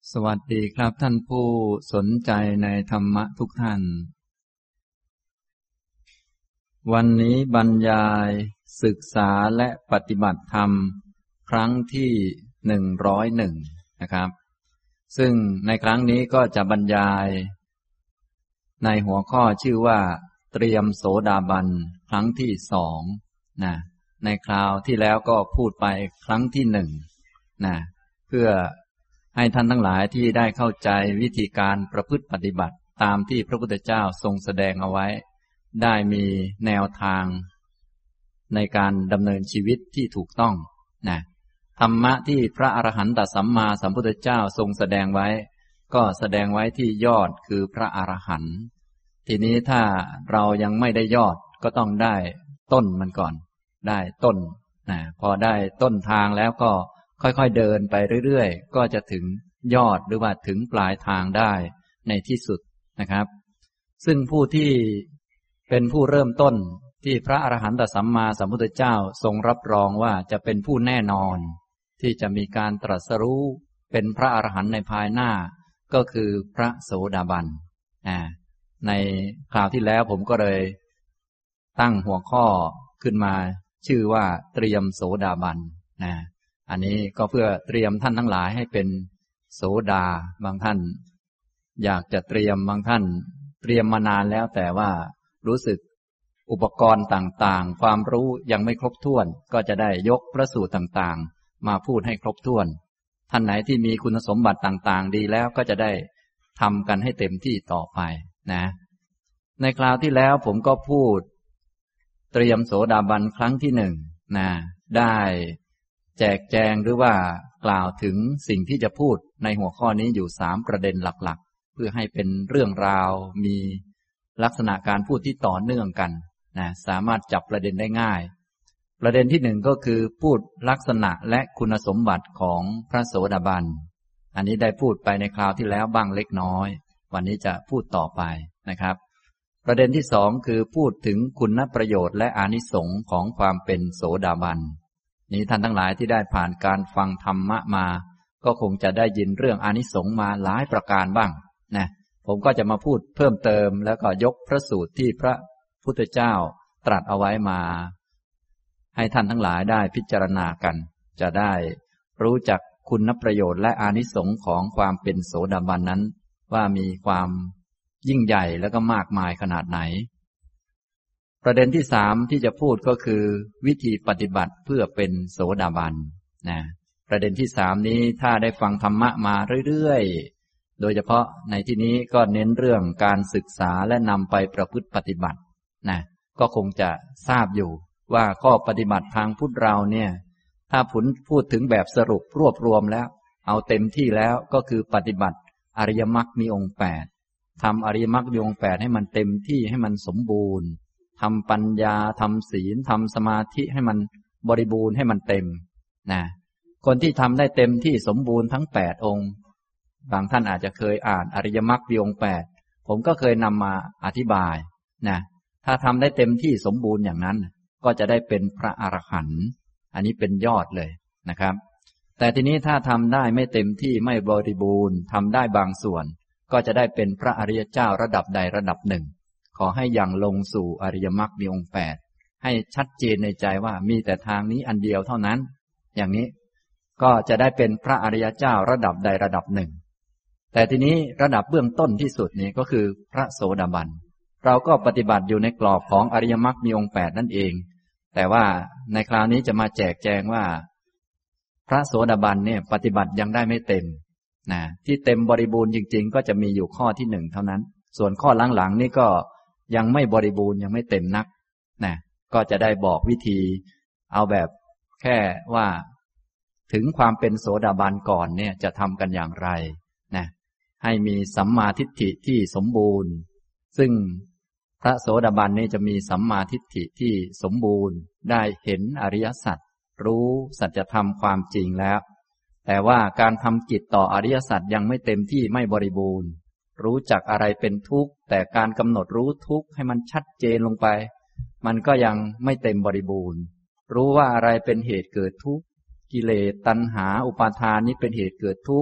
สวัสดีครับท่านผู้สนใจในธรรมะทุกท่านวันนี้บรรยายศึกษาและปฏิบัติธรรมครั้งที่101นะครับซึ่งในครั้งนี้ก็จะบรรยายในหัวข้อชื่อว่าเตรียมโสดาบันครั้งที่2นะในคราวที่แล้วก็พูดไปครั้งที่1นะเพื่อให้ท่านทั้งหลายที่ได้เข้าใจวิธีการประพฤติปฏิบัติตามที่พระพุทธเจ้าทรงแสดงเอาไว้ได้มีแนวทางในการดำเนินชีวิตที่ถูกต้องนะธรรมะที่พระอรหันตสัมมาสัมพุทธเจ้าทรงแสดงไว้ก็แสดงไว้ที่ยอดคือพระอรหันต์ทีนี้ถ้าเรายังไม่ได้ยอดก็ต้องได้ต้นมันก่อนได้ต้นนะพอได้ต้นทางแล้วก็ค่อยๆเดินไปเรื่อยๆก็จะถึงยอดหรือว่าถึงปลายทางได้ในที่สุดนะครับซึ่งผู้ที่เป็นผู้เริ่มต้นที่พระอรหันตสัมมาสัมพุทธเจ้าทรงรับรองว่าจะเป็นผู้แน่นอนที่จะมีการตรัสรู้เป็นพระอรหันต์ในภายหน้าก็คือพระโสดาบันในคราวที่แล้วผมก็เลยตั้งหัวข้อขึ้นมาชื่อว่าเตรียมโสดาบันอันนี้ก็เพื่อเตรียมท่านทั้งหลายให้เป็นโสดาบางท่านอยากจะเตรียมบางท่านเตรียมมานานแล้วแต่ว่ารู้สึกอุปกรณ์ต่างๆความรู้ยังไม่ครบถ้วนก็จะได้ยกพระสูตรต่างๆมาพูดให้ครบถ้วนท่านไหนที่มีคุณสมบัติต่างๆดีแล้วก็จะได้ทำกันให้เต็มที่ต่อไปนะในคราวที่แล้วผมก็พูดเตรียมโสดาบันครั้งที่1ได้แจกแจงหรือว่ากล่าวถึงสิ่งที่จะพูดในหัวข้อนี้อยู่3ประเด็นหลักๆเพื่อให้เป็นเรื่องราวมีลักษณะการพูดที่ต่อเนื่องกันสามารถจับประเด็นได้ง่ายประเด็นที่1ก็คือพูดลักษณะและคุณสมบัติของพระโสดาบันอันนี้ได้พูดไปในคราวที่แล้วบ้างเล็กน้อยวันนี้จะพูดต่อไปนะครับประเด็นที่2คือพูดถึงคุณประโยชน์และอานิสงส์ของความเป็นโสดาบันนี้ท่านทั้งหลายที่ได้ผ่านการฟังธรรมะมาก็คงจะได้ยินเรื่องอานิสงส์มาหลายประการบ้างนะผมก็จะมาพูดเพิ่มเติมแล้วก็ยกพระสูตรที่พระพุทธเจ้าตรัสเอาไว้มาให้ท่านทั้งหลายได้พิจารณากันจะได้รู้จักคุณประโยชน์และอานิสงส์ของความเป็นโสดาบันนั้นว่ามีความยิ่งใหญ่แล้วก็มากมายขนาดไหนประเด็นที่3ที่จะพูดก็คือวิธีปฏิบัติเพื่อเป็นโสดาบันประเด็นที่3นี้ถ้าได้ฟังธรรมะมาเรื่อยๆโดยเฉพาะในที่นี้ก็เน้นเรื่องการศึกษาและนำไปประพฤติปฏิบัติก็คงจะทราบอยู่ว่าข้อปฏิบัติทางพุทธเราเนี่ยถ้าพูดถึงแบบสรุปรวบรวมแล้วเอาเต็มที่แล้วก็คือปฏิบัติอริยมรรคมีองค์8ทำอริยมรรคมีองค์8ให้มันเต็มที่ให้มันสมบูรณ์ทำปัญญาทำศีลทำสมาธิให้มันบริบูรณ์ให้มันเต็มคนที่ทำได้เต็มที่สมบูรณ์ทั้ง8องค์บางท่านอาจจะเคยอ่านอริยมรรคมีองค์8ผมก็เคยนำมาอธิบายถ้าทำได้เต็มที่สมบูรณ์อย่างนั้นก็จะได้เป็นพระอรหันต์อันนี้เป็นยอดเลยนะครับแต่ทีนี้ถ้าทำได้ไม่เต็มที่ไม่บริบูรณ์ทำได้บางส่วนก็จะได้เป็นพระอริยเจ้าระดับใดระดับหนึ่งขอให้ยังลงสู่อริยมรรคมีองค์8ให้ชัดเจนในใจว่ามีแต่ทางนี้อันเดียวเท่านั้นอย่างนี้ก็จะได้เป็นพระอริยเจ้าระดับใดระดับหนึ่งแต่ทีนี้ระดับเบื้องต้นที่สุดนี้ก็คือพระโสดาบันเราก็ปฏิบัติอยู่ในกรอบของอริยมรรคมีองค์8นั่นเองแต่ว่าในคราวนี้จะมาแจกแจงว่าพระโสดาบันเนี่ยปฏิบัติยังได้ไม่เต็มที่เต็มบริบูรณ์จริงๆก็จะมีอยู่ข้อที่1เท่านั้นส่วนข้อหลังๆนี่ก็ยังไม่บริบูรณ์ยังไม่เต็มนักก็จะได้บอกวิธีเอาแบบแค่ว่าถึงความเป็นโสดาบันก่อนเนี่ยจะทำกันอย่างไรให้มีสัมมาทิฏฐิที่สมบูรณ์ซึ่งพระโสดาบันนี่จะมีสัมมาทิฏฐิที่สมบูรณ์ได้เห็นอริยสัจรู้สัจธรรมความจริงแล้วแต่ว่าการทำกิจต่ออริยสัจยังไม่เต็มที่ไม่บริบูรณ์รู้จักอะไรเป็นทุกข์แต่การกำหนดรู้ทุกข์ให้มันชัดเจนลงไปมันก็ยังไม่เต็มบริบูรณ์รู้ว่าอะไรเป็นเหตุเกิดทุกข์กิเลสตัณหาอุปาทานนี้เป็นเหตุเกิดทุกข์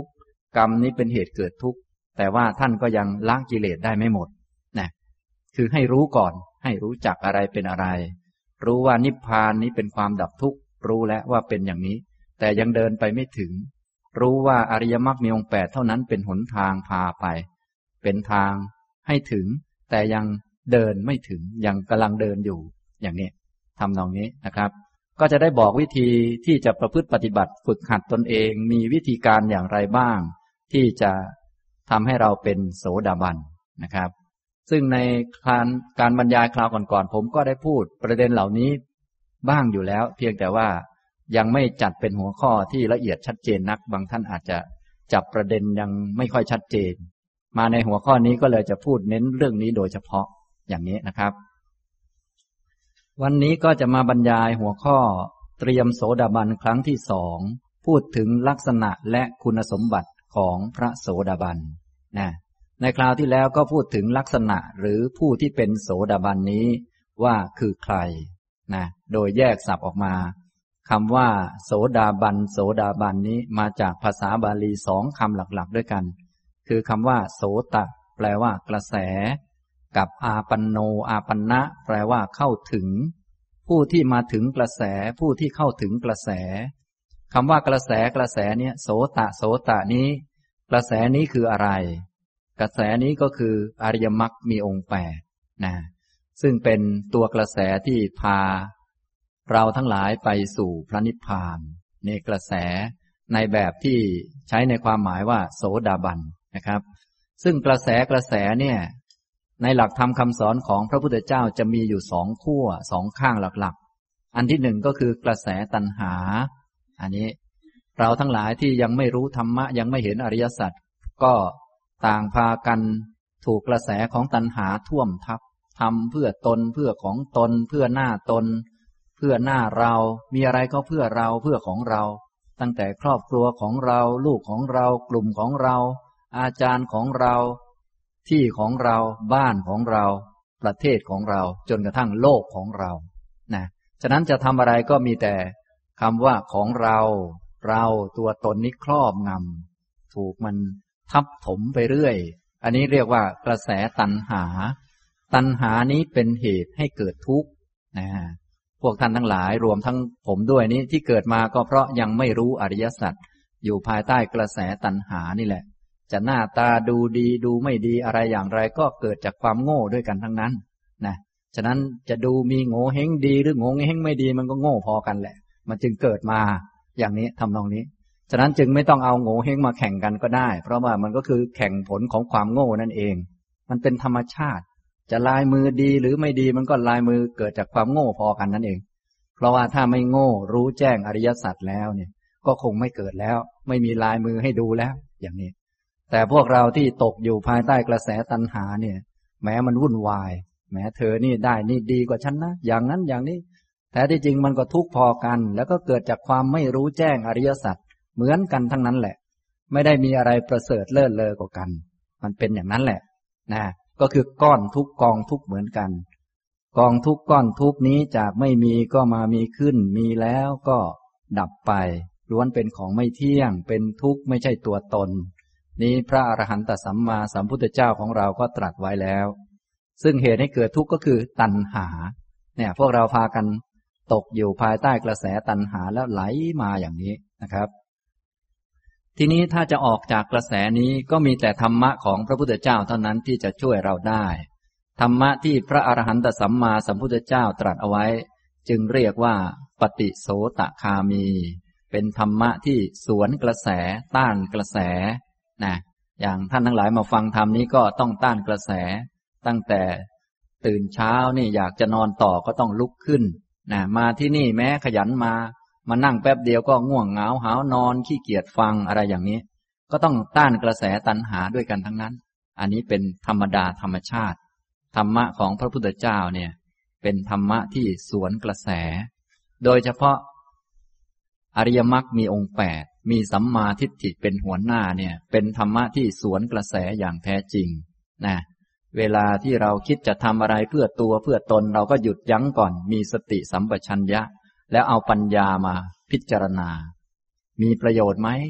กรรมนี้เป็นเหตุเกิดทุกข์แต่ว่าท่านก็ยังละกิเลสได้ไม่หมดนะคือให้รู้ก่อนให้รู้จักอะไรเป็นอะไรรู้ว่านิพพานนี้เป็นความดับทุกข์รู้แล้วว่าเป็นอย่างนี้แต่ยังเดินไปไม่ถึงรู้ว่าอริยมรรคมีองค์8เท่านั้นเป็นหนทางพาไปเป็นทางให้ถึงแต่ยังเดินไม่ถึงยังกำลังเดินอยู่อย่างนี้ทำนองนี้นะครับก็จะได้บอกวิธีที่จะประพฤติปฏิบัติฝึกหัดตนเองมีวิธีการอย่างไรบ้างที่จะทำให้เราเป็นโสดาบันนะครับซึ่งในการบรรยายคราวก่อนๆผมก็ได้พูดประเด็นเหล่านี้บ้างอยู่แล้วเพียงแต่ว่ายังไม่จัดเป็นหัวข้อที่ละเอียดชัดเจนนักบางท่านอาจจะจับประเด็นยังไม่ค่อยชัดเจนมาในหัวข้อนี้ก็เลยจะพูดเน้นเรื่องนี้โดยเฉพาะอย่างนี้นะครับวันนี้ก็จะมาบรรยายหัวข้อเตรียมโสดาบันครั้งที่2พูดถึงลักษณะและคุณสมบัติของพระโสดาบันนะในคราวที่แล้วก็พูดถึงลักษณะหรือผู้ที่เป็นโสดาบันนี้ว่าคือใครนะโดยแยกศัพท์ออกมาคำว่าโสดาบันโสดาบันนี้มาจากภาษาบาลี2คำหลักๆด้วยกันคือคำว่าโสตะแปลว่ากระแสกับอาปันโนอาปันนะแปลว่าเข้าถึงผู้ที่มาถึงกระแสผู้ที่เข้าถึงกระแสคำว่ากระแสเนี่ยโสตะนี้กระแสนี้คืออะไรกระแสนี้ก็คืออริยมรรคมีองค์8นะซึ่งเป็นตัวกระแสที่พาเราทั้งหลายไปสู่พระนิพพานในกระแสในแบบที่ใช้ในความหมายว่าโสดาบันนะครับซึ่งกระแสเนี่ยในหลักธรรมคำสอนของพระพุทธเจ้าจะมีอยู่2ขั้ว2ข้างหลักๆอันที่หนึ่งก็คือกระแสตัณหาอันนี้เราทั้งหลายที่ยังไม่รู้ธรรมะยังไม่เห็นอริยสัจก็ต่างพากันถูกกระแสของตัณหาท่วมทับทำเพื่อตนเพื่อของตนเพื่อหน้าตนเพื่อหน้าเรามีอะไรก็เพื่อเราเพื่อของเราตั้งแต่ครอบครัวของเราลูกของเรากลุ่มของเราอาจารย์ของเราที่ของเราบ้านของเราประเทศของเราจนกระทั่งโลกของเรานะฉะนั้นจะทำอะไรก็มีแต่คำว่าของเราตัวตนนี้ครอบงำถูกมันทับถมไปเรื่อยอันนี้เรียกว่ากระแสตัณหานี้เป็นเหตุให้เกิดทุกข์นะพวกท่านทั้งหลายรวมทั้งผมด้วยนี้ที่เกิดมาก็เพราะยังไม่รู้อริยสัจอยู่ภายใต้กระแสตัณหานี่แหละจะหน้าตาดูดีดูไม่ดีอะไรอย่างไรก็เกิดจากความโง่ด้วยกันทั้งนั้นนะฉะนั้นจะดูมีโง่เฮงดีหรือโง่เฮงไม่ดีมันก็โง่พอกันแหละมันจึงเกิดมาอย่างนี้ทำนองนี้ฉะนั้นจึงไม่ต้องเอาโง่เฮงมาแข่งกันก็ได้เพราะว่ามันก็คือแข่งผลของความโง่นั่นเองมันเป็นธรรมชาติจะลายมือดีหรือไม่ดีมันก็ลายมือเกิดจากความโง่พอกันนั่นเองเพราะว่าถ้าไม่โง่รู้แจ้งอริยสัจแล้วเนี่ยก็คงไม่เกิดแล้วไม่มีลายมือให้ดูแล้วอย่างนี้แต่พวกเราที่ตกอยู่ภายใต้กระแสตัณหาเนี่ยแม้มันวุ่นวายแม้เธอนี่ได้นี่ดีกว่าฉันนะอย่างนั้นอย่างนี้แต่ที่จริงมันก็ทุกข์พอกันแล้วก็เกิดจากความไม่รู้แจ้งอริยสัจเหมือนกันทั้งนั้นแหละไม่ได้มีอะไรประเสริฐเลิศเลอกว่ากันมันเป็นอย่างนั้นแหละนะก็คือก้อนทุกกองทุกเหมือนกันกองทุกก้อนทุกนี้จากไม่มีก็มามีขึ้นมีแล้วก็ดับไปล้วนเป็นของไม่เที่ยงเป็นทุกข์ไม่ใช่ตัวตนนี้พระอรหันตสัมมาสัมพุทธเจ้าของเราก็ตรัสไว้แล้วซึ่งเหตุให้เกิดทุกข์ก็คือตัณหาเนี่ยพวกเราพากันตกอยู่ภายใต้กระแสตัณหาแล้วไหลมาอย่างนี้นะครับทีนี้ถ้าจะออกจากกระแสนี้ก็มีแต่ธรรมะของพระพุทธเจ้าเท่านั้นที่จะช่วยเราได้ธรรมะที่พระอรหันตสัมมาสัมพุทธเจ้าตรัสเอาไว้จึงเรียกว่าปฏิโสตคามีเป็นธรรมะที่สวนกระแสต้านกระแสนะอย่างท่านทั้งหลายมาฟังธรรมนี้ก็ต้องต้านกระแสตั้งแต่ตื่นเช้านี่อยากจะนอนต่อก็ต้องลุกขึ้นนะมาที่นี่แม้ขยันมานั่งแป๊บเดียวก็ง่วงเหงาหาวนอนขี้เกียจฟังอะไรอย่างนี้ก็ต้องต้านกระแสตัณหาด้วยกันทั้งนั้นอันนี้เป็นธรรมดาธรรมชาติธรรมะของพระพุทธเจ้าเนี่ยเป็นธรรมะที่สวนกระแสโดยเฉพาะอริยมรรคมีองค์8มีสัมมาทิฏฐิเป็นหัวหน้าเนี่ยเป็นธรรมะที่สวนกระแสอย่างแท้จริงนะเวลาที่เราคิดจะทำอะไรเพื่อตัวเพื่อตนเราก็หยุดยั้งก่อนมีสติสัมปชัญญะแล้วเอาปัญญามาพิจารณามีประโยชน์ไหม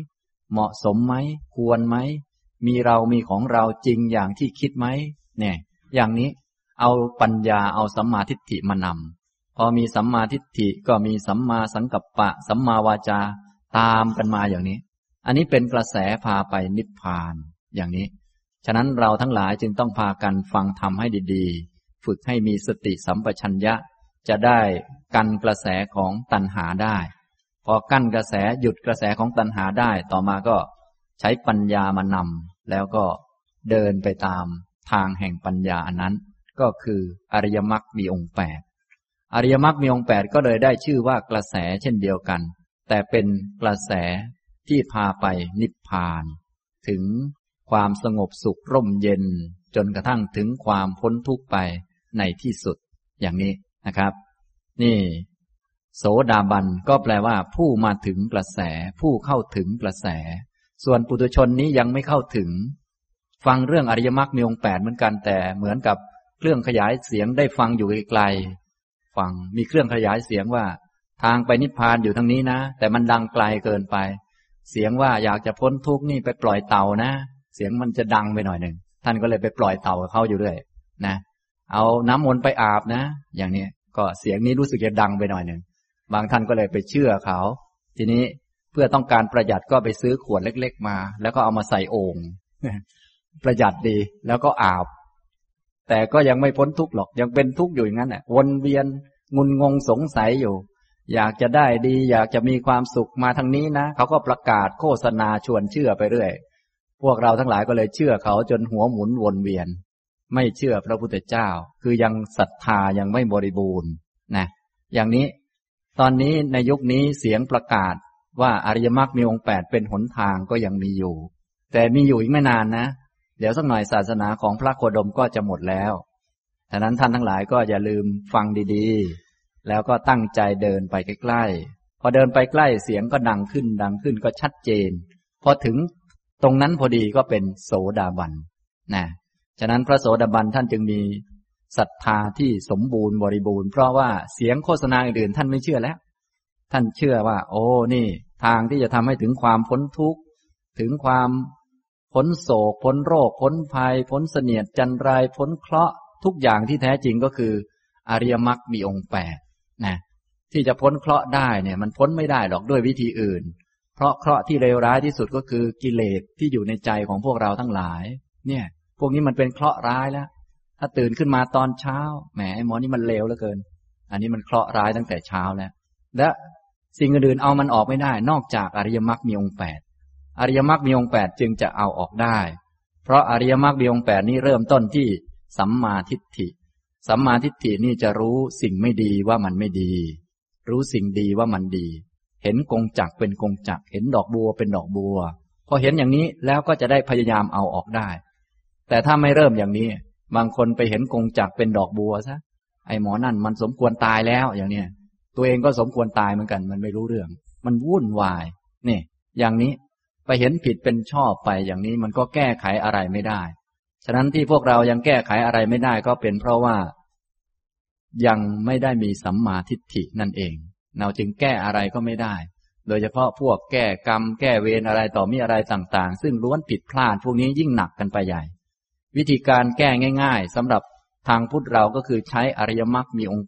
เหมาะสมไหมควรไหมมีเรามีของเราจริงอย่างที่คิดไหมเนี่ยอย่างนี้เอาปัญญาเอาสัมมาทิฏฐิมานำพอมีสัมมาทิฏฐิก็มีสัมมาสังกัปปะสัมมาวาจาตามกันมาอย่างนี้อันนี้เป็นกระแสพาไปนิพพานอย่างนี้ฉะนั้นเราทั้งหลายจึงต้องพากันฟังธรรมให้ดีๆฝึกให้มีสติสัมปชัญญะจะได้กันกระแสของตัณหาได้พอกั้นกระแสหยุดกระแสของตัณหาได้ต่อมาก็ใช้ปัญญามานำแล้วก็เดินไปตามทางแห่งปัญญาอันนั้นก็คืออริยมรรคมีองค์8อริยมรรคมีองค์8ก็เลยได้ชื่อว่ากระแสเช่นเดียวกันแต่เป็นกระแสที่พาไปนิพพานถึงความสงบสุขร่มเย็นจนกระทั่งถึงความพ้นทุกข์ไปในที่สุดอย่างนี้นะครับนี่โสดาบันก็แปลว่าผู้มาถึงกระแสผู้เข้าถึงกระแสส่วนปุถุชนนี้ยังไม่เข้าถึงฟังเรื่องอริยมรรคมีองค์8เหมือนกันแต่เหมือนกับเครื่องขยายเสียงได้ฟังอยู่ไกลๆฟังมีเครื่องขยายเสียงว่าทางไปนิพพานอยู่ทางนี้นะแต่มันดังไกลเกินไปเสียงว่าอยากจะพ้นทุกข์นี่ไปปล่อยเต่านะเสียงมันจะดังไปหน่อยหนึ่งท่านก็เลยไปปล่อยเต่าเขาอยู่เรื่อยนะเอาน้ำมนต์ไปอาบนะอย่างนี้ก็เสียงนี้รู้สึกจะดังไปหน่อยหนึ่งบางท่านก็เลยไปเชื่อเขาทีนี้เพื่อต้องการประหยัดก็ไปซื้อขวดเล็กๆมาแล้วก็เอามาใส่โอ่งประหยัดดีแล้วก็อาบแต่ก็ยังไม่พ้นทุกข์หรอกยังเป็นทุกข์อยู่อย่างนั้นแหละวนเวียนงุนงงสงสัยอยู่อยากจะได้ดีอยากจะมีความสุขมาทางนี้นะเขาก็ประกาศโฆษณาชวนเชื่อไปเรื่อยพวกเราทั้งหลายก็เลยเชื่อเขาจนหัวหมุนวนเวียนไม่เชื่อพระพุทธเจ้าคือยังศรัทธายังไม่บริบูรณ์นะอย่างนี้ตอนนี้ในยุคนี้เสียงประกาศว่าอริยมรรคมีองค์8เป็นหนทางก็ยังมีอยู่แต่มีอยู่อีกไม่นานนะเดี๋ยวสักหน่อยศาสนาของพระโคดมก็จะหมดแล้วฉะนั้นท่านทั้งหลายก็อย่าลืมฟังดีๆแล้วก็ตั้งใจเดินไปใกล้ๆพอเดินไปใกล้เสียงก็ดังขึ้นก็ชัดเจนพอถึงตรงนั้นพอดีก็เป็นโสดาบันนะฉะนั้นพระโสดาบันท่านจึงมีศรัทธาที่สมบูรณ์บริบูรณ์เพราะว่าเสียงโฆษณาอื่นๆท่านไม่เชื่อแล้วท่านเชื่อว่าโอ้นี่ทางที่จะทำให้ถึงความพ้นทุกข์ถึงความพ้นโศกพ้นโรคพ้นภัยพ้นเสนียดจันไรพ้นเคราะห์ทุกอย่างที่แท้จริงก็คืออริยมรรคมีองค์8นะที่จะพ้นเคราะห์ได้เนี่ยมันพ้นไม่ได้หรอกด้วยวิธีอื่นเพราะเคราะห์ที่เลวร้ายที่สุดก็คือกิเลสที่อยู่ในใจของพวกเราทั้งหลายเนี่ยพวกนี้มันเป็นเคราะห์ร้ายแล้วถ้าตื่นขึ้นมาตอนเช้าแหมไอ้หมอนี่มันเลวเหลือเกินอันนี้มันเคราะห์ร้ายตั้งแต่เช้าแล้วและสิ่งอื่นๆเอามันออกไม่ได้นอกจากอริยมรรคมีองค์8อริยมรรคมีองค์8จึงจะเอาออกได้เพราะอริยมรรคมีองค์8นี้เริ่มต้นที่สัมมาทิฏฐิสัมมาทิฏฐินี่จะรู้สิ่งไม่ดีว่ามันไม่ดีรู้สิ่งดีว่ามันดีเห็นกงจักรเป็นกงจักรเห็นดอกบัวเป็นดอกบัวพอเห็นอย่างนี้แล้วก็จะได้พยายามเอาออกได้แต่ถ้าไม่เริ่มอย่างนี้บางคนไปเห็นกงจักรเป็นดอกบัวซะไอ้หมอนั่นมันสมควรตายแล้วอย่างเนี้ยตัวเองก็สมควรตายเหมือนกันมันไม่รู้เรื่องมันวุ่นวายนี่อย่างนี้ไปเห็นผิดเป็นชอบไปอย่างนี้มันก็แก้ไขอะไรไม่ได้ฉะนั้นที่พวกเรายังแก้ไขอะไรไม่ได้ก็เป็นเพราะว่ายังไม่ได้มีสัมมาทิฏฐินั่นเองเราจึงแก้อะไรก็ไม่ได้โดยเฉพาะพวกแก้กรรมแก้เวรอะไรต่อมีอะไรต่างๆซึ่งล้วนผิดพลาดพวกนี้ยิ่งหนักกันไปใหญ่วิธีการแก้ง่ายๆสำหรับทางพุทธเราก็คือใช้อริยมรรคมีองค์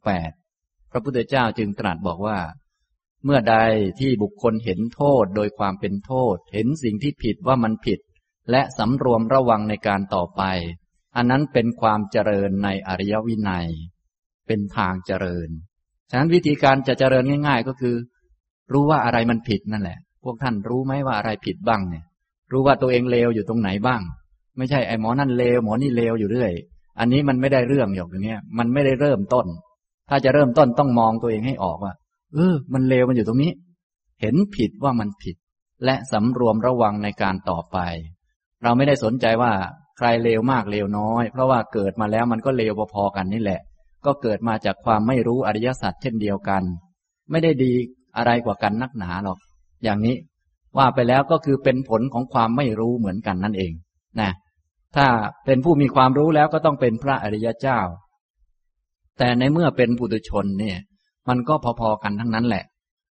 8พระพุทธเจ้าจึงตรัสบอกว่าเมื่อใดที่บุคคลเห็นโทษโดยความเป็นโทษเห็นสิ่งที่ผิดว่ามันผิดและสำรวมระวังในการต่อไปอันนั้นเป็นความเจริญในอริยวินัยเป็นทางเจริญฉะนั้นวิธีการจะเจริญง่ายๆก็คือรู้ว่าอะไรมันผิดนั่นแหละพวกท่านรู้ไหมว่าอะไรผิดบ้างเนี่ยรู้ว่าตัวเองเลวอยู่ตรงไหนบ้างไม่ใช่ไอ้หมอนั่นเลวหมอนี่เลวอยู่เรื่อยอันนี้มันไม่ได้เรื่องอย่างนี้มันไม่ได้เริ่มต้นถ้าจะเริ่มต้นต้องมองตัวเองให้ออกว่ามันเลวมันอยู่ตรงนี้เห็นผิดว่ามันผิดและสำรวมระวังในการต่อไปเราไม่ได้สนใจว่าใครเลวมากเลวน้อยเพราะว่าเกิดมาแล้วมันก็เลวพอๆกันนี่แหละก็เกิดมาจากความไม่รู้อริยสัจเช่นเดียวกันไม่ได้ดีอะไรกว่ากันนักหนาหรอกอย่างนี้ว่าไปแล้วก็คือเป็นผลของความไม่รู้เหมือนกันนั่นเองนะถ้าเป็นผู้มีความรู้แล้วก็ต้องเป็นพระอริยเจ้าแต่ในเมื่อเป็นปุถุชนเนี่ยมันก็พอๆกันทั้งนั้นแหละ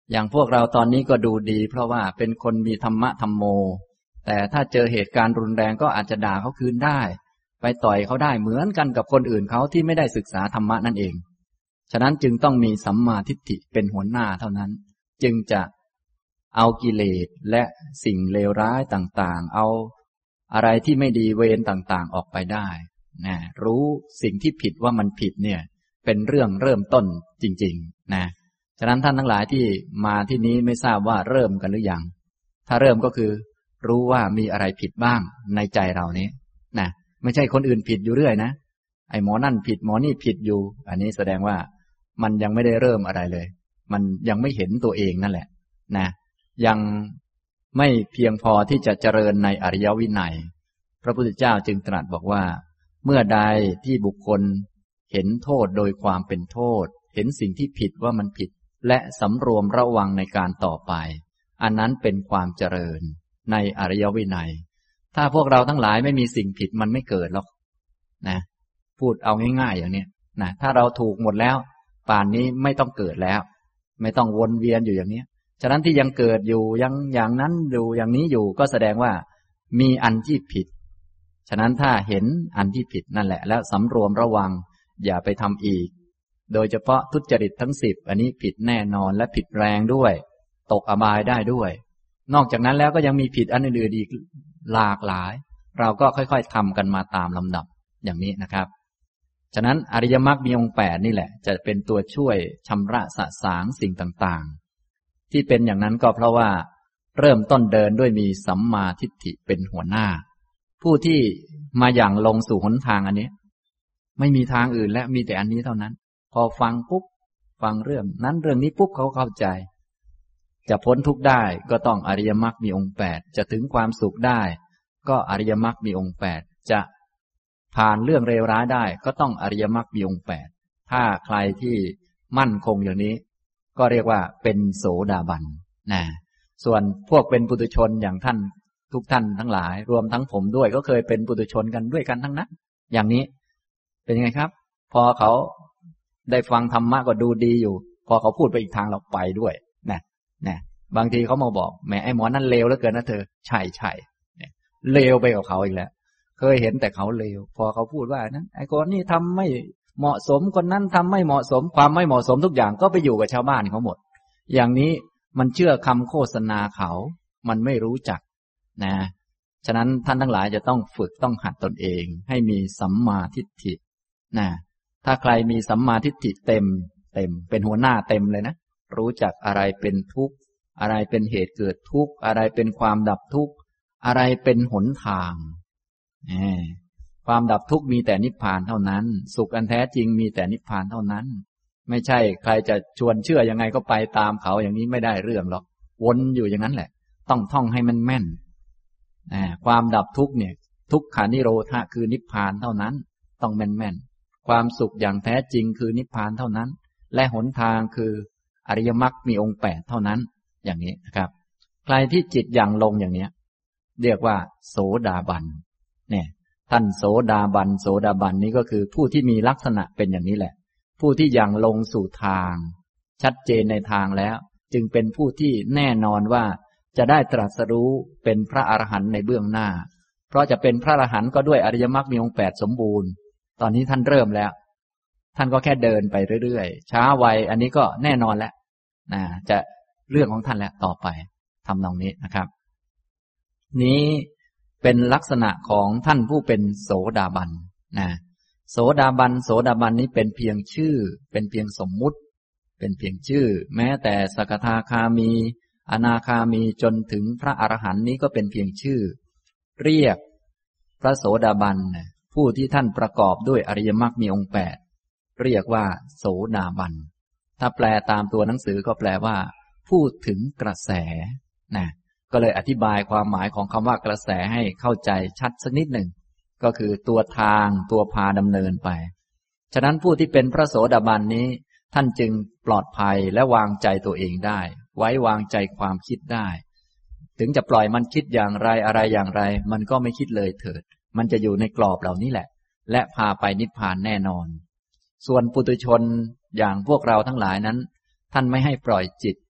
อย่างพวกเราตอนนี้ก็ดูดีเพราะว่าเป็นคนมีธรรมะธรรมโมแต่ถ้าเจอเหตุการณ์รุนแรงก็อาจจะด่าเขาคืนได้ไปต่อยเขาได้เหมือนกันกับคนอื่นเขาที่ไม่ได้ศึกษาธรรมะนั่นเองฉะนั้นจึงต้องมีสัมมาทิฏฐิเป็นหัวหน้าเท่านั้นจึงจะเอากิเลสและสิ่งเลวร้ายต่างๆเอาอะไรที่ไม่ดีเวรต่างๆออกไปได้นะรู้สิ่งที่ผิดว่ามันผิดเนี่ยเป็นเรื่องเริ่มต้นจริงๆนะฉะนั้นท่านทั้งหลายที่มาที่นี้ไม่ทราบว่าเริ่มกันหรือยังถ้าเริ่มก็คือรู้ว่ามีอะไรผิดบ้างในใจเรานี้นะไม่ใช่คนอื่นผิดอยู่เรื่อยนะไอ้หมอนั่นผิดหมอนี่ผิดอยู่อันนี้แสดงว่ามันยังไม่ได้เริ่มอะไรเลยมันยังไม่เห็นตัวเองนั่นแหละนะยังไม่เพียงพอที่จะเจริญในอริยวินัยพระพุทธเจ้าจึงตรัสบอกว่าเมื่อใดที่บุคคลเห็นโทษโดยความเป็นโทษเห็นสิ่งที่ผิดว่ามันผิดและสำรวมระวังในการต่อไปอันนั้นเป็นความเจริญในอริยวินัยถ้าพวกเราทั้งหลายไม่มีสิ่งผิดมันไม่เกิดหรอกนะพูดเอาง่ายๆอย่างนี้นะถ้าเราถูกหมดแล้วป่านนี้ไม่ต้องเกิดแล้วไม่ต้องวนเวียนอยู่อย่างนี้ฉะนั้นที่ยังเกิดอยู่ยังอย่างนั้นอยู่อย่างนี้อยู่ก็แสดงว่ามีอันที่ผิดฉะนั้นถ้าเห็นอันที่ผิดนั่นแหละแล้วสำรวมระวังอย่าไปทำอีกโดยเฉพาะทุจริตทั้ง10อันนี้ผิดแน่นอนและผิดแรงด้วยตกอบายได้ด้วยนอกจากนั้นแล้วก็ยังมีผิดอันอื่นๆอีกหลากหลายเราก็ค่อยๆทำกันมาตามลำดับอย่างนี้นะครับฉะนั้นอริยมรรคมีองค์8นี่แหละจะเป็นตัวช่วยชำระสะสางสิ่งต่างๆที่เป็นอย่างนั้นก็เพราะว่าเริ่มต้นเดินด้วยมีสัมมาทิฏฐิเป็นหัวหน้าผู้ที่มาอย่างลงสู่หนทางอันนี้ไม่มีทางอื่นและมีแต่อันนี้เท่านั้นพอฟังปุ๊บฟังเรื่องนั้นเรื่องนี้ปุ๊บเขาเข้าใจจะพ้นทุกข์ได้ก็ต้องอริยมรรคมีองค์8จะถึงความสุขได้ก็อริยมรรคมีองค์8จะผ่านเรื่องเลวร้ายได้ก็ต้องอริยมรรคมีองค์8ถ้าใครที่มั่นคงอย่างนี้ก็เรียกว่าเป็นโสดาบันนะส่วนพวกเป็นปุถุชนอย่างท่านทุกท่านทั้งหลายรวมทั้งผมด้วยก็เคยเป็นปุถุชนกันด้วยกันทั้งนั้นอย่างนี้เป็นยังไงครับพอเขาได้ฟังธรรมะก็ดูดีอยู่พอเขาพูดไปอีกทางเราไปด้วยนะบางทีเขามาบอกแหมไอ้หมอนั่นเลวเหลือเกินนะเธอใช่เลวไปกับเขาอีกแล้วเคยเห็นแต่เขาเลวพอเขาพูดว่านั้นไอ้คนนี้ทำไม่เหมาะสมคนนั้นทำไม่เหมาะสมความไม่เหมาะสมทุกอย่างก็ไปอยู่กับชาวบ้านเขาหมดอย่างนี้มันเชื่อคำโฆษณาเขามันไม่รู้จักนะฉะนั้นท่านทั้งหลายจะต้องฝึกต้องหัดตนเองให้มีสัมมาทิฏฐินะถ้าใครมีสัมมาทิฏฐิเต็มเป็นหัวหน้าเต็มเลยนะรู้จักอะไรเป็นทุกข์อะไรเป็นเหตุเกิดทุกข์อะไรเป็นความดับทุกข์อะไรเป็นหนทางความดับทุกข์มีแต่นิพพานเท่านั้นสุขอันแท้จริงมีแต่นิพพานเท่านั้นไม่ใช่ใครจะชวนเชื่อยังไงก็ไปตามเขาอย่างนี้ไม่ได้เรื่องหรอกวนอยู่อย่างนั้นแหละต้องท่องให้มันแม่นความดับทุกข์เนี่ยทุกขานิโรธะคือนิพพานเท่านั้นต้องแม่นความสุขอย่างแท้จริงคือนิพพานเท่านั้นและหนทางคืออริยมรรคมีองค์8เท่านั้นอย่างนี้นะครับใครที่จิตอย่างลงอย่างนี้เรียกว่าโสดาบันเนี่ยท่านโสดาบันนี้ก็คือผู้ที่มีลักษณะเป็นอย่างนี้แหละผู้ที่อย่างลงสู่ทางชัดเจนในทางแล้วจึงเป็นผู้ที่แน่นอนว่าจะได้ตรัสรู้เป็นพระอรหันต์ในเบื้องหน้าเพราะจะเป็นพระอรหันต์ก็ด้วยอริยมรรคมีองค์8สมบูรณ์ตอนนี้ท่านเริ่มแล้วท่านก็แค่เดินไปเรื่อยๆช้าไวอันนี้ก็แน่นอนแล้วจะเรื่องของท่านแล้วต่อไปทำตรงนี้นะครับนี้เป็นลักษณะของท่านผู้เป็นโสดาบันโสดาบันนี้เป็นเพียงชื่อเป็นเพียงสมมุติเป็นเพียงชื่อแม้แต่สกทาคามีอนาคามีจนถึงพระอรหันต์นี้ก็เป็นเพียงชื่อเรียกพระโสดาบันผู้ที่ท่านประกอบด้วยอริยมรรคมีองค์8เรียกว่าโสดาบันถ้าแปลตามตัวหนังสือก็แปลว่าพูดถึงกระแสก็เลยอธิบายความหมายของคำว่ากระแสให้เข้าใจชัดสักนิดหนึ่งก็คือตัวทางตัวพาดำเนินไปฉะนั้นผู้ที่เป็นพระโสดาบันนี้ท่านจึงปลอดภัยและวางใจตัวเองได้ไว้วางใจความคิดได้ถึงจะปล่อยมันคิดอย่างไรอะไรอย่างไรมันก็ไม่คิดเลยเถิดมันจะอยู่ในกรอบเหล่านี้แหละและพาไปนิพพานแน่นอนส่วนปุถุชนอย่างพวกเราทั้งหลายนั้นท่านไม่ให้ปล่อยจิต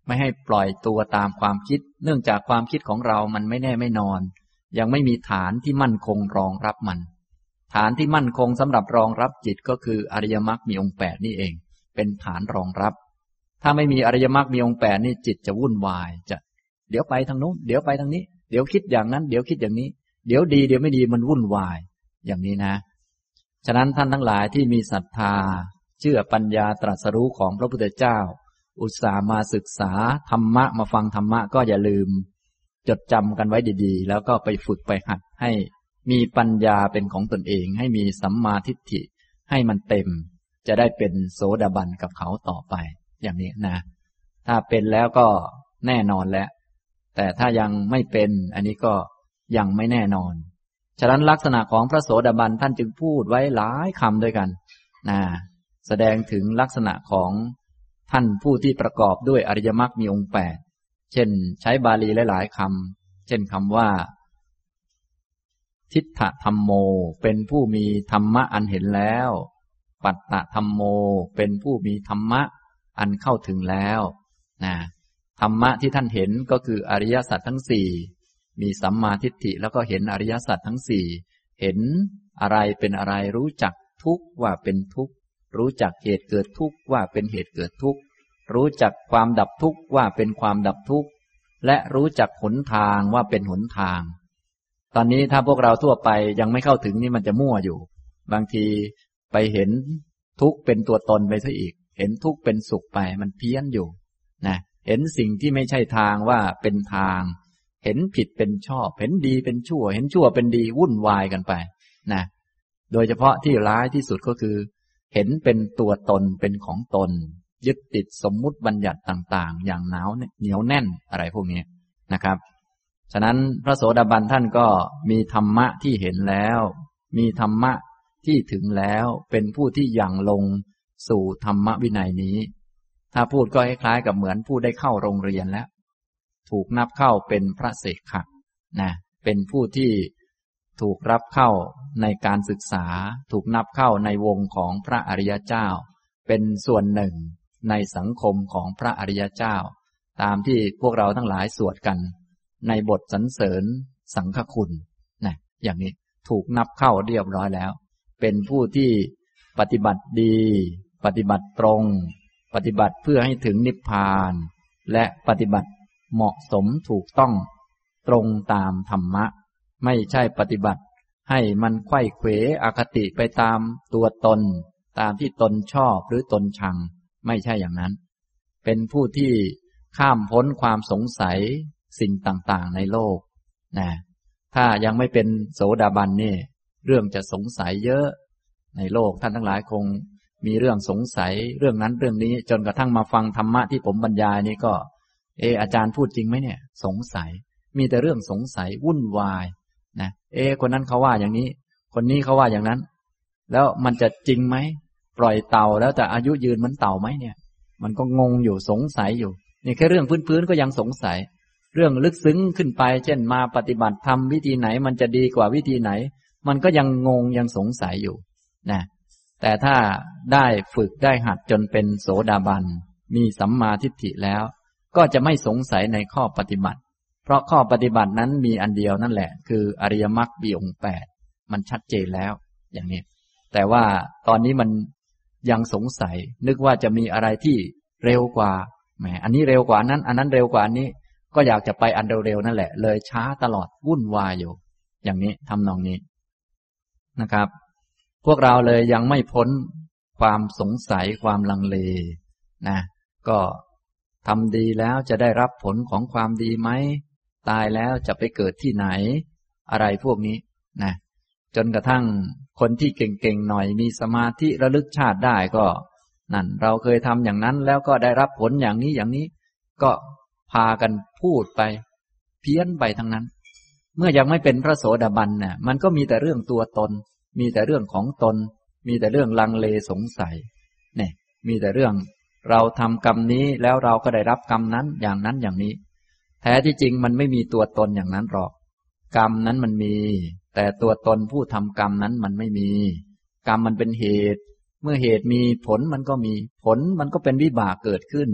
ไม่ให้ปล่อยตัวตามความคิดเนื่องจากความคิดของเรามันไม่แน่ไม่นอนยังไม่มีฐานที่มั่นคงรองรับมันฐานที่มั่นคงสำหรับรองรับจิตก็คืออริยมรรคมีองค์8นี่เองเป็นฐานรองรับถ้าไม่มีอริยมรรคมีองค์8นี่จิตจะวุ่นวายจะเดี๋ยวไปทางโน้นเดี๋ยวไปทางนี้เดี๋ยวคิดอย่างนั้นเดี๋ยวคิดอย่างนี้เดี๋ยวดีเดี๋ยวไม่ดีมันวุ่นวายอย่างนี้นะฉะนั้นท่านทั้งหลายที่มีศรัทธาเชื่อปัญญาตรัสรู้ของพระพุทธเจ้าอุตส่าห์มาศึกษาธรรมะมาฟังธรรมะก็อย่าลืมจดจำกันไว้ดีๆแล้วก็ไปฝึกไปหัดให้มีปัญญาเป็นของตนเองให้มีสัมมาทิฏฐิให้มันเต็มจะได้เป็นโสดาบันกับเขาต่อไปอย่างนี้นะถ้าเป็นแล้วก็แน่นอนแล้วแต่ถ้ายังไม่เป็นอันนี้ก็ยังไม่แน่นอนฉะนั้นลักษณะของพระโสดาบันท่านจึงพูดไว้หลายคำด้วยกันนะแสดงถึงลักษณะของท่านผู้ที่ประกอบด้วยอริยมรรคมีองค์8เช่นใช้บาลีหลายๆคำเช่นคำว่าทิฏฐธัมโมเป็นผู้มีธรรมะอันเห็นแล้วปัตตธัมโมเป็นผู้มีธรรมะอันเข้าถึงแล้วนะธรรมะที่ท่านเห็นก็คืออริยสัจทั้งสี่มีสัมมาทิฏฐิแล้วก็เห็นอริยสัจทั้งสี่เห็นอะไรเป็นอะไรรู้จักทุกข์ว่าเป็นทุกข์รู้จักเหตุเกิดทุกข์ว่าเป็นเหตุเกิดทุกข์รู้จักความดับทุกข์ว่าเป็นความดับทุกข์และรู้จักหนทางว่าเป็นหนทางตอนนี้ถ้าพวกเราทั่วไปยังไม่เข้าถึงนี่มันจะมั่วอยู่บางทีไปเห็นทุกข์เป็นตัวตนไปซะอีกเห็นทุกข์เป็นสุขไปมันเพี้ยนอยู่นะเห็นสิ่งที่ไม่ใช่ทางว่าเป็นทางเห็นผิดเป็นชอบเห็นดีเป็นชั่วเห็นชั่วเป็นดีวุ่นวายกันไปนะโดยเฉพาะที่ร้ายที่สุดก็คือเห็นเป็นตัวตนเป็นของตนยึดติดสมมุติบัญญัติต่างๆอย่างเหนียวแน่นอะไรพวกนี้นะครับฉะนั้นพระโสดาบันท่านก็มีธรรมะที่เห็นแล้วมีธรรมะที่ถึงแล้วเป็นผู้ที่ยังลงสู่ธรรมวินัยนี้ถ้าพูดก็คล้ายๆกับเหมือนผู้ได้เข้าโรงเรียนแล้วถูกนับเข้าเป็นพระเสกขะนะเป็นผู้ที่ถูกรับเข้าในการศึกษาถูกนับเข้าในวงของพระอริยเจ้าเป็นส่วนหนึ่งในสังคมของพระอริยเจ้าตามที่พวกเราทั้งหลายสวดกันในบทสรรเสริญสังฆคุณนะอย่างนี้ถูกนับเข้าเรียบร้อยแล้วเป็นผู้ที่ปฏิบัติดีปฏิบัติตรงปฏิบัติเพื่อให้ถึงนิพพานและปฏิบัติเหมาะสมถูกต้องตรงตามธรรมะไม่ใช่ปฏิบัติให้มันไขว้เขวอคติไปตามตัวตนตามที่ตนชอบหรือตนชังไม่ใช่อย่างนั้นเป็นผู้ที่ข้ามพ้นความสงสัยสิ่งต่างๆในโลกนะถ้ายังไม่เป็นโสดาบันนี่เรื่องจะสงสัยเยอะในโลกท่านทั้งหลายคงมีเรื่องสงสัยเรื่องนั้นเรื่องนี้จนกระทั่งมาฟังธรรมะที่ผมบรรยายนี่ก็อาจารย์พูดจริงไหมเนี่ยสงสัยมีแต่เรื่องสงสัยวุ่นวายนะคนนั้นเขาว่าอย่างนี้คนนี้เขาว่าอย่างนั้นแล้วมันจะจริงไหมปล่อยเต่าแล้วแต่อายุยืนเหมือนเต่าไหมเนี่ยมันก็งงอยู่สงสัยอยู่นี่แค่เรื่องพื้นๆก็ยังสงสัยเรื่องลึกซึ้งขึ้นไปเช่นมาปฏิบัติธรรมวิธีไหนมันจะดีกว่าวิธีไหนมันก็ยังงงยังสงสัยอยู่นะแต่ถ้าได้ฝึกได้หัดจนเป็นโสดาบันมีสัมมาทิฏฐิแล้วก็จะไม่สงสัยในข้อปฏิบัติเพราะข้อปฏิบัตินั้นมีอันเดียวนั่นแหละคืออริยมรรคมีองค์8มันชัดเจนแล้วอย่างนี้แต่ว่าตอนนี้มันยังสงสัยนึกว่าจะมีอะไรที่เร็วกว่าแหมอันนี้เร็วกว่านั้นอันนั้นเร็วกว่านี้ก็อยากจะไปอันเร็วๆนั่นแหละเลยช้าตลอดวุ่นวายอยู่อย่างนี้ทำนองนี้นะครับพวกเราเลยยังไม่พ้นความสงสัยความลังเลนะก็ทำดีแล้วจะได้รับผลของความดีไหมตายแล้วจะไปเกิดที่ไหนอะไรพวกนี้นะจนกระทั่งคนที่เก่งๆหน่อยมีสมาธิระลึกชาติได้ก็นั่นเราเคยทำอย่างนั้นแล้วก็ได้รับผลอย่างนี้อย่างนี้ก็พากันพูดไปเพี้ยนไปทั้งนั้นเมื่อยังไม่เป็นพระโสดาบันเนี่ยมันก็มีแต่เรื่องตัวตนมีแต่เรื่องของตนมีแต่เรื่องลังเลสงสัยเนี่ยมีแต่เรื่องเราทำกรรมนี้แล้วเราก็ได้รับกรรมนั้นอย่างนั้นอย่างนี้แท้ที่จริงมันไม่มีตัวตนอย่างนั้นหรอกกรรมนั้นมันมีแต่ตัวตนผู้ทำกรรมนั้นมันไม่มีกรรมมันเป็นเหตุเมื่อเหตุมีผลมันก็มีผลมันก็เป็นวิบากเกิดขึ้น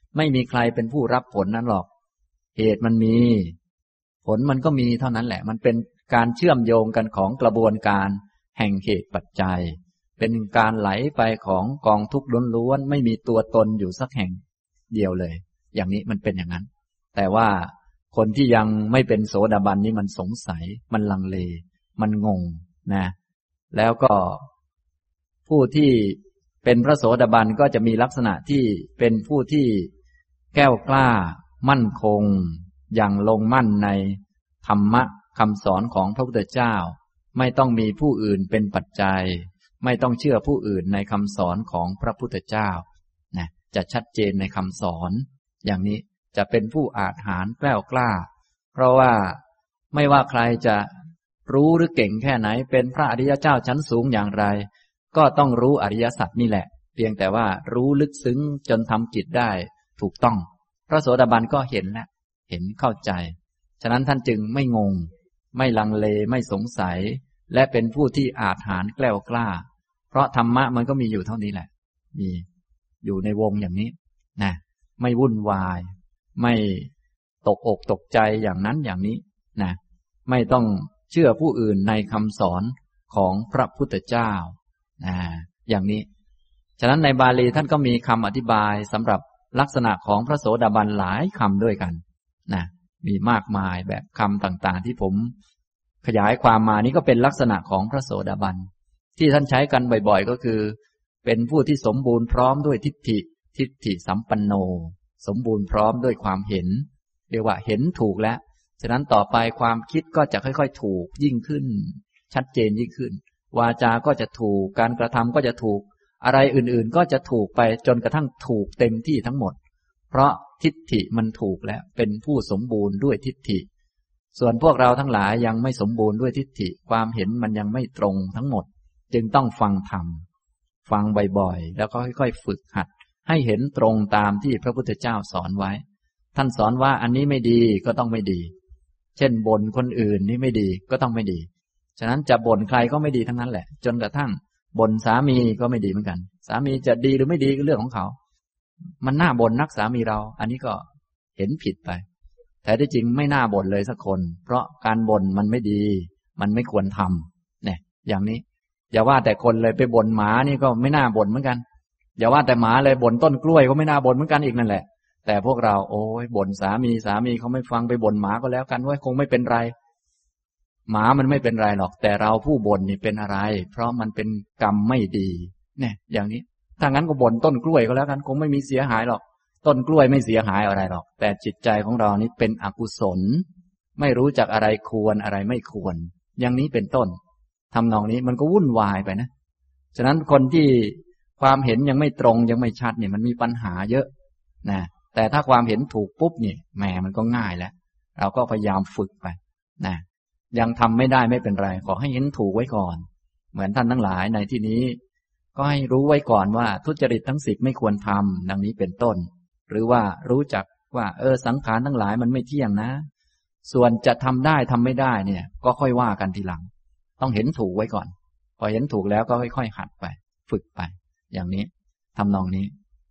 ไม่มีใครเป็นผู้รับผลนั้นหรอกเหตุมันมีผลมันก็มีเท่านั้นแหละมันเป็นการเชื่อมโยงกันของกระบวนการแห่งเหตุปัจจัยเป็นการไหลไปของกองทุกข์ล้วนๆไม่มีตัวตนอยู่สักแห่งเดียวเลยอย่างนี้มันเป็นอย่างนั้นแต่ว่าคนที่ยังไม่เป็นโสดาบันนี่มันสงสัยมันลังเลมันงงนะแล้วก็ผู้ที่เป็นพระโสดาบันก็จะมีลักษณะที่เป็นผู้ที่แก้วกล้ามั่นคงอย่างลงมั่นในธรรมะคำสอนของพระพุทธเจ้าไม่ต้องมีผู้อื่นเป็นปัจจัยไม่ต้องเชื่อผู้อื่นในคำสอนของพระพุทธเจ้านะจะชัดเจนในคำสอนอย่างนี้จะเป็นผู้อาจหาญแกล้วกล้าเพราะว่าไม่ว่าใครจะรู้หรือเก่งแค่ไหนเป็นพระอริยเจ้าชั้นสูงอย่างไรก็ต้องรู้อริยสัจนี่แหละเพียงแต่ว่ารู้ลึกซึ้งจนทำกิจได้ถูกต้องพระโสดาบันก็เห็นแล้วเห็นเข้าใจฉะนั้นท่านจึงไม่งงไม่ลังเลไม่สงสัยและเป็นผู้ที่อาจหาญแกล้วกล้าเพราะธรรมะมันก็มีอยู่เท่านี้แหละมีอยู่ในวงอย่างนี้นะไม่วุ่นวายไม่ตกอกตกใจอย่างนั้นอย่างนี้นะไม่ต้องเชื่อผู้อื่นในคำสอนของพระพุทธเจ้าอย่างนี้ฉะนั้นในบาลีท่านก็มีคำอธิบายสำหรับลักษณะของพระโสดาบันหลายคำด้วยกันนะมีมากมายแบบคำต่างๆที่ผมขยายความมานี้ก็เป็นลักษณะของพระโสดาบันที่ท่านใช้กันบ่อยๆก็คือเป็นผู้ที่สมบูรณ์พร้อมด้วยทิฏฐิสัมปันโนสมบูรณ์พร้อมด้วยความเห็นเรียกว่าเห็นถูกแล้วฉะนั้นต่อไปความคิดก็จะค่อยๆถูกยิ่งขึ้นชัดเจนยิ่งขึ้นวาจาก็จะถูกการกระทำก็จะถูกอะไรอื่นๆก็จะถูกไปจนกระทั่งถูกเต็มที่ทั้งหมดเพราะทิฏฐิมันถูกแล้วเป็นผู้สมบูรณ์ด้วยทิฏฐิส่วนพวกเราทั้งหลายยังไม่สมบูรณ์ด้วยทิฏฐิความเห็นมันยังไม่ตรงทั้งหมดจึงต้องฟังธรรมฟังบ่อยๆแล้วก็ค่อยๆฝึกหัดให้เห็นตรงตามที่พระพุทธเจ้าสอนไว้ท่านสอนว่าอันนี้ไม่ดีก็ต้องไม่ดีเช่นบ่นคนอื่นนี่ไม่ดีก็ต้องไม่ดีฉะนั้นจะบ่นใครก็ไม่ดีทั้งนั้นแหละจนกระทั่งบ่นสามีก็ไม่ดีเหมือนกันสามีจะดีหรือไม่ดีก็เรื่องของเขามันน่าบ่นนักสามีเราอันนี้ก็เห็นผิดไปแต่ที่จริงไม่น่าบ่นเลยสักคนเพราะการบ่นมันไม่ดีมันไม่ควรทำเนี่ยอย่างนี้อย่าว่าแต่คนเลยไปบ่นหมานี่ก็ไม่น่าบ่นเหมือนกันอย่าว่าแต่หมาเลยบ่นต้นกล้วยก็ไม่น่าบ่นเหมือนกันอีกนั่นแหละแต่พวกเราโอ้ยบ่นสามีเขาไม่ฟังไปบ่นหมาก็แล้วกันว่าคงไม่เป็นไรหมามันไม่เป็นไรหรอกแต่เราผู้บ่นนี่เป็นอะไรเพราะมันเป็นกรรมไม่ดีเนี่ยอย่างนี้ถ้างั้นก็บ่นต้นกล้วยก็แล้วกันคงไม่มีเสียหายหรอกต้นกล้วยไม่เสียหายอะไรหรอกแต่จิตใจของเรานี่เป็นอกุศลไม่รู้จักอะไรควรอะไรไม่ควรอย่างนี้เป็นต้นทำนองนี้มันก็วุ่นวายไปนะฉะนั้นคนที่ความเห็นยังไม่ตรงยังไม่ชัดเนี่ยมันมีปัญหาเยอะนะแต่ถ้าความเห็นถูกปุ๊บเนี่ยแหมมันก็ง่ายแล้วเราก็พยายามฝึกไปนะยังทำไม่ได้ไม่เป็นไรขอให้เห็นถูกไว้ก่อนเหมือนท่านทั้งหลายในที่นี้ก็ให้รู้ไว้ก่อนว่าทุจริตทั้ง10ไม่ควรทำดังนี้เป็นต้นหรือว่ารู้จักว่าสังขารทั้งหลายมันไม่เที่ยงนะส่วนจะทำได้ทำไม่ได้เนี่ยก็ค่อยว่ากันทีหลังต้องเห็นถูกไว้ก่อนพอเห็นถูกแล้วก็ค่อยๆหัดไปฝึกไปอย่างนี้ทำนองนี้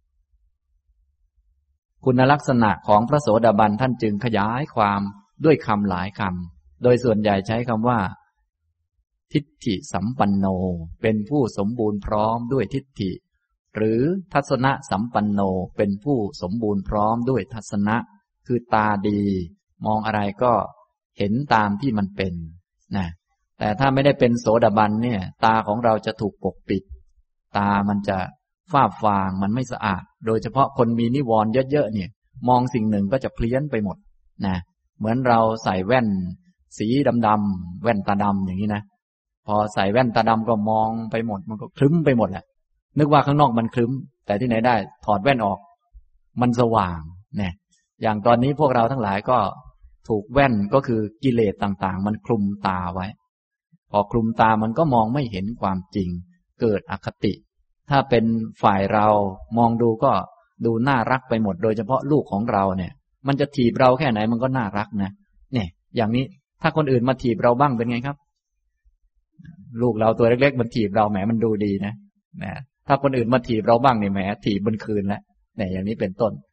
คุณลักษณะของพระโสดาบันท่านจึงขยายความด้วยคำหลายคำโดยส่วนใหญ่ใช้คำว่าทิฏฐิสัมปันโนเป็นผู้สมบูรณ์พร้อมด้วยทิฏฐิหรือทัศนะสัมปันโนเป็นผู้สมบูรณ์พร้อมด้วยทัศนะคือตาดีมองอะไรก็เห็นตามที่มันเป็นนะแต่ถ้าไม่ได้เป็นโสดาบันเนี่ยตาของเราจะถูกปกปิดตามันจะฝ้าฟางมันไม่สะอาดโดยเฉพาะคนมีนิวรณ์เยอะๆเนี่ยมองสิ่งหนึ่งก็จะเพี้ยนไปหมดนะเหมือนเราใส่แว่นสีดำๆแว่นตาดำอย่างนี้นะพอใส่แว่นตาดำก็มองไปหมดมันก็คลึ้มไปหมดแหละนึกว่าข้างนอกมันคลึ้มแต่ที่ไหนได้ถอดแว่นออกมันสว่างเนี่ยอย่างตอนนี้พวกเราทั้งหลายก็ถูกแว่นก็คือกิเลสต่างๆมันคลุมตาไว้พอคลุมตามันก็มองไม่เห็นความจริงเกิดอคติถ้าเป็นฝ่ายเรามองดูก็ดูน่ารักไปหมดโดยเฉพาะลูกของเราเนี่ยมันจะถีบเราแค่ไหนมันก็น่ารักนะเนี่ยอย่างนี้ถ้าคนอื่นมาถีบเราบ้างเป็นไงครับลูกเราตัวเล็กๆมันถีบเราแหมมันดูดีนะถ้าคนอื่นมาถีบเราบ้างเนี่ยแหมถีบบนคืนแล้วเนี่ยอย่างนี้เป็นต้น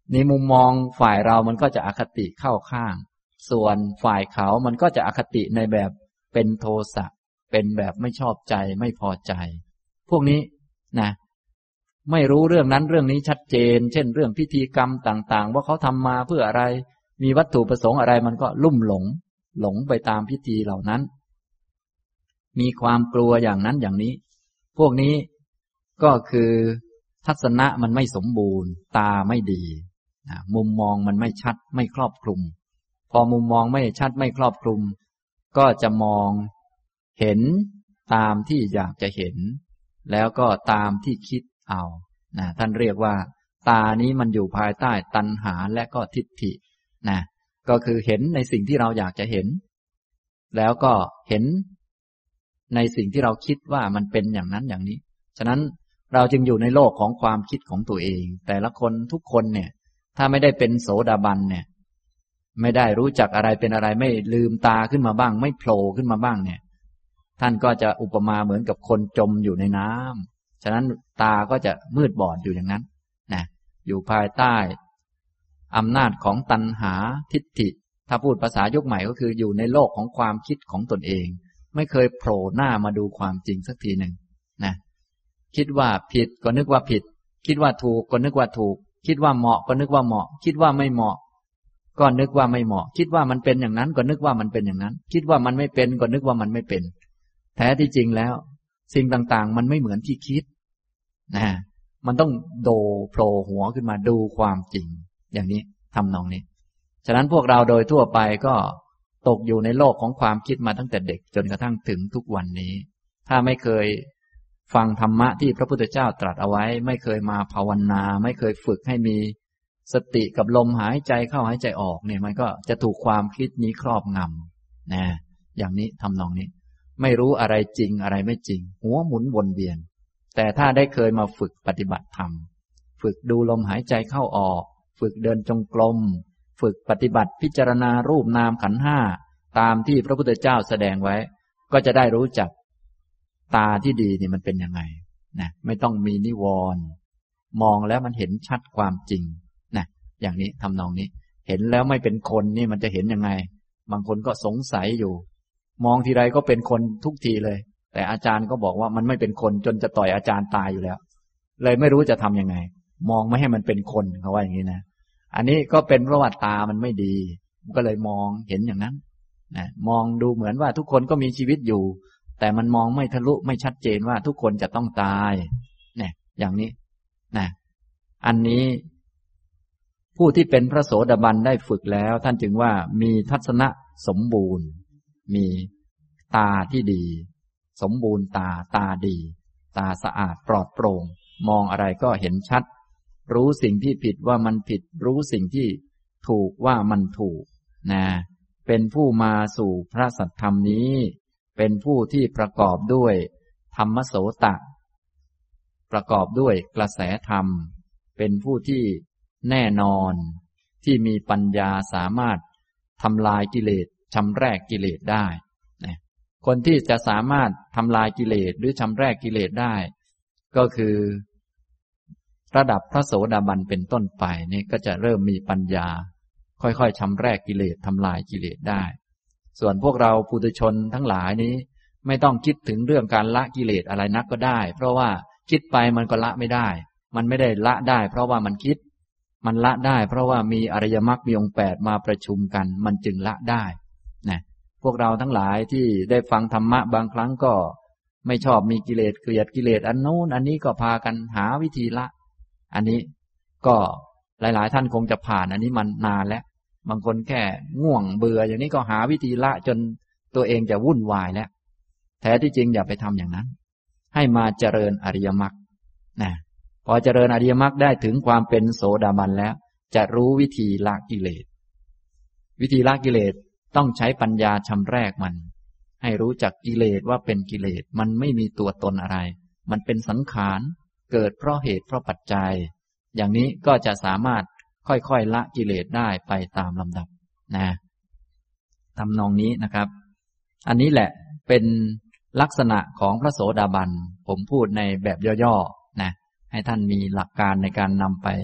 นี่มุมมองฝ่ายเรามันก็จะอคติเข้าข้างส่วนฝ่ายเขามันก็จะอคติในแบบเป็นโทสะเป็นแบบไม่ชอบใจไม่พอใจพวกนี้นะไม่รู้เรื่องนั้นเรื่องนี้ชัดเจนเช่นเรื่องพิธีกรรมต่างๆว่าเขาทำมาเพื่ออะไรมีวัตถุประสงค์อะไรมันก็ลุ่มหลงไปตามพิธีเหล่านั้นมีความกลัวอย่างนั้นอย่างนี้พวกนี้ก็คือทัศนะมันไม่สมบูรณ์ตาไม่ดีมุมมองมันไม่ชัดไม่ครอบคลุมพอมุมมองไม่ชัดไม่ครอบคลุมก็จะมองเห็นตามที่อยากจะเห็นแล้วก็ตามที่คิดเอาท่านเรียกว่าตานี้มันอยู่ภายใต้ตัณหาและก็ทิฏฐิก็คือเห็นในสิ่งที่เราอยากจะเห็นแล้วก็เห็นในสิ่งที่เราคิดว่ามันเป็นอย่างนั้นอย่างนี้ฉะนั้นเราจึงอยู่ในโลกของความคิดของตัวเองแต่ละคนทุกคนเนี่ยถ้าไม่ได้เป็นโสดาบันเนี่ยไม่ได้รู้จักอะไรเป็นอะไรไม่ลืมตาขึ้นมาบ้างไม่โผล่ขึ้นมาบ้างเนี่ยท่านก็จะอุปมาเหมือนกับคนจมอยู่ในน้ำฉะนั้นตาก็จะมืดบอดอยู่อย่างนั้นอยู่ภายใต้อำนาจของตัณหาทิฏฐิถ้าพูดภาษายุคใหม่ก็คืออยู่ในโลกของความคิดของตนเองไม่เคยโผล่หน้ามาดูความจริงสักทีหนึ่งคิดว่าผิดก็นึกว่าผิดคิดว่าถูกก็นึกว่าถูกคิดว่าเหมาะก็นึกว่าเหมาะคิดว่าไม่เหมาะก็นึกว่าไม่เหมาะคิดว่ามันเป็นอย่างนั้นก็นึกว่ามันเป็นอย่างนั้นคิดว่ามันไม่เป็นก็นึกว่ามันไม่เป็นแท้ที่จริงแล้วสิ่งต่างๆมันไม่เหมือนที่คิดมันต้องโผล่หัวขึ้นมาดูความจริงอย่างนี้ทำนองนี้ฉะนั้นพวกเราโดยทั่วไปก็ตกอยู่ในโลกของความคิดมาตั้งแต่เด็กจนกระทั่งถึงทุกวันนี้ถ้าไม่เคยฟังธรรมะที่พระพุทธเจ้าตรัสเอาไว้ไม่เคยมาภาวนาไม่เคยฝึกให้มีสติกับลมหายใจเข้าหายใจออกเนี่ยมันก็จะถูกความคิดนี้ครอบงำอย่างนี้ทำนองนี้ไม่รู้อะไรจริงอะไรไม่จริงหัวหมุนวนเวียนแต่ถ้าได้เคยมาฝึกปฏิบัติธรรมฝึกดูลมหายใจเข้าออกฝึกเดินจงกรมฝึกปฏิบัติพิจารณารูปนามขันธ์ห้าตามที่พระพุทธเจ้าแสดงไว้ก็จะได้รู้จักตาที่ดีนี่มันเป็นยังไงไม่ต้องมีนิวรณ์มองแล้วมันเห็นชัดความจริงอย่างนี้ทำนองนี้เห็นแล้วไม่เป็นคนนี่มันจะเห็นยังไงบางคนก็สงสัยอยู่มองทีไรก็เป็นคนทุกทีเลยแต่อาจารย์ก็บอกว่ามันไม่เป็นคนจนจะต่อยอาจารย์ตายอยู่แล้วเลยไม่รู้จะทำยังไงมองไม่ให้มันเป็นคนเขาว่าอย่างนี้นะอันนี้ก็เป็นเพราะว่าตามันไม่ดีก็เลยมองเห็นอย่างนั้นมองดูเหมือนว่าทุกคนก็มีชีวิตอยู่แต่มันมองไม่ทะลุไม่ชัดเจนว่าทุกคนจะต้องตายอย่างนี้อันนี้ผู้ที่เป็นพระโสดาบันได้ฝึกแล้วท่านจึงว่ามีทัศนะสมบูรณ์มีตาที่ดีสมบูรณ์ตาดีตาสะอาดปลอดโปร่งมองอะไรก็เห็นชัดรู้สิ่งที่ผิดว่ามันผิดรู้สิ่งที่ถูกว่ามันถูกเป็นผู้มาสู่พระสัทธรรมนี้เป็นผู้ที่ประกอบด้วยธรรมโสตะประกอบด้วยกระแสธรรมเป็นผู้ที่แน่นอนที่มีปัญญาสามารถทำลายกิเลสชำแรกกิเลสได้คนที่จะสามารถทำลายกิเลสหรือชำแรกกิเลสได้ก็คือระดับพระโสดาบันเป็นต้นไปนี่ก็จะเริ่มมีปัญญาค่อยๆชำแรกกิเลสทำลายกิเลสได้ส่วนพวกเราปุถุชนทั้งหลายนี้ไม่ต้องคิดถึงเรื่องการละกิเลสอะไรนักก็ได้เพราะว่าคิดไปมันก็ละไม่ได้มันไม่ได้ละได้เพราะว่ามันคิดมันละได้เพราะว่ามีอริยมรรคมีองค์8มาประชุมกันมันจึงละได้พวกเราทั้งหลายที่ได้ฟังธรรมะบางครั้งก็ไม่ชอบมีกิเลสเกลียดกิเลสอันโน้นอันนี้ก็พากันหาวิธีละอันนี้ก็หลายๆท่านคงจะผ่านอันนี้มันนานแล้วบางคนแค่ง่วงเบื่ออย่างนี้ก็หาวิธีละจนตัวเองจะวุ่นวายแล้วแท้ที่จริงอย่าไปทำอย่างนั้นให้มาเจริญอริยมรรคพอเจริญอริยมรรคได้ถึงความเป็นโสดาบันแล้วจะรู้วิธีละกิเลสวิธีละกิเลสต้องใช้ปัญญาชำแรกมันให้รู้จักกิเลสว่าเป็นกิเลสมันไม่มีตัวตนอะไรมันเป็นสังขารเกิดเพราะเหตุเพราะปัจจัยอย่างนี้ก็จะสามารถค่อยๆละกิเลสได้ไปตามลำดับทำนองนี้นะครับอันนี้แหละเป็นลักษณะของพระโสดาบันผมพูดในแบบย่อๆให้ท่านมีหลักการในการนำไป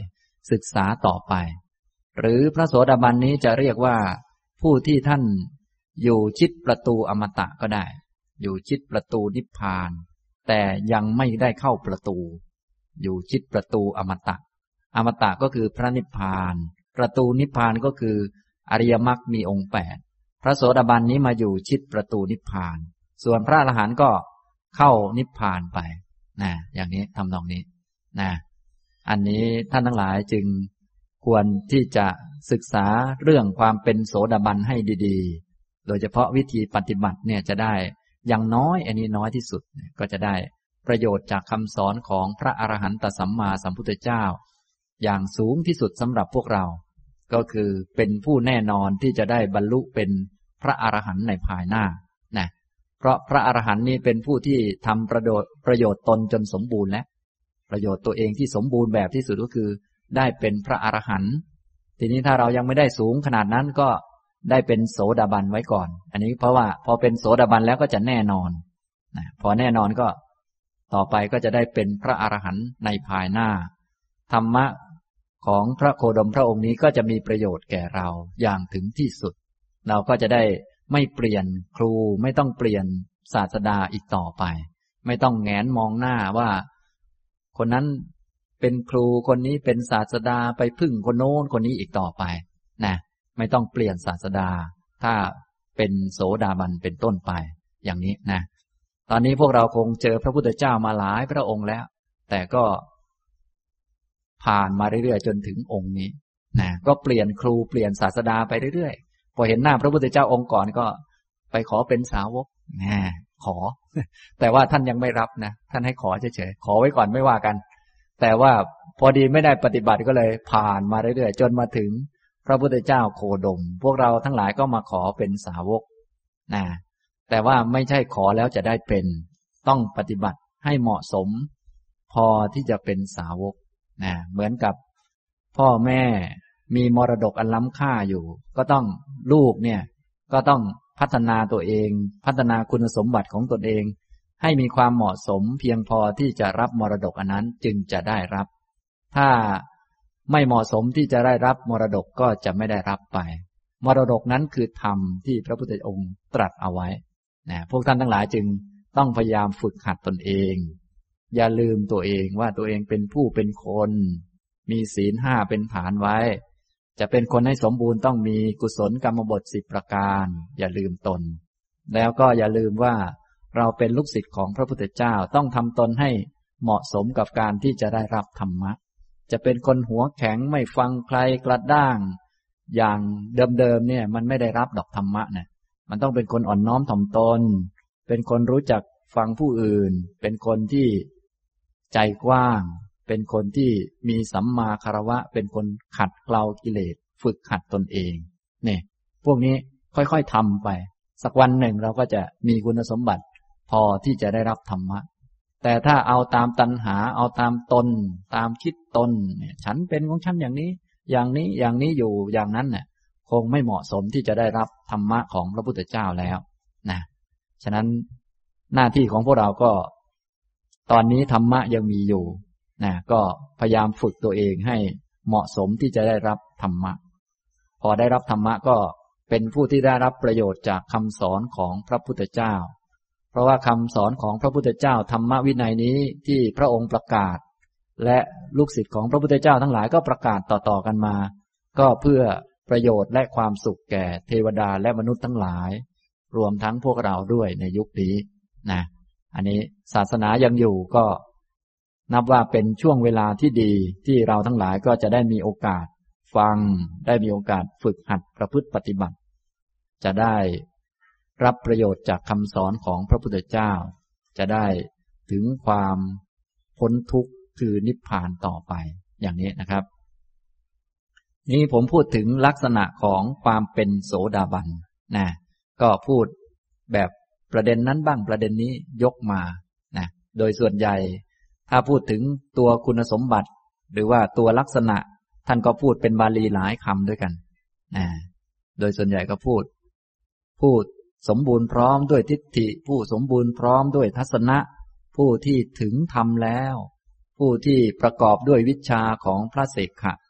ศึกษาต่อไปหรือพระโสดาบันนี้จะเรียกว่าผู้ที่ท่านอยู่ชิดประตูอมตะก็ได้อยู่ชิดประตูนิพพานแต่ยังไม่ได้เข้าประตูอยู่ชิดประตูอมตะอมตะก็คือพระนิพพานประตูนิพพานก็คืออริยมรรคมีองค์8พระโสดาบันนี้มาอยู่ชิดประตูนิพพานส่วนพระอรหันต์ก็เข้านิพพานไปนะอย่างนี้ทำนองนี้นะอันนี้ท่านทั้งหลายจึงควรที่จะศึกษาเรื่องความเป็นโสดาบันให้ดีๆโดยเฉพาะวิธีปฏิบัติเนี่ยจะได้อย่างน้อยอันนี้น้อยที่สุดก็จะได้ประโยชน์จากคำสอนของพระอรหันตสัมมาสัมพุทธเจ้าอย่างสูงที่สุดสำหรับพวกเราก็คือเป็นผู้แน่นอนที่จะได้บรรลุเป็นพระอรหันต์ในภายหน้านะเพราะพระอรหันต์นี้เป็นผู้ที่ทำประโยชน์ตนจนสมบูรณ์แล้วประโยชน์ตัวเองที่สมบูรณ์แบบที่สุดก็คือได้เป็นพระอรหันต์ทีนี้ถ้าเรายังไม่ได้สูงขนาดนั้นก็ได้เป็นโสดาบันไว้ก่อนอันนี้เพราะว่าพอเป็นโสดาบันแล้วก็จะแน่นอนนะพอแน่นอนก็ต่อไปก็จะได้เป็นพระอรหันต์ในภายหน้าธรรมะของพระโคดมพระองค์นี้ก็จะมีประโยชน์แก่เราอย่างถึงที่สุดเราก็จะได้ไม่เปลี่ยนครูไม่ต้องเปลี่ยนศาสดาอีกต่อไปไม่ต้องแงนมองหน้าว่าคนนั้นเป็นครูคนนี้เป็นศาสดาไปพึ่งคนโน้นคนนี้อีกต่อไปนะไม่ต้องเปลี่ยนศาสดาถ้าเป็นโสดาบันเป็นต้นไปอย่างนี้นะตอนนี้พวกเราคงเจอพระพุทธเจ้ามาหลายพระองค์แล้วแต่ก็ผ่านมาเรื่อยๆจนถึงองค์นี้นะก็เปลี่ยนครูเปลี่ยนศาสดาไปเรื่อยๆพอเห็นหน้าพระพุทธเจ้าองค์ก่อนก็ไปขอเป็นสาวกนะขอ แต่ว่าท่านยังไม่รับนะท่านให้ขอเฉยๆขอไว้ก่อนไม่ว่ากันแต่ว่าพอดีไม่ได้ปฏิบัติก็เลยผ่านมาเรื่อยๆจนมาถึงพระพุทธเจ้าโคดมพวกเราทั้งหลายก็มาขอเป็นสาวกนะแต่ว่าไม่ใช่ขอแล้วจะได้เป็นต้องปฏิบัติให้เหมาะสมพอที่จะเป็นสาวกนะเหมือนกับพ่อแม่มีมรดกอันล้ำค่าอยู่ก็ต้องลูกเนี่ยก็ต้องพัฒนาตัวเองพัฒนาคุณสมบัติของตนเองให้มีความเหมาะสมเพียงพอที่จะรับมรดกอันนั้นจึงจะได้รับถ้าไม่เหมาะสมที่จะได้รับมรดกก็จะไม่ได้รับไปมรดกนั้นคือธรรมที่พระพุทธองค์ตรัสเอาไว้นะพวกท่านทั้งหลายจึงต้องพยายามฝึกหัดตนเองอย่าลืมตัวเองว่าตัวเองเป็นผู้เป็นคนมีศีล5เป็นฐานไว้จะเป็นคนให้สมบูรณ์ต้องมีกุศลกรรมบท10ประการอย่าลืมตนแล้วก็อย่าลืมว่าเราเป็นลูกศิษย์ของพระพุทธเจ้าต้องทำตนให้เหมาะสมกับการที่จะได้รับธรรมะจะเป็นคนหัวแข็งไม่ฟังใครกระด้างอย่างเดิมๆเนี่ยมันไม่ได้รับดอกธรรมะนะมันต้องเป็นคนอ่อนน้อมถ่อมตนเป็นคนรู้จักฟังผู้อื่นเป็นคนที่ใจกว้างเป็นคนที่มีสัมมาคารวะเป็นคนขัดเกลากิเลสฝึกหัดตนเองเนี่ยพวกนี้ค่อยๆทำไปสักวันหนึ่งเราก็จะมีคุณสมบัติพอที่จะได้รับธรรมะแต่ถ้าเอาตามตัณหาเอาตามตนตามคิดตนเนี่ยฉันเป็นของฉันอย่างนี้อย่างนี้อย่างนี้อยู่อย่างนั้นเนี่ยคงไม่เหมาะสมที่จะได้รับธรรมะของพระพุทธเจ้าแล้วนะฉะนั้นหน้าที่ของพวกเราก็ตอนนี้ธรรมะยังมีอยู่นะก็พยายามฝึกตัวเองให้เหมาะสมที่จะได้รับธรรมะพอได้รับธรรมะก็เป็นผู้ที่ได้รับประโยชน์จากคำสอนของพระพุทธเจ้าเพราะว่าคำสอนของพระพุทธเจ้าธรรมวินัยนี้ที่พระองค์ประกาศและลูกศิษย์ของพระพุทธเจ้าทั้งหลายก็ประกาศต่อๆกันมาก็เพื่อประโยชน์และความสุขแก่เทวดาและมนุษย์ทั้งหลายรวมทั้งพวกเราด้วยในยุคนี้นะอันนี้ศาสนายังอยู่ก็นับว่าเป็นช่วงเวลาที่ดีที่เราทั้งหลายก็จะได้มีโอกาสฟังได้มีโอกาสฝึกหัดประพฤติปฏิบัติจะได้รับประโยชน์จากคำสอนของพระพุทธเจ้าจะได้ถึงความพ้นทุกข์คือนิพพานต่อไปอย่างนี้นะครับนี่ผมพูดถึงลักษณะของความเป็นโสดาบันนะก็พูดแบบประเด็นนั้นบ้างประเด็นนี้ยกมานะโดยส่วนใหญ่ถ้าพูดถึงตัวคุณสมบัติหรือว่าตัวลักษณะท่านก็พูดเป็นบาลีหลายคำด้วยกันโดยส่วนใหญ่ก็พูดสมบูรณ์พร้อมด้วยทิฏฐิผู้สมบูรณ์พร้อมด้วยทัศนะผู้ที่ถึงธรรมแล้วผู้ที่ประกอบด้วยวิชาของพระเสกขะ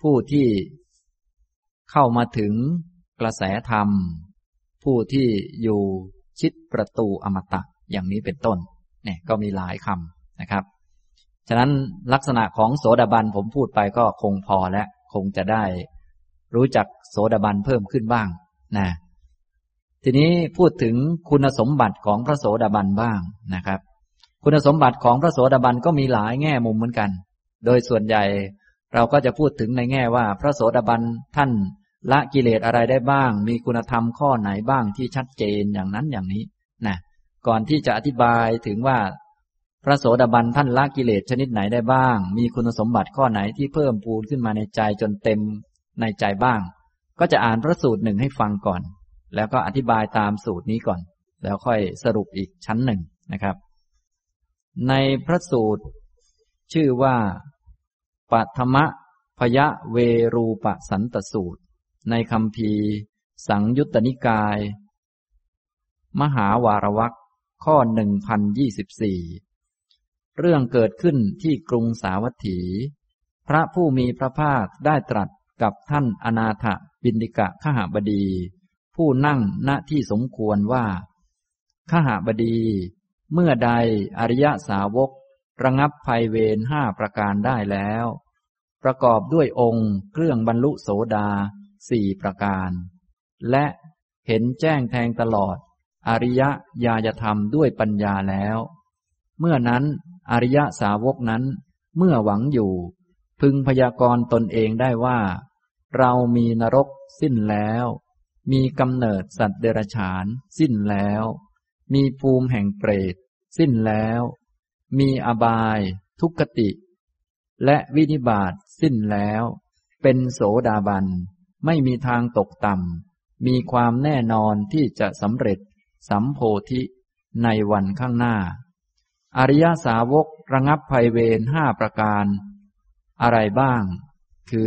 ผู้ที่เข้ามาถึงกระแสธรรมผู้ที่อยู่ชิดประตูอมตะอย่างนี้เป็นต้นเนี่ยก็มีหลายคำนะครับฉะนั้นลักษณะของโสดาบันผมพูดไปก็คงพอและคงจะได้รู้จักโสดาบันเพิ่มขึ้นบ้างนะทีนี้พูดถึงคุณสมบัติของพระโสดาบันบ้างนะครับคุณสมบัติของพระโสดาบันก็มีหลายแง่มุมเหมือนกันโดยส่วนใหญ่เราก็จะพูดถึงในแง่ว่าพระโสดาบันท่านละกิเลสอะไรได้บ้างมีคุณธรรมข้อไหนบ้างที่ชัดเจนอย่างนั้นอย่างนี้นะก่อนที่จะอธิบายถึงว่าพระโสดาบันท่านละกิเลสชนิดไหนได้บ้างมีคุณสมบัติข้อไหนที่เพิ่มพูนขึ้นมาในใจจนเต็มในใจบ้างก็จะอ่านพระสูตรหนึ่งให้ฟังก่อนแล้วก็อธิบายตามสูตรนี้ก่อนแล้วค่อยสรุปอีกชั้นหนึ่งนะครับในพระสูตรชื่อว่าปัทมพยเวรูปสันตสูตรในคัมภีร์สังยุตตนิกายมหาวารวรรคข้อ 1024 เรื่องเกิดขึ้นที่กรุงสาวัตถีพระผู้มีพระภาคได้ตรัสกับท่านอนาถบิณฑิกขหบดีผู้นั่งณที่สมควรว่าขหบดีเมื่อใดอริยสาวกระงับภัยเวร5ประการได้แล้วประกอบด้วยองค์เครื่องบรรลุโสดา4ประการและเห็นแจ้งแทงตลอดอริยญาณธรรมด้วยปัญญาแล้วเมื่อนั้นอริยสาวกนั้นเมื่อหวังอยู่พึงพยากรณ์ตนเองได้ว่าเรามีนรกสิ้นแล้วมีกำเนิดสัตว์เดรัจฉานสิ้นแล้วมีภูมิแห่งเปรตสิ้นแล้วมีอบายทุกขติและวินิบาตสิ้นแล้วเป็นโสดาบันไม่มีทางตกต่ำมีความแน่นอนที่จะสำเร็จสัมโพธิในวันข้างหน้าอริยสาวกระงับภัยเวร5ประการอะไรบ้างคือ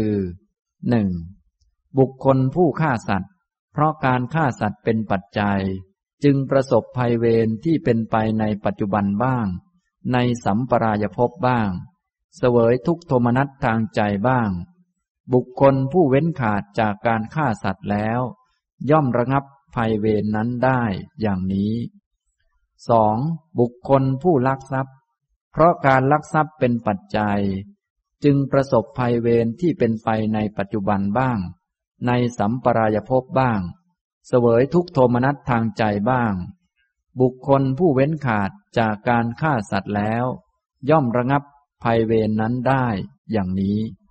1. บุคคลผู้ฆ่าสัตว์เพราะการฆ่าสัตว์เป็นปัจจัยจึงประสบภัยเวรที่เป็นไปในปัจจุบันบ้างในสัมปรายภพบ้างเสวยทุกข์โทมนัสทางใจบ้างบุคคลผู้เว้นขาดจากการฆ่าสัตว์แล้วย่อมระงับภัยเวรนั้นได้อย่างนี้ 2. บุคคลผู้ลักทรัพย์เพราะการลักทรัพย์เป็นปัจจัยจึงประสบภัยเวรที่เป็นไปในปัจจุบันบ้างในสัมปรายภพบ้างเสวยทุกข์โทมนัสทางใจบ้างบุคคลผู้เว้นขาดจากการฆ่าสัตว์แล้วย่อมระงับภัยเวรนั้นได้อย่างนี้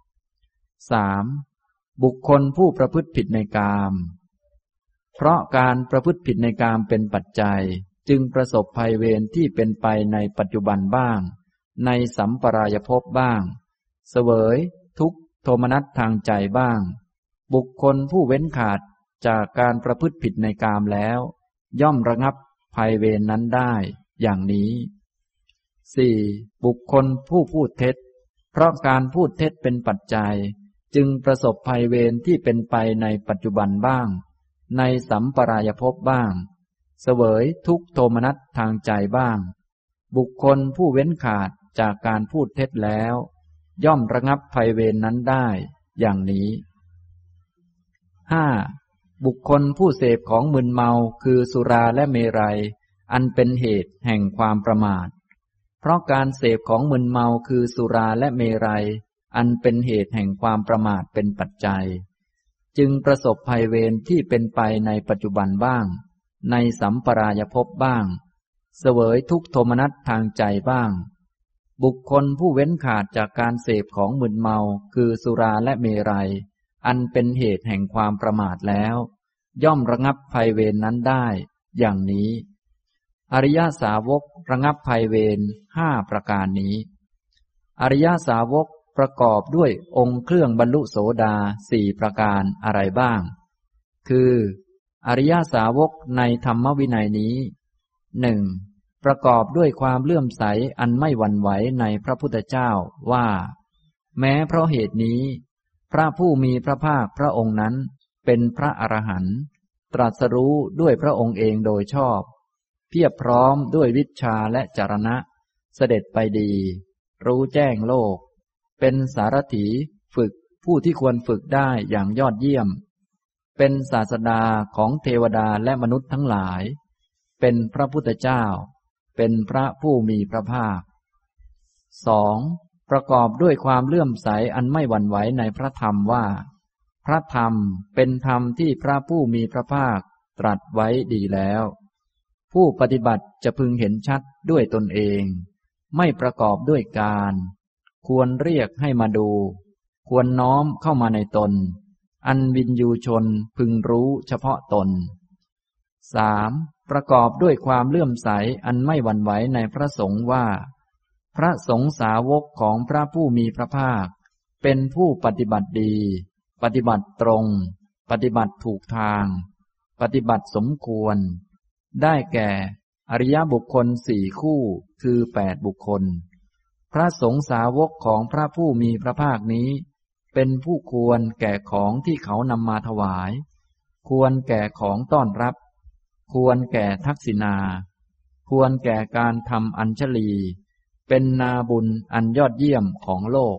3. บุคคลผู้ประพฤติผิดในกามเพราะการประพฤติผิดในกามเป็นปัจจัยจึงประสบภัยเวรที่เป็นไปในปัจจุบันบ้างในสัมปรายภพบ้างเสวยทุกข์โทมนัสทางใจบ้างบุคคลผู้เว้นขาดจากการประพฤติผิดในกามแล้วย่อมระงับภัยเวรนั้นได้อย่างนี้ 4. บุคคลผู้พูดเท็จเพราะการพูดเท็จเป็นปัจจัยจึงประสบภัยเวรที่เป็นไปในปัจจุบันบ้างในสัมปรายภพบ้างเสวยทุกข์โทมนัสทางใจบ้างบุคคลผู้เว้นขาดจากการพูดเท็จแล้วย่อมระงับภัยเวรนั้นได้อย่างนี้ 5. บุคคลผู้เสพของมึนเมาคือสุราและเมรัยอันเป็นเหตุแห่งความประมาทเพราะการเสพของมึนเมาคือสุราและเมรัยอันเป็นเหตุแห่งความประมาทเป็นปัจจัยจึงประสบภัยเวรที่เป็นไปในปัจจุบันบ้างในสัมปรายภพบ้างเสวยทุกข์โทมนัสทางใจบ้างบุคคลผู้เว้นขาดจากการเสพของมึนเมาคือสุราและเมรัยอันเป็นเหตุแห่งความประมาทแล้วย่อมระงับภัยเวรนั้นได้อย่างนี้อริยสาวกระงับภัยเวร5ประการนี้อริยสาวกประกอบด้วยองค์เครื่องบรรลุโสดา4ประการอะไรบ้างคืออริยสาวกในธรรมวินัยนี้ 1. ประกอบด้วยความเลื่อมใสอันไม่หวั่นไหวในพระพุทธเจ้าว่าแม้เพราะเหตุนี้พระผู้มีพระภาคพระองค์นั้นเป็นพระอรหันต์ตรัสรู้ด้วยพระองค์เองโดยชอบเพียบพร้อมด้วยวิชชาและจรณะเสด็จไปดีรู้แจ้งโลกเป็นสารถีฝึกผู้ที่ควรฝึกได้อย่างยอดเยี่ยมเป็นศาสดาของเทวดาและมนุษย์ทั้งหลายเป็นพระพุทธเจ้าเป็นพระผู้มีพระภาค 2. ประกอบด้วยความเลื่อมใสอันไม่หวั่นไหวในพระธรรมว่าพระธรรมเป็นธรรมที่พระผู้มีพระภาคตรัสไว้ดีแล้วผู้ปฏิบัติจะพึงเห็นชัดด้วยตนเองไม่ประกอบด้วยการควรเรียกให้มาดูควรน้อมเข้ามาในตนอันวินยูชนพึงรู้เฉพาะตน 3. ประกอบด้วยความเลื่อมใสอันไม่หวั่นไหวในพระสงฆ์ว่าพระสงฆ์สาวกของพระผู้มีพระภาคเป็นผู้ปฏิบัติดีปฏิบัติตรงปฏิบัติถูกทางปฏิบัติสมควรได้แก่อริยบุคคล4คู่คือ8บุคคลพระสงฆ์สาวกของพระผู้มีพระภาคนี้เป็นผู้ควรแก่ของที่เขานำมาถวายควรแก่ของต้อนรับควรแก่ทักษิณาควรแก่การทำอัญชลีเป็นนาบุญอันยอดเยี่ยมของโลก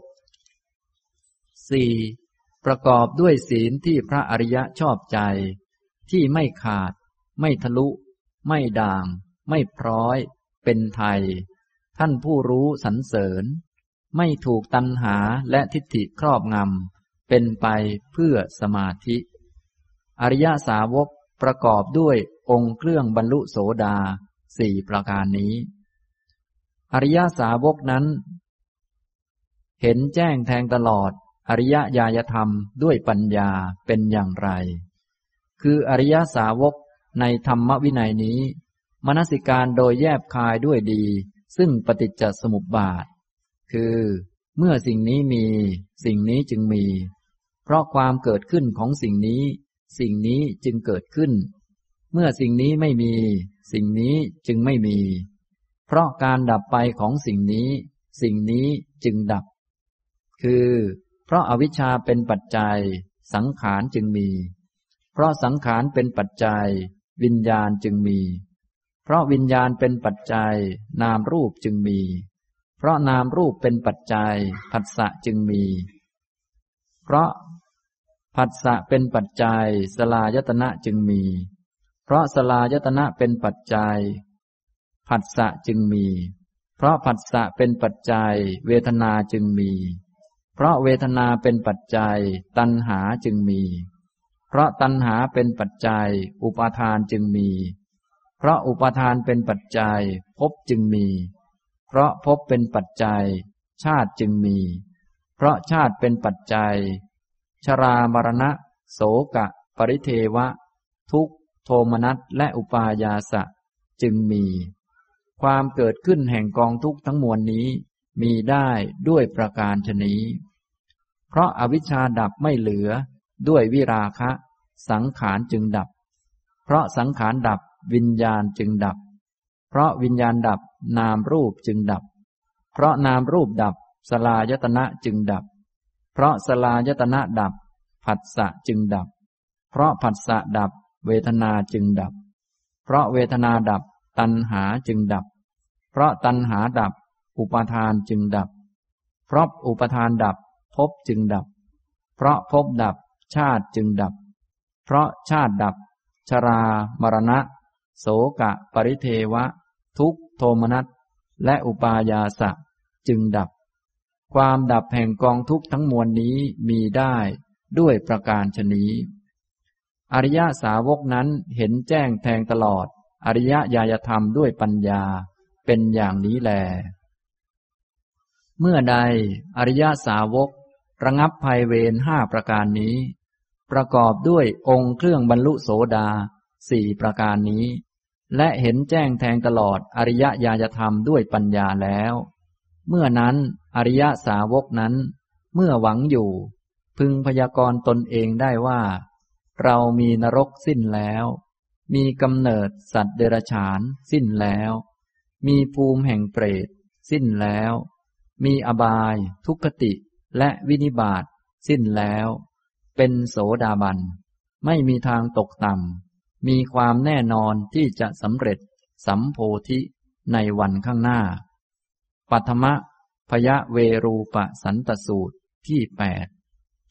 4. ประกอบด้วยศีลที่พระอริยะชอบใจที่ไม่ขาดไม่ทะลุไม่ด่างไม่พร้อยเป็นไทยท่านผู้รู้สรรเสริญไม่ถูกตัณหาและทิฏฐิครอบงำเป็นไปเพื่อสมาธิอริยสาวกประกอบด้วยองค์เครื่องบรรลุโสดา4ประการนี้อริยสาวกนั้นเห็นแจ้งแทงตลอดอริยญาณธรรมด้วยปัญญาเป็นอย่างไรคืออริยสาวกในธรรมวินัยนี้มนสิการโดยแยบคายด้วยดีซึ่งปฏิจจสมุปบาทคือเมื่อสิ่งนี้มีสิ่งนี้จึงมีเพราะความเกิดขึ้นของสิ่งนี้สิ่งนี้จึงเกิดขึ้นเมื่อสิ่งนี้ไม่มีสิ่งนี้จึงไม่มีเพราะการดับไปของสิ่งนี้สิ่งนี้จึงดับคือเพราะอวิชชาเป็นปัจจัยสังขารจึงมีเพราะสังขารเป็นปัจจัยวิญญาณจึงมีเพราะวิญญาณเป็นปัจจัยนามรูปจึงมีเพราะนามรูปเป็นปัจจัยผัสสะจึงมีเพราะผัสสะเป็นปัจจัยสลายตนะจึงมีเพราะสลายตนะเป็นปัจจัยผัสสะจึงมีเพราะผัสสะเป็นปัจจัยเวทนาจึงมีเพราะเวทนาเป็นปัจจัยตัณหาจึงมีเพราะตัณหาเป็นปัจจัยอุปาทานจึงมีเพราะอุปาทานเป็นปัจจัยภพจึงมีเพราะภพเป็นปัจจัยชาติจึงมีเพราะชาติเป็นปัจจัยชรามรณะโสกะปริเทวะทุกข์โทมนัสและอุปายาสะจึงมีความเกิดขึ้นแห่งกองทุกข์ทั้งมวลนี้มีได้ด้วยประการฉะนี้เพราะอวิชชาดับไม่เหลือด้วยวิราคะสังขารจึงดับเพราะสังขารดับวิญญาณจึงดับเพราะวิญญาณดับนามรูปจึงดับเพราะนามรูปดับสลายตนะจึงดับเพราะสลายตนะดับผัสสะจึงดับเพราะผัสสะดับเวทนาจึงดับเพราะเวทนาดับตัณหาจึงดับเพราะตัณหาดับอุปาทานจึงดับเพราะอุปาทานดับภพจึงดับเพราะภพดับชาติจึงดับเพราะชาติดับชรามรณะโสกะปริเทวะทุกข์โทมนัสและอุปายาสะจึงดับความดับแห่งกองทุกข์ทั้งมวลนี้มีได้ด้วยประการฉะนี้อริยสาวกนั้นเห็นแจ้งแทงตลอดอริยญาณธรรมด้วยปัญญาเป็นอย่างนี้แลเมื่อใดอริยสาวกระงับภัยเวร5ประการนี้ประกอบด้วยองค์เครื่องบรรลุโสดา4ประการนี้และเห็นแจ้งแทงตลอดอริยญาณธรรมด้วยปัญญาแล้วเมื่อนั้นอริยสาวกนั้นเมื่อหวังอยู่พึงพยากรณ์ตนเองได้ว่าเรามีนรกสิ้นแล้วมีกำเนิดสัตว์เดรัจฉานสิ้นแล้วมีภูมิแห่งเปรตสิ้นแล้วมีอบายทุกขติและวินิบาตสิ้นแล้วเป็นโสดาบันไม่มีทางตกต่ำมีความแน่นอนที่จะสำเร็จสัมโพธิในวันข้างหน้าปัทมพยเวรูปสันตสูตรที่8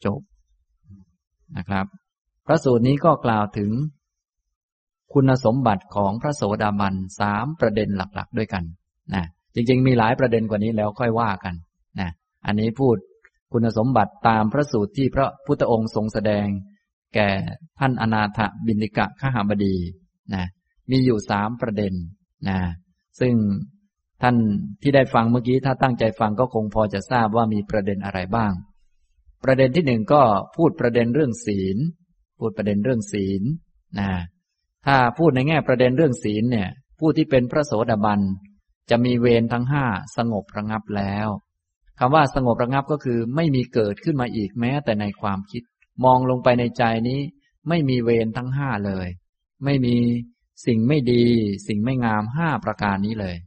จบนะครับพระสูตรนี้ก็กล่าวถึงคุณสมบัติของพระโสดาบัน3ประเด็นหลักๆด้วยกันนะจริงๆมีหลายประเด็นกว่านี้แล้วค่อยว่ากันนะอันนี้พูดคุณสมบัติตามพระสูตรที่พระพุทธองค์ทรงแสดงแก่ท่านอนาถบิณฑิกขหบดีนะมีอยู่3ประเด็นนะซึ่งท่านที่ได้ฟังเมื่อกี้ถ้าตั้งใจฟังก็คงพอจะทราบว่ามีประเด็นอะไรบ้างประเด็นที่1ก็พูดประเด็นเรื่องศีลพูดประเด็นเรื่องศีลนะถ้าพูดในแง่ประเด็นเรื่องศีลเนี่ยผู้ที่เป็นพระโสดาบันจะมีเวรทั้ง5สงบระงับแล้วคำว่าสงบระงับก็คือไม่มีเกิดขึ้นมาอีกแม้แต่ในความคิดมองลงไปในใจนี้ไม่มีเวรทั้ง5เลยไม่มีสิ่งไม่ดีสิ่งไม่งาม5ประการนี้เลย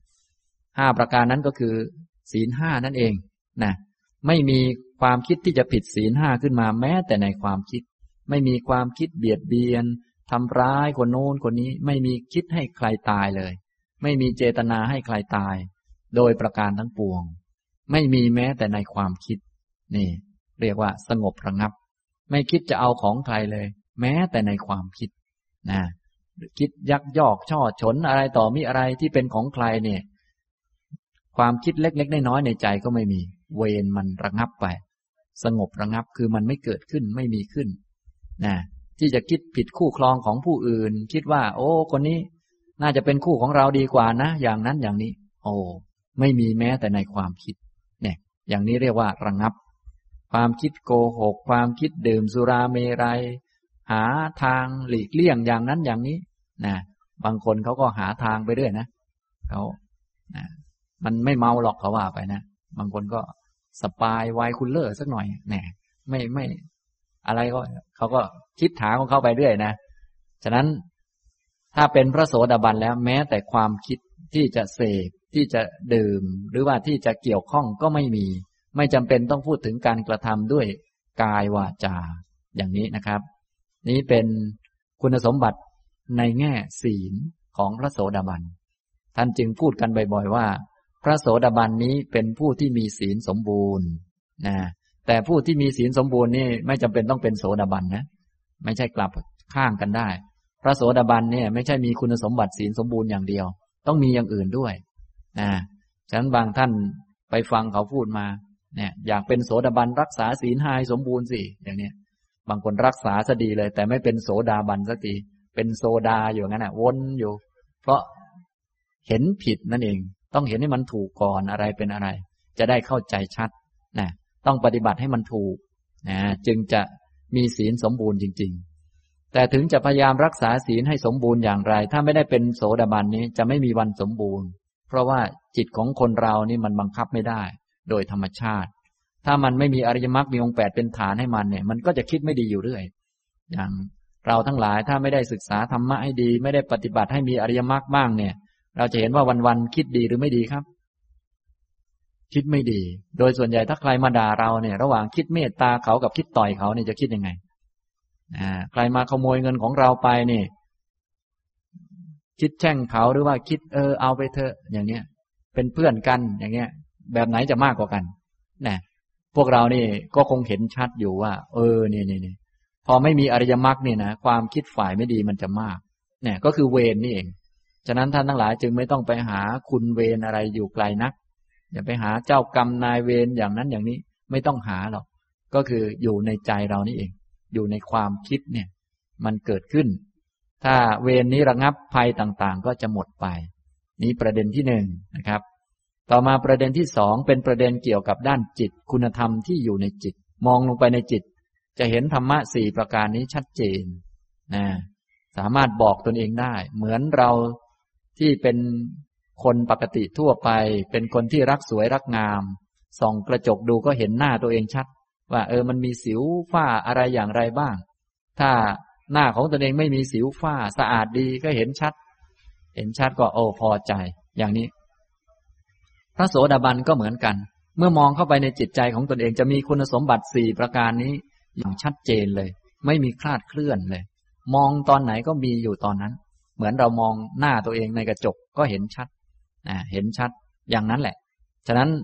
5ประการนั้นก็คือศีล5นั่นเองนะไม่มีความคิดที่จะผิดศีล5ขึ้นมาแม้แต่ในความคิดไม่มีความคิดเบียดเบียนทำร้ายคนโน้นคนนี้ไม่มีคิดให้ใครตายเลยไม่มีเจตนาให้ใครตายโดยประการทั้งปวงไม่มีแม้แต่ในความคิดนี่เรียกว่าสงบระงับไม่คิดจะเอาของใครเลยแม้แต่ในความคิดนะคิดยักยอกช่อฉนอะไรต่อมีอะไรที่เป็นของใครเนี่ยความคิดเล็กๆน้อยๆในใจก็ไม่มีเวรมันระงับไปสงบระงับคือมันไม่เกิดขึ้นไม่มีขึ้นนะที่จะคิดผิดคู่ครองของผู้อื่นคิดว่าโอ้คนนี้น่าจะเป็นคู่ของเราดีกว่านะอย่างนั้นอย่างนี้โอ้ไม่มีแม้แต่ในความคิดเนี่ยอย่างนี้เรียกว่าระงับความคิดโกหกความคิดดื่มสุราเมรัยหาทางหลีกเลี่ยงอย่างนั้นอย่างนี้นะบางคนเขาก็หาทางไปเรื่อยนะเขานะมันไม่เมาหรอกเขาว่าไปนะบางคนก็สปายไวน์คูลเลอร์สักหน่อยแหน่ไม่อะไรก็เขาก็คิดหาของเขาไปเรื่อยนะฉะนั้นถ้าเป็นพระโสดาบันแล้วแม้แต่ความคิดที่จะเสพที่จะดื่มหรือว่าที่จะเกี่ยวข้องก็ไม่มีไม่จำเป็นต้องพูดถึงการกระทำด้วยกายวาจาอย่างนี้นะครับนี้เป็นคุณสมบัติในแง่ศีลของพระโสดาบันท่านจึงพูดกันบ่อยๆว่าพระโสดาบันนี้เป็นผู้ที่มีศีลสมบูรณ์นะแต่ผู้ที่มีศีลสมบูรณ์นี่ไม่จำเป็นต้องเป็นโสดาบันนะไม่ใช่กลับข้างกันได้พระโสดาบันเนี่ยไม่ใช่มีคุณสมบัติศีลสมบูรณ์อย่างเดียวต้องมีอย่างอื่นด้วยนะฉะนั้นบางท่านไปฟังเขาพูดมาเนี่ยอยากเป็นโสดาบันรักษาศีลให้สมบูรณ์สิอย่างเนี้ยบางคนรักษาซะดีเลยแต่ไม่เป็นโสดาบันสักทีเป็นโซดาอยู่งั้นน่ะวนอยู่เพราะเห็นผิดนั่นเองต้องเห็นให้มันถูกก่อนอะไรเป็นอะไรจะได้เข้าใจชัดนะต้องปฏิบัติให้มันถูกนะจึงจะมีศีลสมบูรณ์จริงๆแต่ถึงจะพยายามรักษาศีลให้สมบูรณ์อย่างไรถ้าไม่ได้เป็นโสดาบันนี้จะไม่มีวันสมบูรณ์เพราะว่าจิตของคนเรานี่มันบังคับไม่ได้โดยธรรมชาติถ้ามันไม่มีอริยมรรคมีองค์8เป็นฐานให้มันเนี่ยมันก็จะคิดไม่ดีอยู่เรื่อยอย่างเราทั้งหลายถ้าไม่ได้ศึกษาธรรมะให้ดีไม่ได้ปฏิบัติให้มีอริยมรรคบ้างเนี่ยเราจะเห็นว่าวันๆคิดดีหรือไม่ดีครับคิดไม่ดีโดยส่วนใหญ่ถ้าใครมาด่าเราเนี่ยระหว่างคิดเมตตาเขากับคิดต่อยเขาเนี่ยจะคิดยังไงใครมาขโมยเงินของเราไปนี่คิดแช่งเขาหรือว่าคิดเอาไปเถอะอย่างเนี้ยเป็นเพื่อนกันอย่างเงี้ยแบบไหนจะมากกว่ากันนะพวกเรานี่ก็คงเห็นชัดอยู่ว่านี่พอไม่มีอริยมรรคเนี่ยนะความคิดฝ่ายไม่ดีมันจะมากเนี่ยก็คือเวรนี่เองฉะนั้นท่านทั้งหลายจึงไม่ต้องไปหาคุณเวรอะไรอยู่ไกลนักอย่าไปหาเจ้ากรรมนายเวรอย่างนั้นอย่างนี้ไม่ต้องหาหรอกก็คืออยู่ในใจเรานี่เองอยู่ในความคิดเนี่ยมันเกิดขึ้นถ้าเวรนี้ระงับภัยต่างๆก็จะหมดไปนี้ประเด็นที่1นะครับต่อมาประเด็นที่2เป็นประเด็นเกี่ยวกับด้านจิตคุณธรรมที่อยู่ในจิตมองลงไปในจิตจะเห็นธรรมะ4ประการนี้ชัดเจนนะสามารถบอกตนเองได้เหมือนเราที่เป็นคนปกติทั่วไปเป็นคนที่รักสวยรักงามส่องกระจกดูก็เห็นหน้าตัวเองชัดว่ามันมีสิวฝ้าอะไรอย่างไรบ้างถ้าหน้าของตนเองไม่มีสิวฝ้าสะอาดดีก็เห็นชัดก็พอใจอย่างนี้พระโสดาบันก็เหมือนกันเมื่อมองเข้าไปในจิตใจของตนเองจะมีคุณสมบัติ4ประการนี้อย่างชัดเจนเลยไม่มีคลาดเคลื่อนเลยมองตอนไหนก็มีอยู่ตอนนั้นเหมือนเรามองหน้าตัวเองในกระจกก็เห็นชัดอย่างนั้นแหละฉะนั้น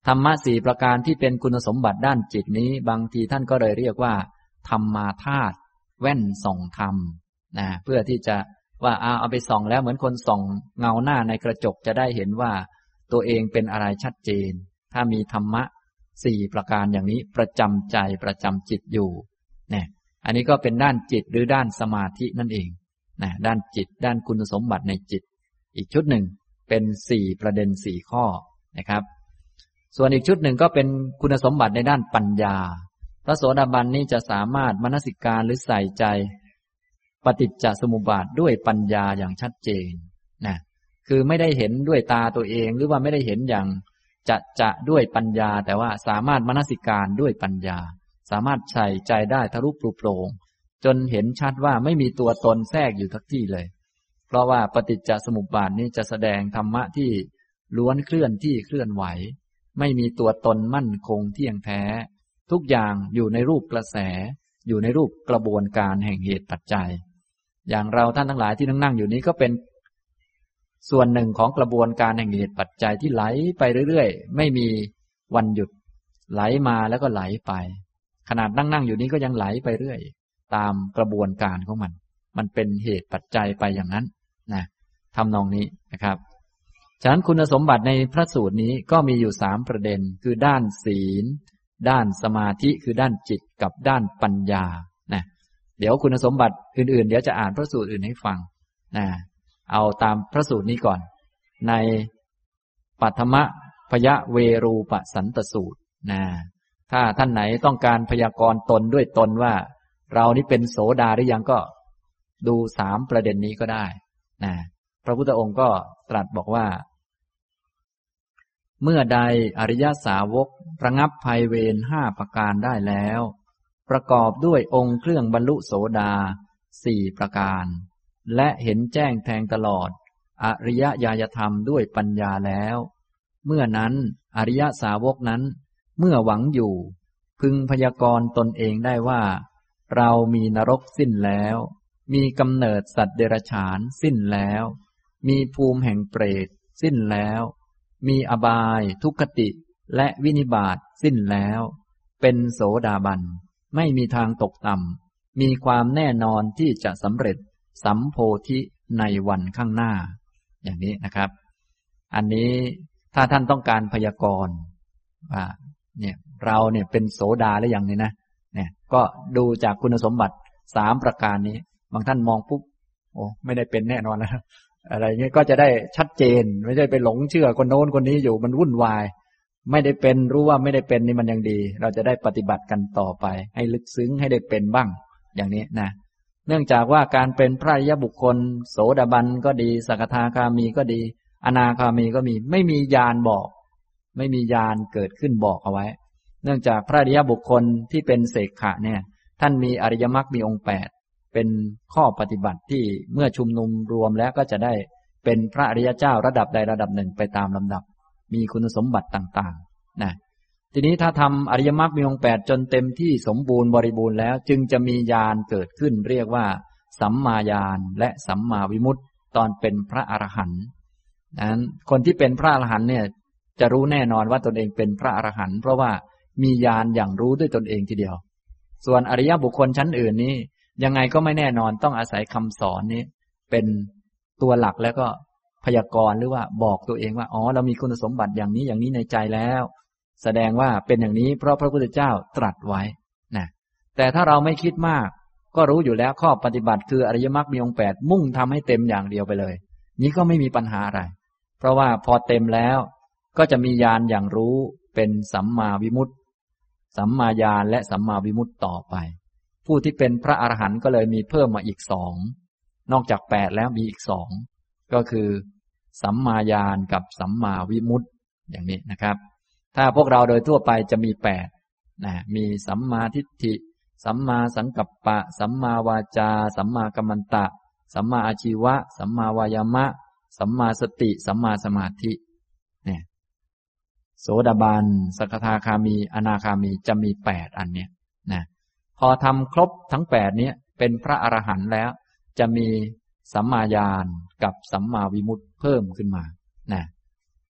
ธรรมะสี่ประการที่เป็นคุณสมบัติด้านจิตนี้บางทีท่านก็เลยเรียกว่าธรรมาธาตุแว่นส่องธรรมนะเพื่อที่จะว่าเอาไปส่องแล้วเหมือนคนส่องเงาหน้าในกระจกจะได้เห็นว่าตัวเองเป็นอะไรชัดเจนถ้ามีธรรมะสี่ประการอย่างนี้ประจำใจประจำจิตอยู่เนี่ยอันนี้ก็เป็นด้านจิตหรือด้านสมาธินั่นเองนะด้านจิตด้านคุณสมบัติในจิตอีกชุดหนึ่งเป็น4ประเด็น4ข้อนะครับส่วนอีกชุดหนึ่งก็เป็นคุณสมบัติในด้านปัญญาพระโสดาบันนี้จะสามารถมนสิการหรือใส่ใจปฏิจจสมุปบาทด้วยปัญญาอย่างชัดเจนนะคือไม่ได้เห็นด้วยตาตัวเองหรือว่าไม่ได้เห็นอย่างจะด้วยปัญญาแต่ว่าสามารถมนสิการด้วยปัญญาสามารถใส่ใจได้ทะลุปลุกโปร่งจนเห็นชัดว่าไม่มีตัวตนแทรกอยู่ทุกที่เลยเพราะว่าปฏิจจสมุปบาทนี้จะแสดงธรรมะที่ล้วนเคลื่อนที่เคลื่อนไหวไม่มีตัวตนมั่นคงเที่ยงแท้ทุกอย่างอยู่ในรูปกระแสอยู่ในรูปกระบวนการแห่งเหตุปัจจัยอย่างเราท่านทั้งหลายที่นั่งอยู่นี้ก็เป็นส่วนหนึ่งของกระบวนการแห่งเหตุปัจจัยที่ไหลไปเรื่อยๆไม่มีวันหยุดไหลมาแล้วก็ไหลไปขนาดนั่งอยู่นี้ก็ยังไหลไปเรื่อยตามกระบวนการของมันเป็นเหตุปัจจัยไปอย่างนั้นนะทำนองนี้นะครับฉะนั้นคุณสมบัติในพระสูตรนี้ก็มีอยู่3ประเด็นคือด้านศีลด้านสมาธิคือด้านจิตกับด้านปัญญานะเดี๋ยวคุณสมบัติอื่นๆเดี๋ยวจะอ่านพระสูตรอื่นให้ฟังนะเอาตามพระสูตรนี้ก่อนในปัทมพยเวรูปสันตสูตรนะถ้าท่านไหนต้องการพยากรณ์ตนด้วยตนว่าเรานี่เป็นโสดาหรือยังก็ดู3ประเด็นนี้ก็ได้นะพระพุทธองค์ก็ตรัสบอกว่าเมื่อใดอริยสาวกระงับภัยเวร5ประการได้แล้วประกอบด้วยองค์เครื่องบรรลุโสดา4ประการและเห็นแจ้งแทงตลอดอริยญาณธรรมด้วยปัญญาแล้วเมื่อนั้นอริยสาวกนั้นเมื่อหวังอยู่พึงพยากรณ์ตนเองได้ว่าเรามีนรกสิ้นแล้วมีกำเนิดสัตว์เดรัจฉานสิ้นแล้วมีภูมิแห่งเปรตสิ้นแล้วมีอบายทุกขติและวินิบาตสิ้นแล้วเป็นโสดาบันไม่มีทางตกต่ำมีความแน่นอนที่จะสำเร็จสัมโพธิในวันข้างหน้าอย่างนี้นะครับอันนี้ถ้าท่านต้องการพยากรณ์ว่าเนี่ยเราเนี่ยเป็นโสดาหรือยังเนี่ยนะเนี่ยก็ดูจากคุณสมบัติ3ประการนี้บางท่านมองปุ๊บโอ้ไม่ได้เป็นแน่นอนแล้วอะไรเงี้ยก็จะได้ชัดเจนไม่ใช่ไปหลงเชื่อคนโน้นคนนี้อยู่มันวุ่นวายไม่ได้เป็นรู้ว่าไม่ได้เป็นนี่มันยังดีเราจะได้ปฏิบัติกันต่อไปให้ลึกซึ้งให้ได้เป็นบ้างอย่างนี้นะเนื่องจากว่าการเป็นพระอริยบุคคลโสดาบันก็ดีสกทาคามีก็ดีอนาคามีก็มีไม่มีญาณบอกไม่มีญาณเกิดขึ้นบอกเอาไว้เนื่องจากพระอริยบุคคลที่เป็นเสกขะเนี่ยท่านมีอริยมรรคมีองค์8เป็นข้อปฏิบัติที่เมื่อชุมนุมรวมแล้วก็จะได้เป็นพระอริยเจ้าระดับใดระดับหนึ่งไปตามลำดับมีคุณสมบัติต่างๆนะทีนี้ถ้าทำอริยมรรคมีองค์8จนเต็มที่สมบูรณ์บริบูรณ์แล้วจึงจะมีญาณเกิดขึ้นเรียกว่าสัมมาญาณและสัมมาวิมุตติตอนเป็นพระอรหันต์นั้นคนที่เป็นพระอรหันต์เนี่ยจะรู้แน่นอนว่าตนเองเป็นพระอรหันต์เพราะว่ามีญาณอย่างรู้ด้วยตนเองทีเดียวส่วนอริยบุคคลชั้นอื่นนี้ยังไงก็ไม่แน่นอนต้องอาศัยคำสอนนี้เป็นตัวหลักแล้วก็พยากรณ์หรือว่าบอกตัวเองว่าอ๋อเรามีคุณสมบัติอย่างนี้อย่างนี้ในใจแล้วแสดงว่าเป็นอย่างนี้เพราะพระพุทธเจ้าตรัสไว้นะแต่ถ้าเราไม่คิดมากก็รู้อยู่แล้วข้อปฏิบัติคืออริยมรรคมีองค์8มุ่งทำให้เต็มอย่างเดียวไปเลยนี้ก็ไม่มีปัญหาอะไรเพราะว่าพอเต็มแล้วก็จะมีญาณอย่างรู้เป็นสัมมาวิมุตติสัมมาญาณและสัมมาวิมุตติต่อไปผู้ที่เป็นพระอรหันต์ก็เลยมีเพิ่มมาอีก2นอกจาก8แล้วมีอีก2ก็คือสัมมาญาณกับสัมมาวิมุตติอย่างนี้นะครับถ้าพวกเราโดยทั่วไปจะมี8นะมีสัมมาทิฏฐิสัมมาสังกัปปะสัมมาวาจาสัมมากัมมันตะสัมมาอาชีวะสัมมาวายามะสัมมาสติสัมมาสมาธิเนี่ยโสดาบันสกทาคามีอนาคามีจะมี8อันเนี้ยนะพอทำครบทั้ง8นี้เป็นพระอรหันต์แล้วจะมีสัมมาญาณกับสัมมาวิมุตติเพิ่มขึ้นมานะ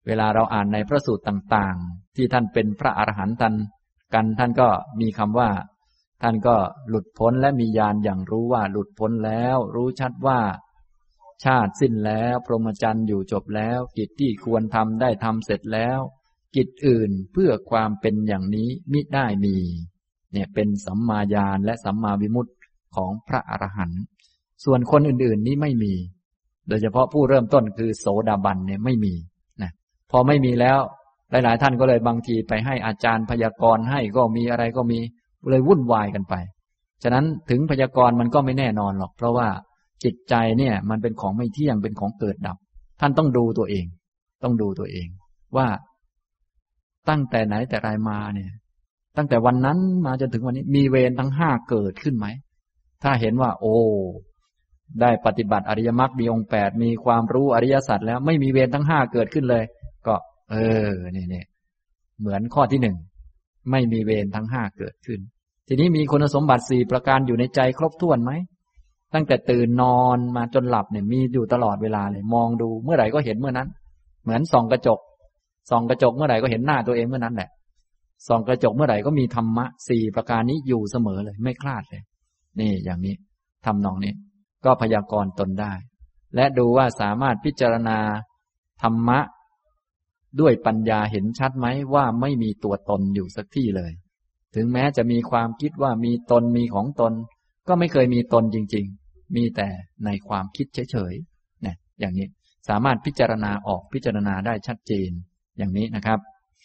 เวลาเราอ่านในพระสูตรต่างๆที่ท่านเป็นพระอรหันต์ท่านก็มีคำว่าท่านก็หลุดพ้นและมีญาณอย่างรู้ว่าหลุดพ้นแล้วรู้ชัดว่าชาติสิ้นแล้วพรหมจรรย์อยู่จบแล้วกิจที่ควรทำได้ทำเสร็จแล้วกิจอื่นเพื่อความเป็นอย่างนี้มิได้มีเนี่ยเป็นสัมมาญาณและสัมมาวิมุตติของพระอรหันต์ส่วนคนอื่นๆนี้ไม่มีโดยเฉพาะผู้เริ่มต้นคือโสดาบันเนี่ยไม่มีนะพอไม่มีแล้วหลายๆท่านก็เลยบางทีไปให้อาจารย์พยากรณ์ให้ก็มีอะไรก็มีเลยวุ่นวายกันไปฉะนั้นถึงพยากรณ์มันก็ไม่แน่นอนหรอกเพราะว่าจิตใจเนี่ยมันเป็นของไม่เที่ยงเป็นของเกิดดับท่านต้องดูตัวเองว่าตั้งแต่ไหนแต่ไรมาเนี่ยตั้งแต่วันนั้นมาจนถึงวันนี้มีเวรทั้งห้าเกิดขึ้นไหมถ้าเห็นว่าโอ้ได้ปฏิบัติอริยมรรคมีองค์8มีความรู้อริยสัจแล้วไม่มีเวรทั้งห้าเกิดขึ้นเลยก็เนี่ยเหมือนข้อที่1ไม่มีเวรทั้งห้าเกิดขึ้นทีนี้มีคุณสมบัติ4ประการอยู่ในใจครบถ้วนไหมตั้งแต่ตื่นนอนมาจนหลับเนี่ยมีอยู่ตลอดเวลาเลยมองดูเมื่อไหร่ก็เห็นเมื่อนั้นเหมือนส่องกระจกเมื่อไหร่ก็เห็นหน้าตัวเองเมื่อนั้นแหละส่องกระจกเมื่อไหร่ก็มีธรรมะ4ประการนี้อยู่เสมอเลยไม่คลาดเลยนี่อย่างนี้ทำนองนี้ก็พยากรณ์ตนได้และดูว่าสามารถพิจารณาธรรมะด้วยปัญญาเห็นชัดไหมว่าไม่มีตัวตนอยู่สักที่เลยถึงแม้จะมีความคิดว่ามีตนมีของตนก็ไม่เคยมีตนจริงๆมีแต่ในความคิดเฉยๆเนี่ยอย่างนี้สามารถพิจารณาออกพิจารณาได้ชัดเจนอย่างนี้นะครับ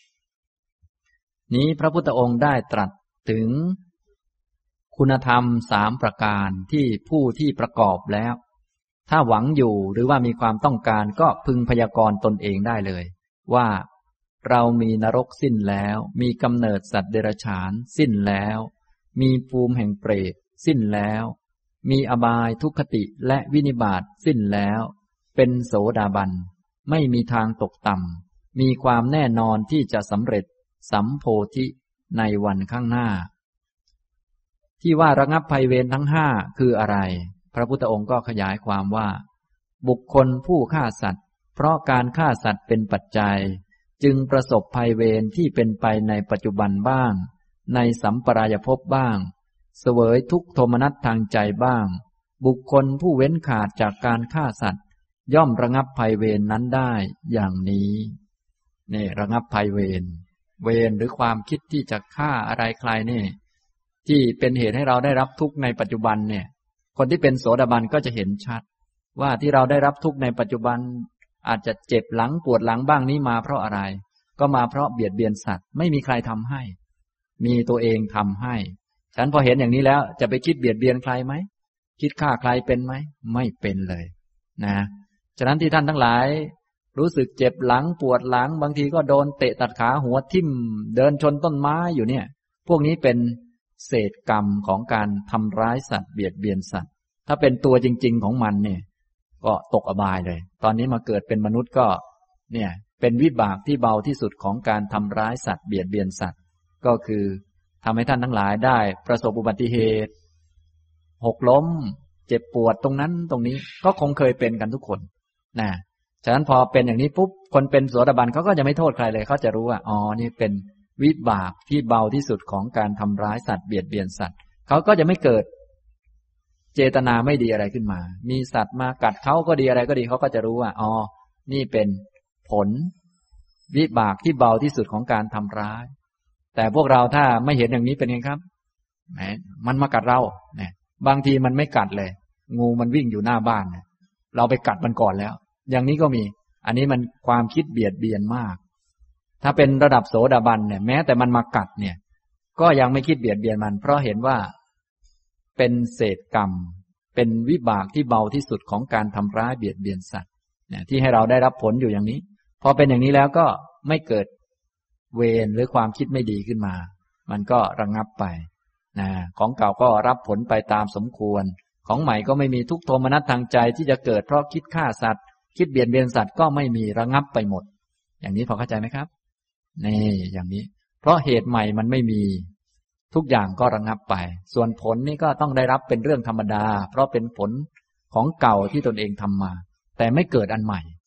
นี้พระพุทธองค์ได้ตรัสถึงคุณธรรม3ประการที่ผู้ที่ประกอบแล้วถ้าหวังอยู่หรือว่ามีความต้องการก็พึงพยากรณ์ตนเองได้เลยว่าเรามีนรกสิ้นแล้วมีกำเนิดสัตว์เดรัจฉานสิ้นแล้วมีภูมิแห่งเปรตสิ้นแล้วมีอบายทุกขติและวินิบาตสิ้นแล้วเป็นโสดาบันไม่มีทางตกต่ำมีความแน่นอนที่จะสำเร็จสัมโพธิในวันข้างหน้าที่ว่าระงับภัยเวรทั้ง5คืออะไรพระพุทธองค์ก็ขยายความว่าบุคคลผู้ฆ่าสัตว์เพราะการฆ่าสัตว์เป็นปัจจัยจึงประสบภัยเวรที่เป็นไปในปัจจุบันบ้างในสัมปรายภพบ้างเสวยทุกข์โทมนัสทางใจบ้างบุคคลผู้เว้นขาดจากการฆ่าสัตว์ย่อมระงับภัยเวรนั้นได้อย่างนี้นี่ระงับภัยเวรหรือความคิดที่จะฆ่าอะไรใครนี่ที่เป็นเหตุให้เราได้รับทุกข์ในปัจจุบันเนี่ยคนที่เป็นโสดาบันก็จะเห็นชัดว่าที่เราได้รับทุกข์ในปัจจุบันอาจจะเจ็บหลังปวดหลังบ้างนี้มาเพราะอะไรก็มาเพราะเบียดเบียนสัตว์ไม่มีใครทำให้มีตัวเองทำให้ฉันพอเห็นอย่างนี้แล้วจะไปคิดเบียดเบียนใครไหมคิดฆ่าใครเป็นไหมไม่เป็นเลยนะฉะนั้นที่ท่านทั้งหลายรู้สึกเจ็บหลังปวดหลังบางทีก็โดนเตะตัดขาหัวทิ่มเดินชนต้นไม้อยู่เนี่ยพวกนี้เป็นเศษกรรมของการทำร้ายสัตว์เบียดเบียนสัตว์ถ้าเป็นตัวจริงๆของมันเนี่ยก็ตกอบายเลยตอนนี้มาเกิดเป็นมนุษย์ก็เนี่ยเป็นวิบากที่เบาที่สุดของการทำร้ายสัตว์เบียดเบียนสัตว์ก็คือทำให้ท่านทั้งหลายได้ประสบอุบัติเหตุหกล้มเจ็บปวดตรงนั้นตรงนี้ก็คงเคยเป็นกันทุกคนนะฉะนั้นพอเป็นอย่างนี้ปุ๊บคนเป็นโสดาบันเขาก็จะไม่โทษใครเลยเขาจะรู้ว่าอ๋อนี่เป็นวิบากที่เบาที่สุดของการทำร้ายสัตว์เบียดเบียนสัตว์เขาก็จะไม่เกิดเจตนาไม่ดีอะไรขึ้นมามีสัตว์มากัดเขาก็ดีอะไรก็ดีเขาก็จะรู้ว่าอ๋อนี่เป็นผลวิบากที่เบาที่สุดของการทำร้ายแต่พวกเราถ้าไม่เห็นอย่างนี้เป็นไงครับแหมมันมากัดเราเนี่ยบางทีมันไม่กัดเลยงูมันวิ่งอยู่หน้าบ้านเนี่ยเราไปกัดมันก่อนแล้วอย่างนี้ก็มีอันนี้มันความคิดเบียดเบียนมากถ้าเป็นระดับโสดาบันเนี่ยแม้แต่มันมากัดเนี่ยก็ยังไม่คิดเบียดเบียนมันเพราะเห็นว่าเป็นเศษกรรมเป็นวิบากที่เบาที่สุดของการทำร้ายเบียดเบียนสัตว์เนี่ยที่ให้เราได้รับผลอยู่อย่างนี้พอเป็นอย่างนี้แล้วก็ไม่เกิดเวรหรือความคิดไม่ดีขึ้นมามันก็ระงับไปนะของเก่าก็รับผลไปตามสมควรของใหม่ก็ไม่มีทุกโทมนัสทางใจที่จะเกิดเพราะคิดฆ่าสัตว์คิดเบียดเบียนสัตว์ก็ไม่มีระงับไปหมดอย่างนี้พอเข้าใจไหมครับนี่อย่างนี้เพราะเหตุใหม่มันไม่มีทุกอย่างก็ระงับไปส่วนผลนี่ก็ต้องได้รับเป็นเรื่องธรรมดาเพราะเป็นผลของเก่าที่ตนเองทำมาแต่ไม่เกิดอันใหม่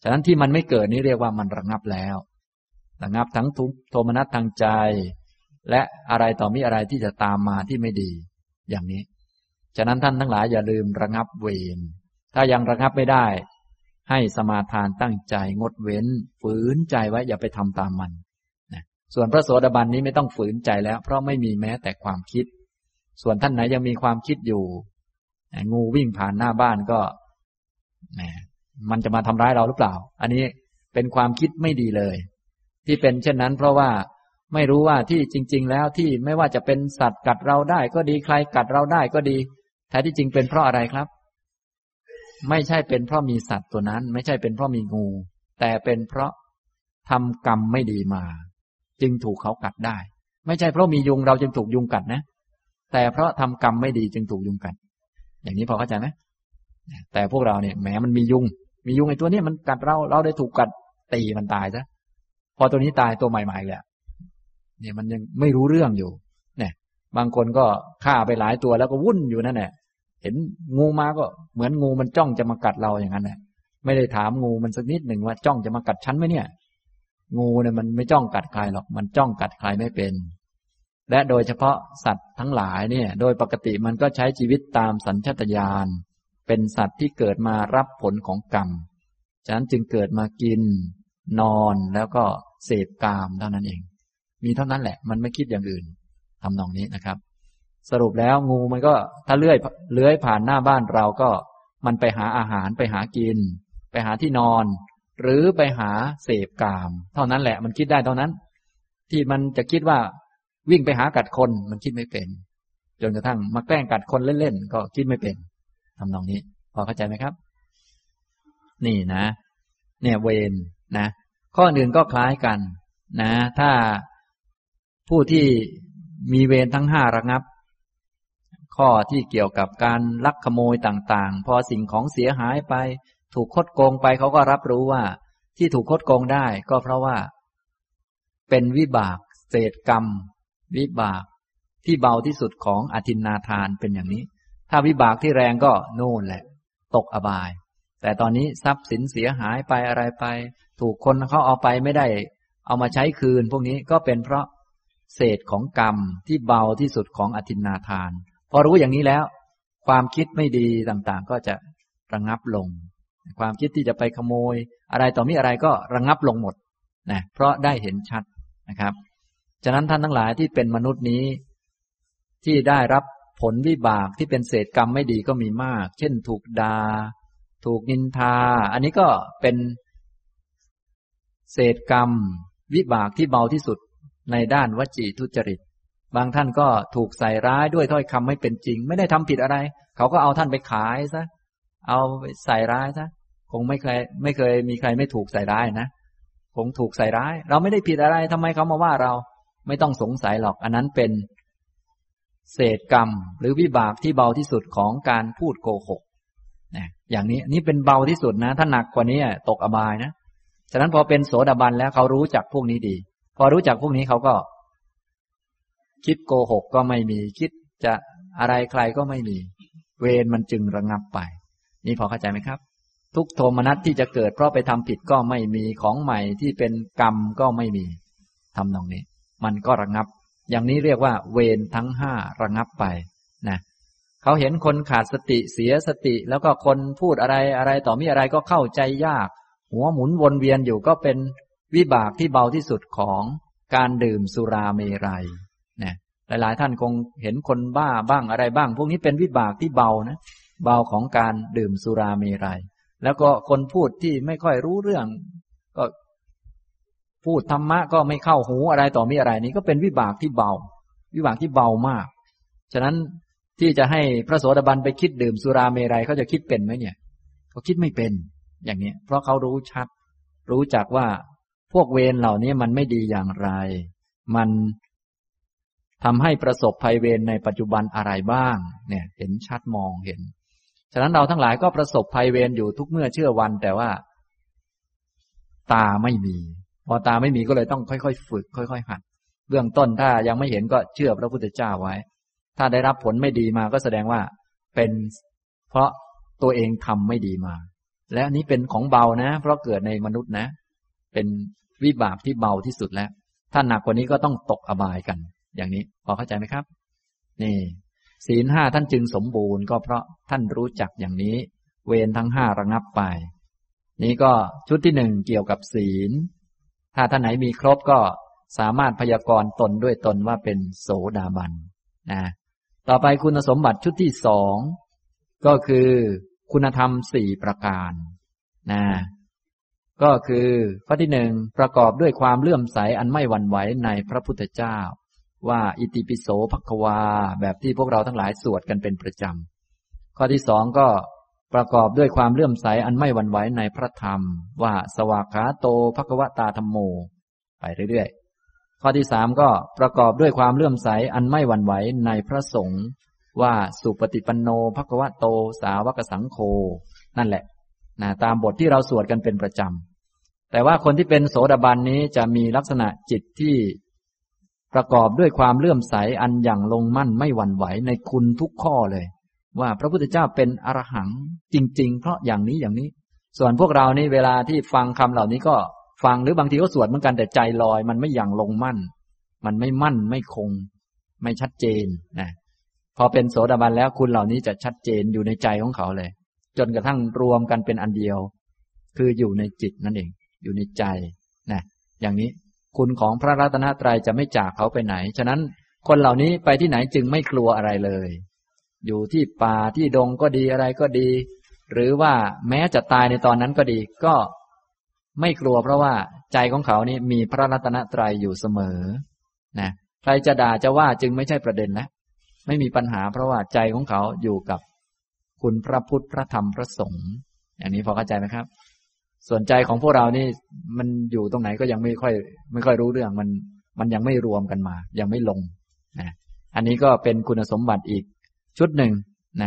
ฉะนั้นที่มันไม่เกิดนี้เรียกว่ามันระงับแล้วระงับทั้งทุกข์โทมนัสทางใจและอะไรต่อมีอะไรที่จะตามมาที่ไม่ดีอย่างนี้ฉะนั้นท่านทั้งหลายอย่าลืมระงับเวรถ้ายังระงับไม่ได้ให้สมาทานตั้งใจงดเว้นฝืนใจไว้อย่าไปทำตามมันนะส่วนพระโสดาบันนี้ไม่ต้องฝืนใจแล้วเพราะไม่มีแม้แต่ความคิดส่วนท่านไหนยังมีความคิดอยู่งูวิ่งผ่านหน้าบ้านก็มันจะมาทำร้ายเราหรือเปล่าอันนี้เป็นความคิดไม่ดีเลยที่เป็นเช่นนั้นเพราะว่าไม่รู้ว่าที่จริงๆแล้วที่ไม่ว่าจะเป็นสัตว์กัดเราได้ก็ดีใครกัดเราได้ก็ดีแท้ที่จริงเป็นเพราะอะไรครับไม่ใช่เป็นเพราะมีสัตว์ตัวนั้นไม่ใช่เป็นเพราะมีงูแต่เป็นเพราะทำกรรมไม่ดีมาจึงถูกเขากัดได้ไม่ใช่เพราะมียุงเราจึงถูกยุงกัดนะแต่เพราะทำกรรมไม่ดีจึงถูกยุงกัดอย่างนี้พอเข้าใจไหมแต่พวกเราเนี่ยแหมมันมียุงไอ้ตัวนี้มันกัดเราได้ถูกกัดตีมันตายซะพอตัวนี้ตายตัวใหม่ๆเลยเนี่ยมันยังไม่รู้เรื่องอยู่เนี่ยบางคนก็ฆ่าไปหลายตัวแล้วก็วุ่นอยู่นั่นแหละเห็นงูมาก็เหมือนงูมันจ้องจะมากัดเราอย่างนั้นแหละไม่ได้ถามงูมันสักนิดหนึ่งว่าจ้องจะมากัดฉันไหมเนี่ยงูเนี่ยมันไม่จ้องกัดใครหรอกมันจ้องกัดใครไม่เป็นและโดยเฉพาะสัตว์ทั้งหลายเนี่ยโดยปกติมันก็ใช้ชีวิตตามสัญชาตญาณเป็นสัตว์ที่เกิดมารับผลของกรรมฉะนั้นจึงเกิดมากินนอนแล้วก็เสพกามเท่านั้นเองมีเท่านั้นแหละมันไม่คิดอย่างอื่นทำนองนี้นะครับสรุปแล้วงูมันก็ถ้าเลื้อยผ่านหน้าบ้านเราก็มันไปหาอาหารไปหากินไปหาที่นอนหรือไปหาเสพกามเท่านั้นแหละมันคิดได้เท่านั้นที่มันจะคิดว่าวิ่งไปหากัดคนมันคิดไม่เป็นจนกระทั่งมาแกล้งกัดคนเล่นๆก็คิดไม่เป็นทำนองนี้พอเข้าใจไหมครับนี่นะเนี่ยเวรนะข้ออื่นก็คล้ายกันนะถ้าผู้ที่มีเวรทั้ง5ระงับข้อที่เกี่ยวกับการลักขโมยต่างๆพอสิ่งของเสียหายไปถูกคดโกงไปเขาก็รับรู้ว่าที่ถูกคดโกงได้ก็เพราะว่าเป็นวิบากเศษกรรมวิบากที่เบาที่สุดของอทินนาทานเป็นอย่างนี้ถ้าวิบากที่แรงก็โน่นแหละตกอบายแต่ตอนนี้ทรัพย์สินเสียหายไปอะไรไปถูกคนเขาเอาไปไม่ได้เอามาใช้คืนพวกนี้ก็เป็นเพราะเศษของกรรมที่เบาที่สุดของอทินนาทานพอรู้อย่างนี้แล้วความคิดไม่ดีต่างๆก็จะระงับลงความคิดที่จะไปขโมยอะไรต่อมีอะไรก็ระงับลงหมดนะเพราะได้เห็นชัดนะครับฉะนั้นท่านทั้งหลายที่เป็นมนุษย์นี้ที่ได้รับผลวิบากที่เป็นเศษกรรมไม่ดีก็มีมากเช่นถูกด่าถูกนินทาอันนี้ก็เป็นเศษกรรมวิบากที่เบาที่สุดในด้านวจีทุจริตบางท่านก็ถูกใส่ร้ายด้วยถ้อยคำไม่เป็นจริงไม่ได้ทำผิดอะไรเขาก็เอาท่านไปขายซะเอาไปใส่ร้ายซะคงไม่เคยมีใครไม่ถูกใส่ร้ายนะคงถูกใส่ร้ายเราไม่ได้ผิดอะไรทำไมเขามาว่าเราไม่ต้องสงสัยหรอกอันนั้นเป็นเศษกรรมหรือวิบากที่เบาที่สุดของการพูดโกหกนะอย่างนี้นี่เป็นเบาที่สุดนะถ้าหนักกว่านี้ตกอบายนะฉะนั้นพอเป็นโสดาบันแล้วเขารู้จักพวกนี้ดีพอรู้จักพวกนี้เขาก็คิดโกหกก็ไม่มีคิดจะอะไรใครก็ไม่มีเวรมันจึงระงับไปนี่พอเข้าใจไหมครับทุกโทมนัสที่จะเกิดเพราะไปทำผิดก็ไม่มีของใหม่ที่เป็นกรรมก็ไม่มีทำนองนี้มันก็ระงับอย่างนี้เรียกว่าเวรทั้ง5ระงับไปนะเขาเห็นคนขาดสติเสียสติแล้วก็คนพูดอะไรต่อมีอะไรก็เข้าใจยากหัวหมุนวนเวียนอยู่ก็เป็นวิบากที่เบาที่สุดของการดื่มสุราเมรัยนะหลายๆท่านคงเห็นคนบ้าบ้างอะไรบ้างพวกนี้เป็นวิบากที่เบานะเบาของการดื่มสุราเมรัยแล้วก็คนพูดที่ไม่ค่อยรู้เรื่องก็พูดธรรมะก็ไม่เข้าหูอะไรต่อมีอะไรนี้ก็เป็นวิบากที่เบาวิบากที่เบามากฉะนั้นที่จะให้พระโสดาบันไปคิดดื่มสุราเมรัยเขาจะคิดเป็นไหมเนี่ยเขาคิดไม่เป็นอย่างนี้เพราะเขารู้ชัดรู้จักว่าพวกเวรเหล่านี้มันไม่ดีอย่างไรมันทำให้ประสบภัยเวรในปัจจุบันอะไรบ้างเนี่ยเห็นชัดมองเห็นฉะนั้นเราทั้งหลายก็ประสบภัยเวรอยู่ทุกเมื่อเชื่อวันแต่ว่าตาไม่มีพอตาไม่มีก็เลยต้องค่อยๆฝึกค่อยๆหัดเบื้องต้นถ้ายังไม่เห็นก็เชื่อพระพุทธเจ้าไว้ถ้าได้รับผลไม่ดีมาก็แสดงว่าเป็นเพราะตัวเองทำไม่ดีมาและอันนี้เป็นของเบานะเพราะเกิดในมนุษย์นะเป็นวิบากที่เบาที่สุดแล้วถ้าหนักกว่านี้ก็ต้องตกอบายกันอย่างนี้พอเข้าใจไหมครับนี่ศีล 5ท่านจึงสมบูรณ์ก็เพราะท่านรู้จักอย่างนี้เวรทั้ง5ระงับไปนี้ก็ชุดที่1เกี่ยวกับศีลถ้าท่านไหนมีครบก็สามารถพยากรณ์ตนด้วยตนว่าเป็นโสดาบันนะต่อไปคุณสมบัติชุดที่2ก็คือคุณธรรม4ประการนะก็คือข้อที่1ประกอบด้วยความเลื่อมใสอันไม่หวั่นไหวในพระพุทธเจ้าว่าอิติปิโสภควาแบบที่พวกเราทั้งหลายสวดกันเป็นประจำข้อที่2ก็ประกอบด้วยความเลื่อมใสอันไม่หวั่นไหวในพระธรรมว่าสวากขาโตภควตาธัมโมไปเรื่อยๆข้อที่3ก็ประกอบด้วยความเลื่อมใสอันไม่หวั่นไหวในพระสงฆ์ว่าสุปฏิปันโนภควโตสาวกสังโฆนั่นแหละนะตามบทที่เราสวดกันเป็นประจำแต่ว่าคนที่เป็นโสดาบันนี้จะมีลักษณะจิตที่ประกอบด้วยความเลื่อมใสอันอย่างลงมั่นไม่หวั่นไหวในคุณทุกข้อเลยว่าพระพุทธเจ้าเป็นอรหังจริงๆเพราะอย่างนี้อย่างนี้ส่วนพวกเรานี่เวลาที่ฟังคำเหล่านี้ก็ฟังหรือบางทีก็สวดเหมือนกันแต่ใจลอยมันไม่อย่างลงมั่นมันไม่มั่นไม่คงไม่ชัดเจนนะพอเป็นโสดาบันแล้วคุณเหล่านี้จะชัดเจนอยู่ในใจของเขาเลยจนกระทั่งรวมกันเป็นอันเดียวคืออยู่ในจิตนั่นเองอยู่ในใจนะอย่างนี้คุณของพระรัตนตรัยจะไม่จากเขาไปไหนฉะนั้นคนเหล่านี้ไปที่ไหนจึงไม่กลัวอะไรเลยอยู่ที่ป่าที่ดงก็ดีอะไรก็ดีหรือว่าแม้จะตายในตอนนั้นก็ดีก็ไม่กลัวเพราะว่าใจของเขานี่มีพระรัตนตรัยอยู่เสมอนะใครจะด่าจะว่าจึงไม่ใช่ประเด็นแล้วไม่มีปัญหาเพราะว่าใจของเขาอยู่กับคุณพระพุทธพระธรรมพระสงฆ์อย่างนี้พอเข้าใจไหมครับส่วนใจของพวกเรานี่มันอยู่ตรงไหนก็ยังไม่ค่อยรู้เรื่องมันยังไม่รวมกันมายังไม่ลงนะอันนี้ก็เป็นคุณสมบัติอีกชุดหนึ่งนะ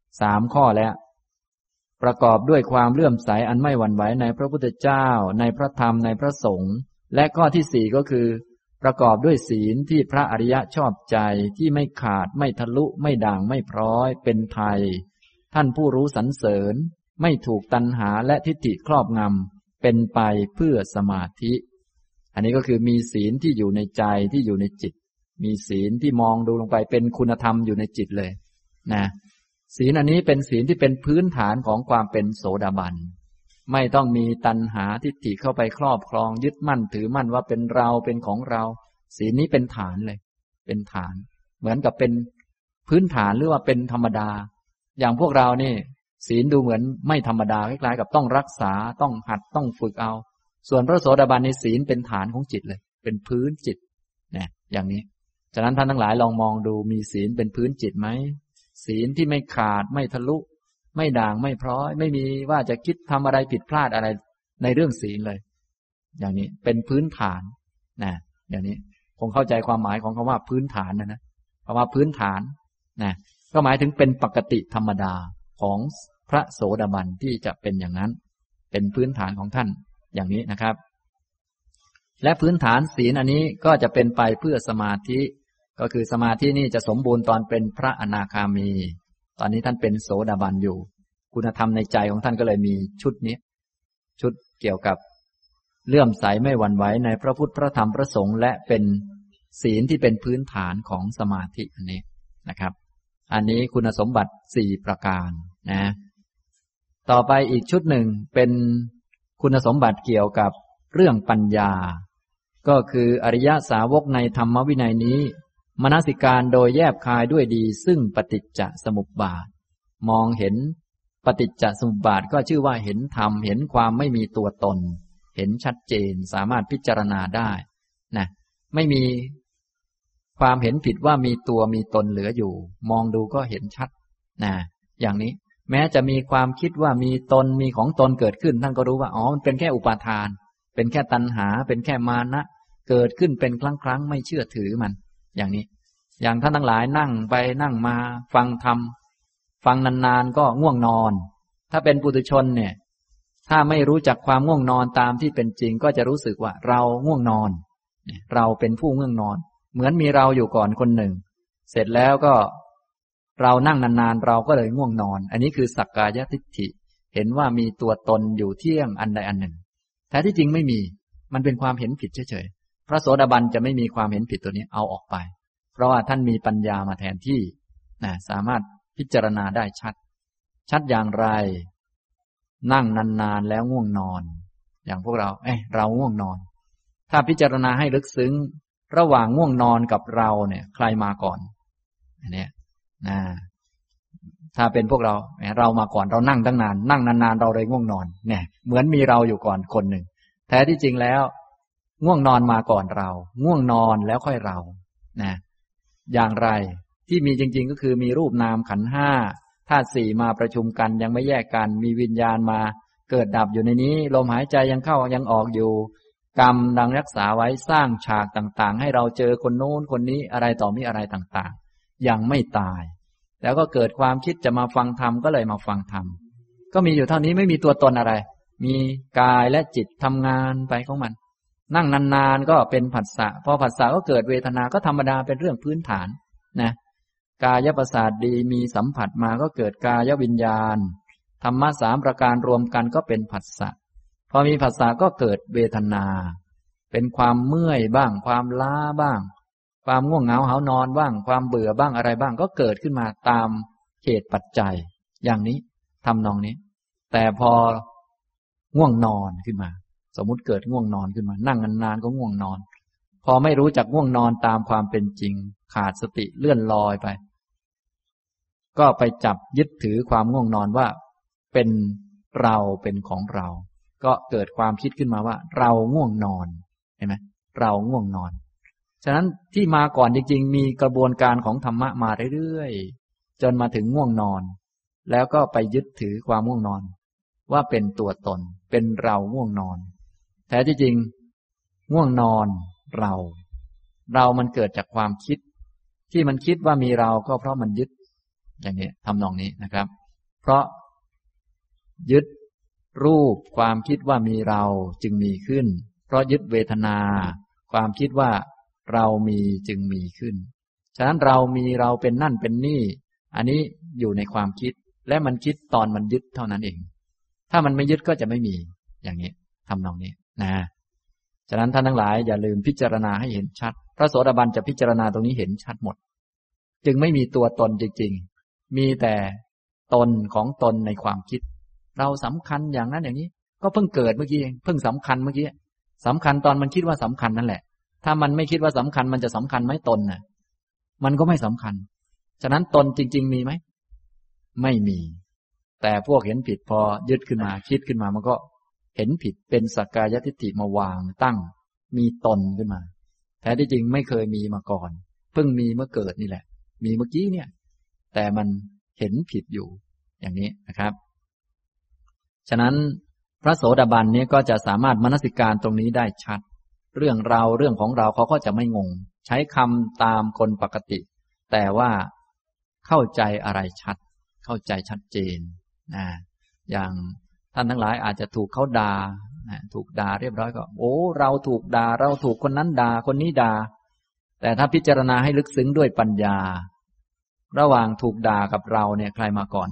3ข้อแล้วประกอบด้วยความเลื่อมใสอันไม่หวั่นไหวในพระพุทธเจ้าในพระธรรมในพระสงฆ์และข้อที่4ก็คือประกอบด้วยศีลที่พระอริยะชอบใจที่ไม่ขาดไม่ทะลุไม่ด่างไม่พร้อยเป็นไทยท่านผู้รู้สรรเสริญไม่ถูกตัณหาและทิฏฐิครอบงำเป็นไปเพื่อสมาธิอันนี้ก็คือมีศีลที่อยู่ในใจที่อยู่ในจิตมีศีลที่มองดูลงไปเป็นคุณธรรมอยู่ในจิตเลยนะศีลอันนี้เป็นศีลที่เป็นพื้นฐานของความเป็นโสดาบันไม่ต้องมีตัณหาทิฏฐิเข้าไปครอบครองยึดมั่นถือมั่นว่าเป็นเราเป็นของเราศีลนี้เป็นฐานเลยเป็นฐานเหมือนกับเป็นพื้นฐานหรือว่าเป็นธรรมดาอย่างพวกเรานี่ศีลดูเหมือนไม่ธรรมดาคล้ายๆกับต้องรักษาต้องหัดต้องฝึกเอาส่วนพระโสดาบันในศีลเป็นฐานของจิตเลยเป็นพื้นจิตเนี่ยอย่างนี้ฉะนั้นท่านทั้งหลายลองมองดูมีศีลเป็นพื้นจิตไหมศีลที่ไม่ขาดไม่ทะลุไม่ด่างไม่พร้อยไม่มีว่าจะคิดทำอะไรผิดพลาดอะไรในเรื่องศีลเลยอย่างนี้เป็นพื้นฐานนะอย่างนี้คงเข้าใจความหมายของคำว่าพื้นฐานนะคำว่าพื้นฐานนะก็หมายถึงเป็นปกติธรรมดาของพระโสดาบันที่จะเป็นอย่างนั้นเป็นพื้นฐานของท่านอย่างนี้นะครับและพื้นฐานศีลอันนี้ก็จะเป็นไปเพื่อสมาธิก็คือสมาธินี่จะสมบูรณ์ตอนเป็นพระอนาคามีตอนนี้ท่านเป็นโสดาบันอยู่คุณธรรมในใจของท่านก็เลยมีชุดนี้ชุดเกี่ยวกับเลื่อมใสไม่หวั่นไหวในพระพุทธพระธรรมพระสงฆ์และเป็นศีลที่เป็นพื้นฐานของสมาธิอันนี้นะครับอันนี้คุณสมบัติ4ประการนะต่อไปอีกชุดหนึ่งเป็นคุณสมบัติเกี่ยวกับเรื่องปัญญาก็คืออริยสาวกในธรรมวินัยนี้มนสิการโดยแยบคายด้วยดีซึ่งปฏิจจสมุปบาทมองเห็นปฏิจจสมุปบาทก็ชื่อว่าเห็นธรรมเห็นความไม่มีตัวตนเห็นชัดเจนสามารถพิจารณาได้นะไม่มีความเห็นผิดว่ามีตัวมีตนเหลืออยู่มองดูก็เห็นชัดนะอย่างนี้แม้จะมีความคิดว่ามีตนมีของตนเกิดขึ้นท่านก็รู้ว่าอ๋อมันเป็นแค่อุปาทานเป็นแค่ตัณหาเป็นแค่มานะเกิดขึ้นเป็นครั้งๆไม่เชื่อถือมันอย่างนี้อย่างท่านทั้งหลายนั่งไปนั่งมาฟังธรรมฟังนานๆก็ง่วงนอนถ้าเป็นปุถุชนเนี่ยถ้าไม่รู้จักความง่วงนอนตามที่เป็นจริงก็จะรู้สึกว่าเราง่วงนอนเราเป็นผู้ง่วงนอนเหมือนมีเราอยู่ก่อนคนหนึ่งเสร็จแล้วก็เรานั่งนานๆเราก็เลยง่วงนอนอันนี้คือสักกายทิฏฐิเห็นว่ามีตัวตนอยู่เที่ยงอันใดอันหนึ่งแท้ที่จริงไม่มีมันเป็นความเห็นผิดเฉยๆพระโสดาบันจะไม่มีความเห็นผิดตัวนี้เอาออกไปเพราะว่าท่านมีปัญญามาแทนที่สามารถพิจารณาได้ชัดอย่างไรนั่งนานๆแล้วง่วงนอนอย่างพวกเราเราง่วงนอนถ้าพิจารณาให้ลึกซึ้งระหว่างง่วงนอนกับเราเนี่ยใครมาก่อนอันนี้ถ้าเป็นพวกเราเรามาก่อนเรานั่งตั้งนานนั่งนานๆเราเลยง่วงนอนเนี่ยเหมือนมีเราอยู่ก่อนคนหนึ่งแท้ที่จริงแล้วง่วงนอนมาก่อนเราง่วงนอนแล้วค่อยเราอย่างไรที่มีจริงๆก็คือมีรูปนามขันธ์ห้าธาตุสี่มาประชุมกันยังไม่แยกกันมีวิญญาณมาเกิดดับอยู่ในนี้ลมหายใจยังเข้ายังออกอยู่กรรมดังรักษาไว้สร้างฉากต่างๆให้เราเจอคนโน้นคนนี้อะไรต่อมีอะไรต่างๆยังไม่ตายแล้วก็เกิดความคิดจะมาฟังธรรมก็เลยมาฟังธรรมก็มีอยู่เท่านี้ไม่มีตัวตนอะไรมีกายและจิตทำงานไปของมันนั่งนานๆก็เป็นผัสสะพอผัสสะก็เกิดเวทนาก็ธรรมดาเป็นเรื่องพื้นฐานนะกายประสาทดีมีสัมผัสมาก็เกิดกายวิญญาณธรรมะสามประการรวมกันก็เป็นผัสสะพอมีผัสสะก็เกิดเวทนาเป็นความเมื่อยบ้างความล้าบ้างความง่วงเหงาหานอนบ้างความเบื่อบ้างอะไรบ้างก็เกิดขึ้นมาตามเหตุปัจจัยอย่างนี้ทำนองนี้แต่พอง่วงนอนขึ้นมาสมมุติเกิดง่วงนอนขึ้นมานั่งนานๆก็ง่วงนอนพอไม่รู้จักง่วงนอนตามความเป็นจริงขาดสติเลื่อนลอยไปก็ไปจับยึดถือความง่วงนอนว่าเป็นเราเป็นของเราก็เกิดความคิดขึ้นมาว่าเราง่วงนอนเห็นไหมเราง่วงนอนฉะนั้นที่มาก่อนจริงๆมีกระบวนการของธรรมะมาเรื่อยๆจนมาถึงง่วงนอนแล้วก็ไปยึดถือความง่วงนอนว่าเป็นตัวตนเป็นเราง่วงนอนแท้ที่จริงง่วงนอนเรามันเกิดจากความคิดที่มันคิดว่ามีเราก็เพราะมันยึดอย่างนี้ทำนองนี้นะครับเพราะยึดรูปความคิดว่ามีเราจึงมีขึ้นเพราะยึดเวทนาความคิดว่าเรามีจึงมีขึ้นฉะนั้นเรามีเราเป็นนั่นเป็นนี่อันนี้อยู่ในความคิดและมันคิดตอนมันยึดเท่านั้นเองถ้ามันไม่ยึดก็จะไม่มีอย่างนี้ทำนองนี้นะฉะนั้นท่านทั้งหลายอย่าลืมพิจารณาให้เห็นชัดพระโสดาบันจะพิจารณาตรงนี้เห็นชัดหมดจึงไม่มีตัวตนจริงๆมีแต่ตนของตนในความคิดเราสำคัญอย่างนั้นอย่างนี้ก็เพิ่งเกิดเมื่อกี้เองเพิ่งสำคัญเมื่อกี้สำคัญตอนมันคิดว่าสำคัญนั่นแหละถ้ามันไม่คิดว่าสำคัญมันจะสำคัญไหมตนน่ะมันก็ไม่สำคัญฉะนั้นตนจริงๆมีไหมไม่มีแต่พวกเห็นผิดพอยึดขึ้นมาคิดขึ้นมามันก็เห็นผิดเป็นสักกายทิฏฐิมาวางตั้งมีตนขึ้นมาแท้ที่จริงไม่เคยมีมาก่อนเพิ่งมีเมื่อเกิดนี่แหละมีเมื่อกี้เนี่ยแต่มันเห็นผิดอยู่อย่างนี้นะครับฉะนั้นพระโสดาบันนี้ก็จะสามารถมนสิการตรงนี้ได้ชัดเรื่องเราเรื่องของเราเขาก็จะไม่งงใช้คำตามคนปกติแต่ว่าเข้าใจอะไรชัดเข้าใจชัดเจนอย่างท่านทั้งหลายอาจจะถูกเขาด่าถูกด่าเรียบร้อยก็โอ้เราถูกด่าเราถูกคนนั้นด่าคนนี้ด่าแต่ถ้าพิจารณาให้ลึกซึ้งด้วยปัญญาระหว่างถูกด่ากับเราเนี่ยใครมาก่อน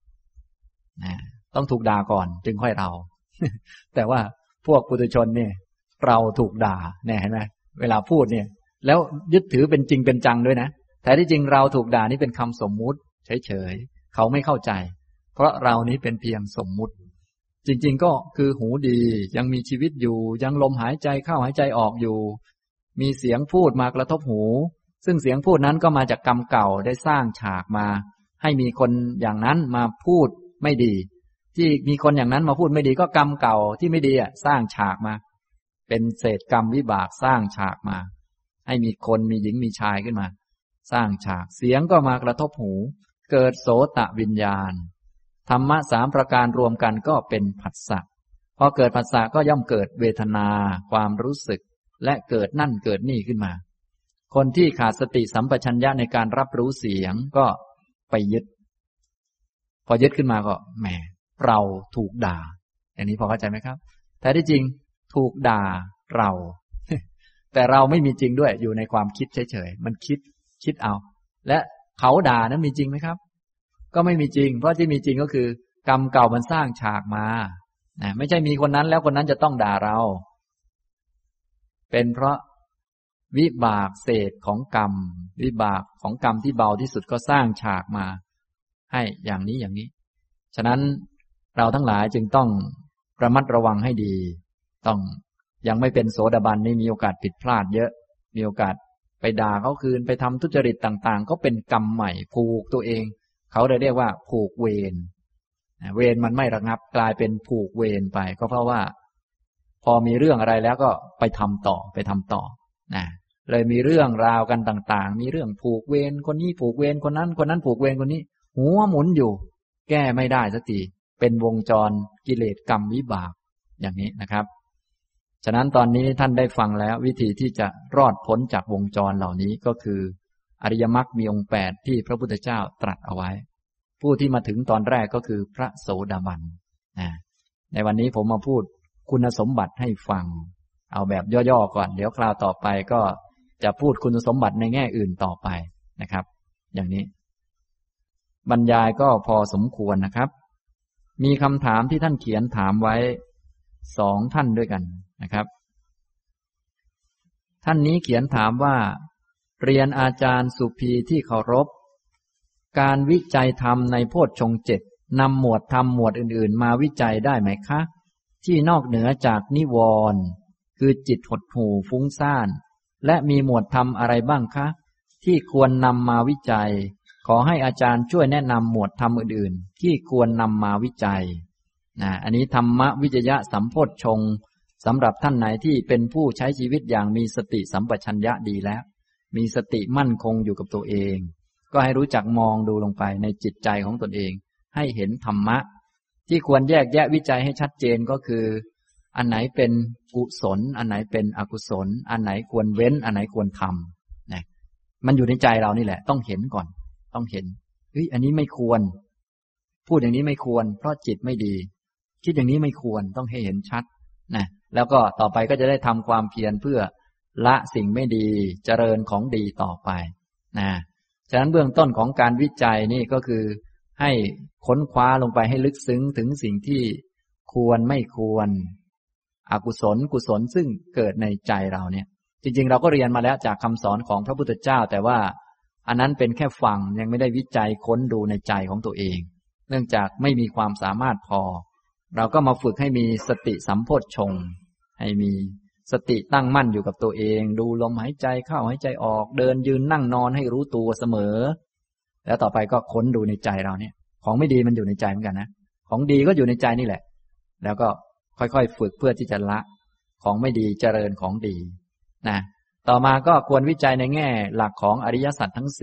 ต้องถูกด่าก่อนจึงค่อยเรา แต่ว่าพวกปุถุชนเนี่ยเราถูกด่าเนี่ยเห็นไหมเวลาพูดเนี่ยแล้วยึดถือเป็นจริงเป็นจังด้วยนะแต่ที่จริงเราถูกด่านี่เป็นคำสมมุติเฉยๆเขาไม่เข้าใจเพราะเรานี้เป็นเพียงสมมุติจริงๆก็คือหูดียังมีชีวิตอยู่ยังลมหายใจเข้าหายใจออกอยู่มีเสียงพูดมากระทบหูซึ่งเสียงพูดนั้นก็มาจากกรรมเก่าได้สร้างฉากมาให้มีคนอย่างนั้นมาพูดไม่ดีที่มีคนอย่างนั้นมาพูดไม่ดีก็กรรมเก่าที่ไม่ดีสร้างฉากมาเป็นเศษกรรมวิบากสร้างฉากมาให้มีคนมีหญิงมีชายขึ้นมาสร้างฉากเสียงก็มากระทบหูเกิดโสตวิญญาณธรรมะสามประการรวมกันก็เป็นผัสสะพอเกิดผัสสะก็ย่อมเกิดเวทนาความรู้สึกและเกิดนั่นเกิดนี่ขึ้นมาคนที่ขาดสติสัมปชัญญะในการรับรู้เสียงก็ไปยึดพอยึดขึ้นมาก็แหมเราถูกด่าอย่างนี้พอเข้าใจไหมครับแต่ที่จริงถูกด่าเรา แต่เราไม่มีจริงด้วยอยู่ในความคิดเฉยๆมันคิดเอาและเขาด่านั้นมีจริงไหมครับก็ไม่มีจริงเพราะที่มีจริงก็คือกรรมเก่ามันสร้างฉากมานะไม่ใช่มีคนนั้นแล้วคนนั้นจะต้องด่าเราเป็นเพราะวิบากเศษของกรรมวิบากของกรรมที่เบาที่สุดก็สร้างฉากมาให้อย่างนี้อย่างนี้ฉะนั้นเราทั้งหลายจึงต้องระมัดระวังให้ดีต้องยังไม่เป็นโสดาบันนี่มีโอกาสผิดพลาดเยอะมีโอกาสไปด่าเขาคืนไปทำทุจริตต่างๆก็เป็นกรรมใหม่ผูกตัวเองเขาเลยเรียกว่าผูกเวรเวรมันไม่ระงับกลายเป็นผูกเวรไปก็เพราะว่าพอมีเรื่องอะไรแล้วก็ไปทำต่อนะเลยมีเรื่องราวกันต่างๆมีเรื่องผูกเวรคนนี้ผูกเวรคนนั้นคนนั้นผูกเวรคนนี้หัวหมุนอยู่แก้ไม่ได้สักทีเป็นวงจรกิเลสกรรมวิบากอย่างนี้นะครับฉะนั้นตอนนี้ท่านได้ฟังแล้ววิธีที่จะรอดพ้นจากวงจรเหล่านี้ก็คืออริยมรรคมีองค์8ที่พระพุทธเจ้าตรัสเอาไว้ผู้ที่มาถึงตอนแรกก็คือพระโสดาบันในวันนี้ผมมาพูดคุณสมบัติให้ฟังเอาแบบย่อๆก่อนเดี๋ยวคราวต่อไปก็จะพูดคุณสมบัติในแง่อื่นต่อไปนะครับอย่างนี้บรรยายก็พอสมควรนะครับมีคำถามที่ท่านเขียนถามไว้2ท่านด้วยกันนะครับท่านนี้เขียนถามว่าเรียนอาจารย์สุภีที่เคารพการวิจัยธรรมในโพชฌงค์ 7นำหมวดธรรมหมวดอื่นๆมาวิจัยได้ไหมคะที่นอกเหนือจากนิวรณ์คือจิตหดหู่ฟุ้งซ่านและมีหมวดธรรมอะไรบ้างคะที่ควรนำมาวิจัยขอให้อาจารย์ช่วยแนะนำหมวดธรรมอื่นๆที่ควรนำมาวิจัยอันนี้ธรรมวิจยะสัมโพชฌงค์สำหรับท่านไหนที่เป็นผู้ใช้ชีวิตอย่างมีสติสัมปชัญญะดีแล้วมีสติมั่นคงอยู่กับตัวเองก็ให้รู้จักมองดูลงไปในจิตใจของตนเองให้เห็นธรรมะที่ควรแยกแยะวิจัยให้ชัดเจนก็คืออันไหนเป็นกุศลอันไหนเป็นอกุศลอันไหนควรเว้นอันไหนควรทำนะมันอยู่ในใจเรานี่แหละต้องเห็นก่อนต้องเห็นอันนี้ไม่ควรพูดอย่างนี้ไม่ควรเพราะจิตไม่ดีคิดอย่างนี้ไม่ควรต้องให้เห็นชัดนะแล้วก็ต่อไปก็จะได้ทำความเพียรเพื่อละสิ่งไม่ดีเจริญของดีต่อไปนะฉะนั้นเบื้องต้นของการวิจัยนี่ก็คือให้ค้นคว้าลงไปให้ลึกซึ้งถึงสิ่งที่ควรไม่ควรอกุศลกุศลซึ่งเกิดในใจเราเนี่ยจริงๆเราก็เรียนมาแล้วจากคำสอนของพระพุทธเจ้าแต่ว่าอันนั้นเป็นแค่ฟังยังไม่ได้วิจัยค้นดูในใจของตัวเองเนื่องจากไม่มีความสามารถพอเราก็มาฝึกให้มีสติสัมโพชฌงค์ให้มีสติตั้งมั่นอยู่กับตัวเองดูลมหายใจเข้าหายใจออกเดินยืนนั่งนอนให้รู้ตัวเสมอแล้วต่อไปก็ค้นดูในใจเราเนี่ยของไม่ดีมันอยู่ในใจเหมือนกันนะของดีก็อยู่ในใจนี่แหละแล้วก็ค่อยๆฝึกเพื่อที่จะละของไม่ดีเจริญของดีนะต่อมาก็ควรวิจัยในแง่หลักของอริยสัจทั้ง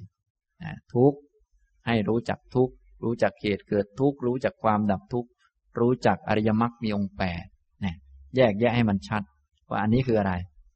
4ทุกข์ให้รู้จักทุกข์รู้จักเหตุเกิดทุกข์รู้จักความดับทุกข์รู้จักอริยมรรคมีองค์8เนี่ยแยกแยะให้มันชัดว่าอันนี้คืออะไร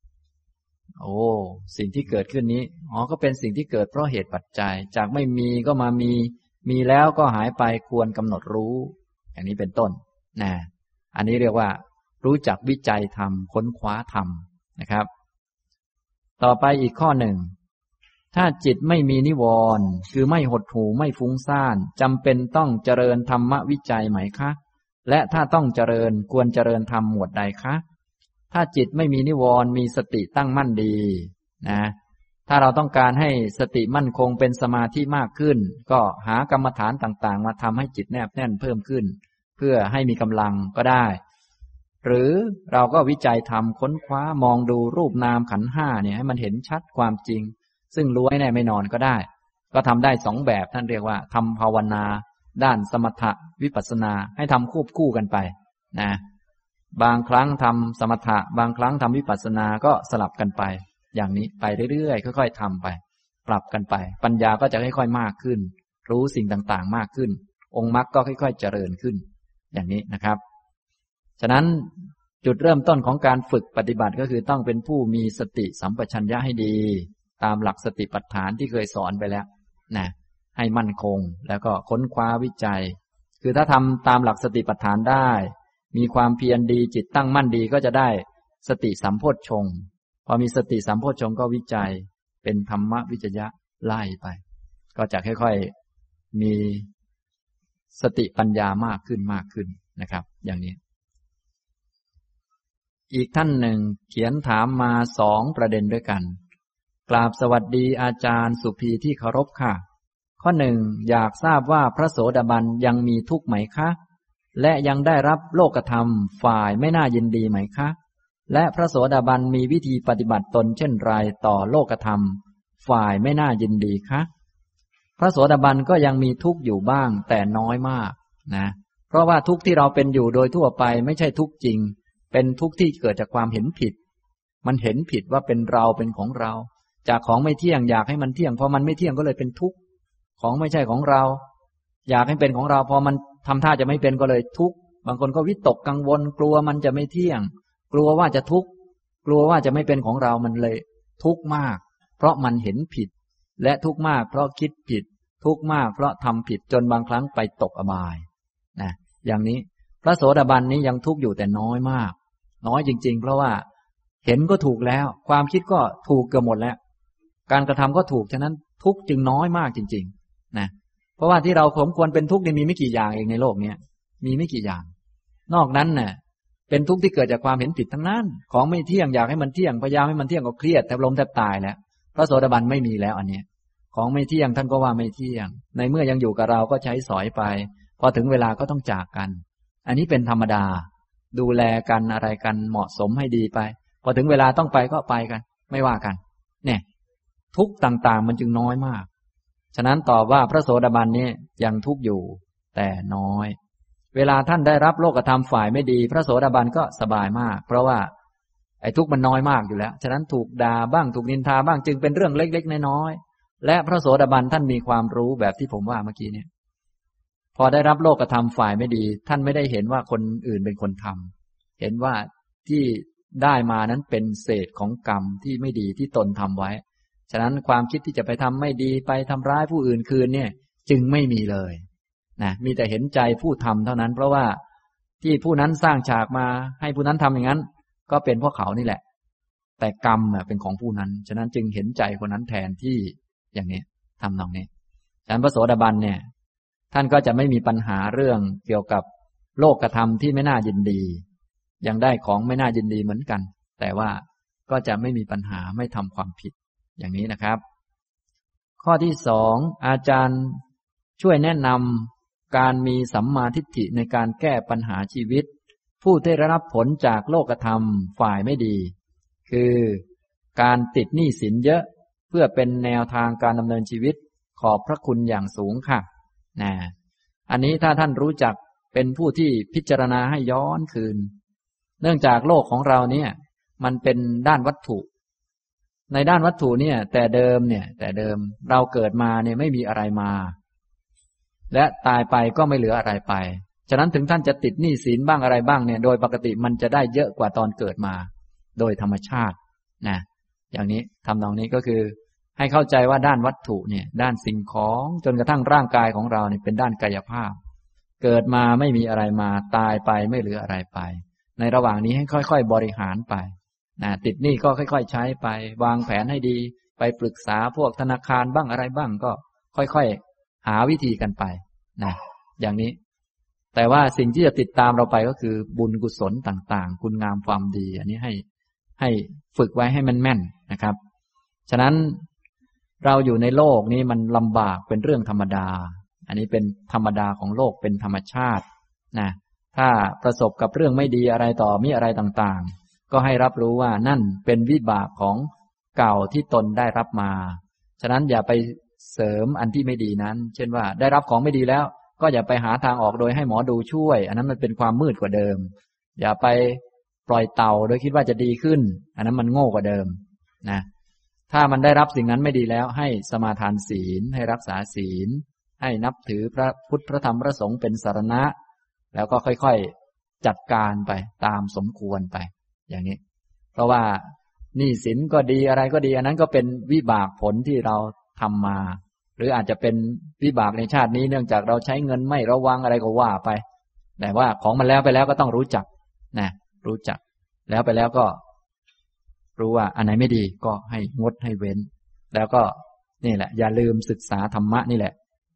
สิ่งที่เกิดขึ้นนี้ก็เป็นสิ่งที่เกิดเพราะเหตุปัจจัยจากไม่มีก็มามีแล้วก็หายไปควรกำหนดรู้อย่างนี้เป็นต้นนะอันนี้เรียกว่ารู้จักวิจัยธรรมค้นคว้าธรรมนะครับต่อไปอีกข้อหนึ่งถ้าจิตไม่มีนิวรณ์คือไม่หดหู่ไม่ฟุ้งซ่านจำเป็นต้องเจริญธรรมวิจัยไหมคะและถ้าต้องเจริญควรเจริญธรรมหมวดใดคะถ้าจิตไม่มีนิวรณ์มีสติตั้งมั่นดีนะถ้าเราต้องการให้สติมั่นคงเป็นสมาธิมากขึ้นก็หากรรมฐานต่างๆมาทำให้จิตแนบแน่นเพิ่มขึ้นเพื่อให้มีกำลังก็ได้หรือเราก็วิจัยธรรมค้นคว้ามองดูรูปนามขันธ์5เนี่ยให้มันเห็นชัดความจริงซึ่งรู้แน่ไม่นอนก็ได้ก็ทำได้2แบบท่านเรียกว่าทำภาวนาด้านสมถะวิปัสสนาให้ทำควบคู่กันไปนะบางครั้งทำสมถะบางครั้งทำวิปัสสนาก็สลับกันไปอย่างนี้ไปเรื่อยๆค่อยๆทำไปปรับกันไปปัญญาก็จะค่อยๆมากขึ้นรู้สิ่งต่างๆมากขึ้นองค์มรรคก็ค่อยๆเจริญขึ้นอย่างนี้นะครับฉะนั้นจุดเริ่มต้นของการฝึกปฏิบัติก็คือต้องเป็นผู้มีสติสัมปชัญญะให้ดีตามหลักสติปัฏฐานที่เคยสอนไปแล้วนะให้มั่นคงแล้วก็ค้นคว้าวิจัยคือถ้าทำตามหลักสติปัฏฐานได้มีความเพียรดีจิตตั้งมั่นดีก็จะได้สติสัมโพชฌงค์พอมีสติสัมโพชฌงค์ก็วิจัยเป็นธรรมวิจยะไล่ไปก็จะค่อยๆมีสติปัญญามากขึ้นนะครับ อย่างนี้อีกท่านหนึ่งเขียนถามมา2 ประเด็นด้วยกันกราบสวัสดีอาจารย์สุภีที่เคารพค่ะข้อ 1อยากทราบว่าพระโสดาบันยังมีทุกข์ไหมคะและยังได้รับโลกธรรมฝ่ายไม่น่ายินดีไหมคะและพระโสดาบันมีวิธีปฏิบัติตนเช่นไรต่อโลกธรรมฝ่ายไม่น่ายินดีคะพระโสดาบันก็ยังมีทุกข์อยู่บ้างแต่น้อยมากนะเพราะว่าทุกข์ที่เราเป็นอยู่โดยทั่วไปไม่ใช่ทุกข์จริงเป็นทุกข์ที่เกิดจากความเห็นผิดมันเห็นผิดว่าเป็นเราเป็นของเราจากของไม่เที่ยงอยากให้มันเที่ยงพอมันไม่เที่ยงก็เลยเป็นทุกข์ของไม่ใช่ของเราอยากให้เป็นของเราพอมันทำท่าจะไม่เป็นก็เลยทุกข์บางคนก็วิตกกังวลกลัวมันจะไม่เที่ยงกลัวว่าจะทุกข์กลัวว่าจะไม่เป็นของเรามันเลยทุกข์มากเพราะมันเห็นผิดและทุกข์มากเพราะคิดผิดทุกข์มากเพราะทำผิดจนบางครั้งไปตกอบายนะอย่างนี้พระโสดาบันนี้ยังทุกข์อยู่แต่น้อยมากน้อยจริงๆเพราะว่าเห็นก็ถูกแล้วความคิดก็ถูกเกือบหมดแล้วการกระทำก็ถูกฉะนั้นทุกข์จึงน้อยมากจริงๆนะเพราะว่าที่เราสมควรเป็นทุกข์นี่มีไม่กี่อย่างเองในโลกนี้มีไม่กี่อย่างนอกนั้นน่ะเป็นทุกข์ที่เกิดจากความเห็นผิดทั้งนั้นของไม่เที่ยงอยากให้มันเที่ยงพยายามให้มันเที่ยงก็เครียดแทบล้มแทบตายแล้วพระโสดาบันไม่มีแล้วอันนี้ของไม่เที่ยงท่านก็ว่าไม่เที่ยงในเมื่อยังอยู่กับเราก็ใช้สอยไปพอถึงเวลาก็ต้องจากกันอันนี้เป็นธรรมดาดูแลกันอะไรกันเหมาะสมให้ดีไปพอถึงเวลาต้องไปก็ไปกันไม่ว่ากันเนี่ยทุกข์ต่างๆมันจึงน้อยมากฉะนั้นตอบว่าพระโสดาบันนี้ยังทุกข์อยู่แต่น้อยเวลาท่านได้รับโลกธรรมฝ่ายไม่ดีพระโสดาบันก็สบายมากเพราะว่าไอ้ทุกข์มันน้อยมากอยู่แล้วฉะนั้นถูกด่าบ้างถูกนินทาบ้างจึงเป็นเรื่องเล็กๆน้อยๆและพระโสดาบันท่านมีความรู้แบบที่ผมว่าเมื่อกี้เนี่ยพอได้รับโลกธรรมฝ่ายไม่ดีท่านไม่ได้เห็นว่าคนอื่นเป็นคนทำเห็นว่าที่ได้มานั้นเป็นเศษของกรรมที่ไม่ดีที่ตนทำไว้ฉะนั้นความคิดที่จะไปทำไม่ดีไปทำร้ายผู้อื่นคืนเนี่ยจึงไม่มีเลยนะมีแต่เห็นใจผู้ทำเท่านั้นเพราะว่าที่ผู้นั้นสร้างฉากมาให้ผู้นั้นทำอย่างนั้นก็เป็นเพราะเขานี่แหละแต่กรรมเป็นของผู้นั้นฉะนั้นจึงเห็นใจคนนั้นแทนที่อย่างนี้ทำนองนี้ฉะนั้นพระโสดาบันเนี่ยท่านก็จะไม่มีปัญหาเรื่องเกี่ยวกับโลกธรรมที่ไม่น่ายินดียังได้ของไม่น่ายินดีเหมือนกันแต่ว่าก็จะไม่มีปัญหาไม่ทำความผิดอย่างนี้นะครับข้อที่2อาจารย์ช่วยแนะนำการมีสัมมาทิฏฐิในการแก้ปัญหาชีวิตผู้ได้รับผลจากโลกธรรมฝ่ายไม่ดีคือการติดหนี้สินเยอะเพื่อเป็นแนวทางการดำเนินชีวิตขอบพระคุณอย่างสูงค่ะอันนี้ถ้าท่านรู้จักเป็นผู้ที่พิจารณาให้ย้อนคืนเนื่องจากโลกของเราเนี่ยมันเป็นด้านวัตถุในด้านวัตถุเนี่ยแต่เดิมเราเกิดมาเนี่ยไม่มีอะไรมาและตายไปก็ไม่เหลืออะไรไปฉะนั้นถึงท่านจะติดหนี้สินบ้างอะไรบ้างเนี่ยโดยปกติมันจะได้เยอะกว่าตอนเกิดมาโดยธรรมชาตินะอย่างนี้ทำนองนี้ก็คือให้เข้าใจว่าด้านวัตถุเนี่ยด้านสิ่งของจนกระทั่งร่างกายของเราเนี่ยเป็นด้านกายภาพเกิดมาไม่มีอะไรมาตายไปไม่เหลืออะไรไปในระหว่างนี้ให้ค่อยๆบริหารไปติดหนี้ก็ค่อยๆใช้ไปวางแผนให้ดีไปปรึกษาพวกธนาคารบ้างอะไรบ้างก็ค่อยๆหาวิธีกันไปอย่างนี้แต่ว่าสิ่งที่จะติดตามเราไปก็คือบุญกุศลต่างๆคุณงามความดีอันนี้ให้ฝึกไว้ให้มันแม่นนะครับฉะนั้นเราอยู่ในโลกนี้มันลำบากเป็นเรื่องธรรมดาอันนี้เป็นธรรมดาของโลกเป็นธรรมชาติถ้าประสบกับเรื่องไม่ดีอะไรต่อมีอะไรต่างๆก็ให้รับรู้ว่านั่นเป็นวิบากของเก่าที่ตนได้รับมาฉะนั้นอย่าไปเสริมอันที่ไม่ดีนั้นเช่นว่าได้รับของไม่ดีแล้วก็อย่าไปหาทางออกโดยให้หมอดูช่วยอันนั้นมันเป็นความมืดกว่าเดิมอย่าไปปล่อยเต่าโดยคิดว่าจะดีขึ้นอันนั้นมันโง่กว่าเดิมถ้ามันได้รับสิ่งนั้นไม่ดีแล้วให้สมาทานศีลให้รักษาศีลให้นับถือพระพุทธพระธรรมพระสงฆ์เป็นสรณะแล้วก็ค่อยๆจัดการไปตามสมควรไปอย่างนี้เพราะว่าหนี้สินก็ดีอะไรก็ดีอันนั้นก็เป็นวิบากผลที่เราทำมาหรืออาจจะเป็นวิบากในชาตินี้เนื่องจากเราใช้เงินไม่ระวังอะไรก็ว่าไปแต่ว่าของมันแล้วไปแล้วก็ต้องรู้จักรู้จักแล้วไปแล้วก็รู้ว่าอันไหนไม่ดีก็ให้งดให้เว้นแล้วก็นี่แหละอย่าลืมศึกษาธรรมะนี่แหละ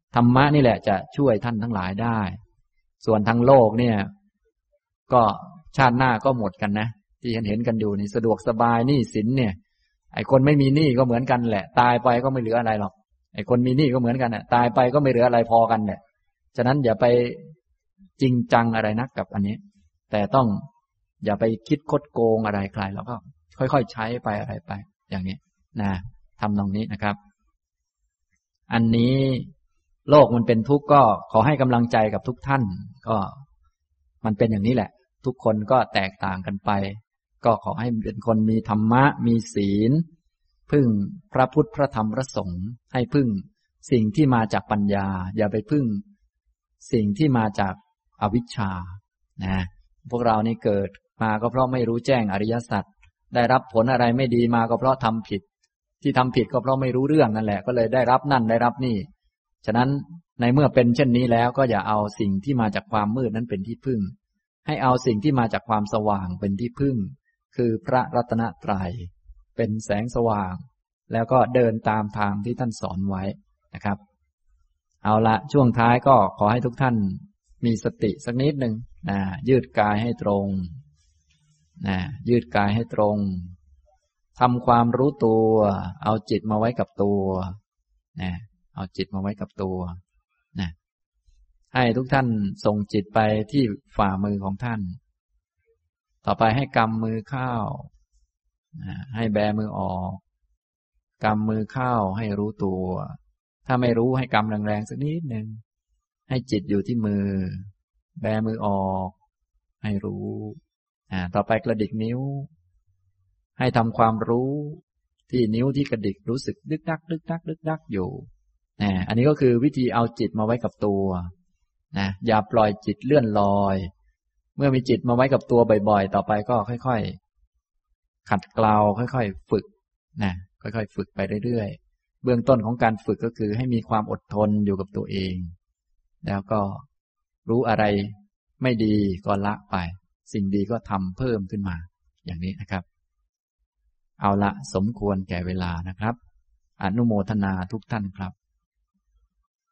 ธรรมะนี่แหละจะช่วยท่านทั้งหลายได้ส่วนทางโลกเนี่ยก็ชาติหน้าก็หมดกันนะที่เห็นกันอยู่นี่สะดวกสบายหนี้สินเนี่ยไอ้คนไม่มีหนี้ก็เหมือนกันแหละตายไปก็ไม่เหลืออะไรหรอกไอ้คนมีหนี้ก็เหมือนกันตายไปก็ไม่เหลืออะไรพอกันเนี่ยฉะนั้นอย่าไปจริงจังอะไรนักกับอันนี้แต่ต้องอย่าไปคิดคดโกงอะไรใครแล้วก็ค่อยๆใช้ไปอะไรไปอย่างนี้นะทำตรงนี้นะครับอันนี้โลกมันเป็นทุกข์ก็ขอให้กำลังใจกับทุกท่านก็มันเป็นอย่างนี้แหละทุกคนก็แตกต่างกันไปก็ขอให้เป็นคนมีธรรมะมีศีลพึ่งพระพุทธพระธรรมพระสงฆ์ให้พึ่งสิ่งที่มาจากปัญญาอย่าไปพึ่งสิ่งที่มาจากอวิชชานะพวกเรานี่เกิดมาก็เพราะไม่รู้แจ้งอริยสัจได้รับผลอะไรไม่ดีมาก็เพราะทำผิดที่ทำผิดก็เพราะไม่รู้เรื่องนั่นแหละก็เลยได้รับนั่นได้รับนี่ฉะนั้นในเมื่อเป็นเช่นนี้แล้วก็อย่าเอาสิ่งที่มาจากความมืดนั้นเป็นที่พึ่งให้เอาสิ่งที่มาจากความสว่างเป็นที่พึ่งคือพระรัตนตรัยเป็นแสงสว่างแล้วก็เดินตามทางที่ท่านสอนไว้นะครับเอาละช่วงท้ายก็ขอให้ทุกท่านมีสติสักนิดหนึ่งยืดกายให้ตรงยืดกายให้ตรงทำความรู้ตัวเอาจิตมาไว้กับตัวเอาจิตมาไว้กับตัวให้ทุกท่านส่งจิตไปที่ฝ่ามือของท่านต่อไปให้กำมือเข้าให้แบมือออกกำมือเข้าให้รู้ตัวถ้าไม่รู้ให้กำแรงๆสักนิดหนึ่งให้จิตอยู่ที่มือแบมือออกให้รู้ต่อไปกระดิกนิ้วให้ทำความรู้ที่นิ้วที่กระดิกรู้สึกดึกดักดึกดักดึกดักอยู่อันนี้ก็คือวิธีเอาจิตมาไว้กับตัวอย่าปล่อยจิตเลื่อนลอยเมื่อมีจิตมาไว้กับตัวบ่อยๆต่อไปก็ค่อยๆขัดเกลาค่อยๆฝึกค่อยๆฝึกไปเรื่อยๆเบื้องต้นของการฝึกก็คือให้มีความอดทนอยู่กับตัวเองแล้วก็รู้อะไรไม่ดีก็ละไปสิ่งดีก็ทำเพิ่มขึ้นมาอย่างนี้นะครับเอาละสมควรแก่เวลานะครับอนุโมทนาทุกท่านครับ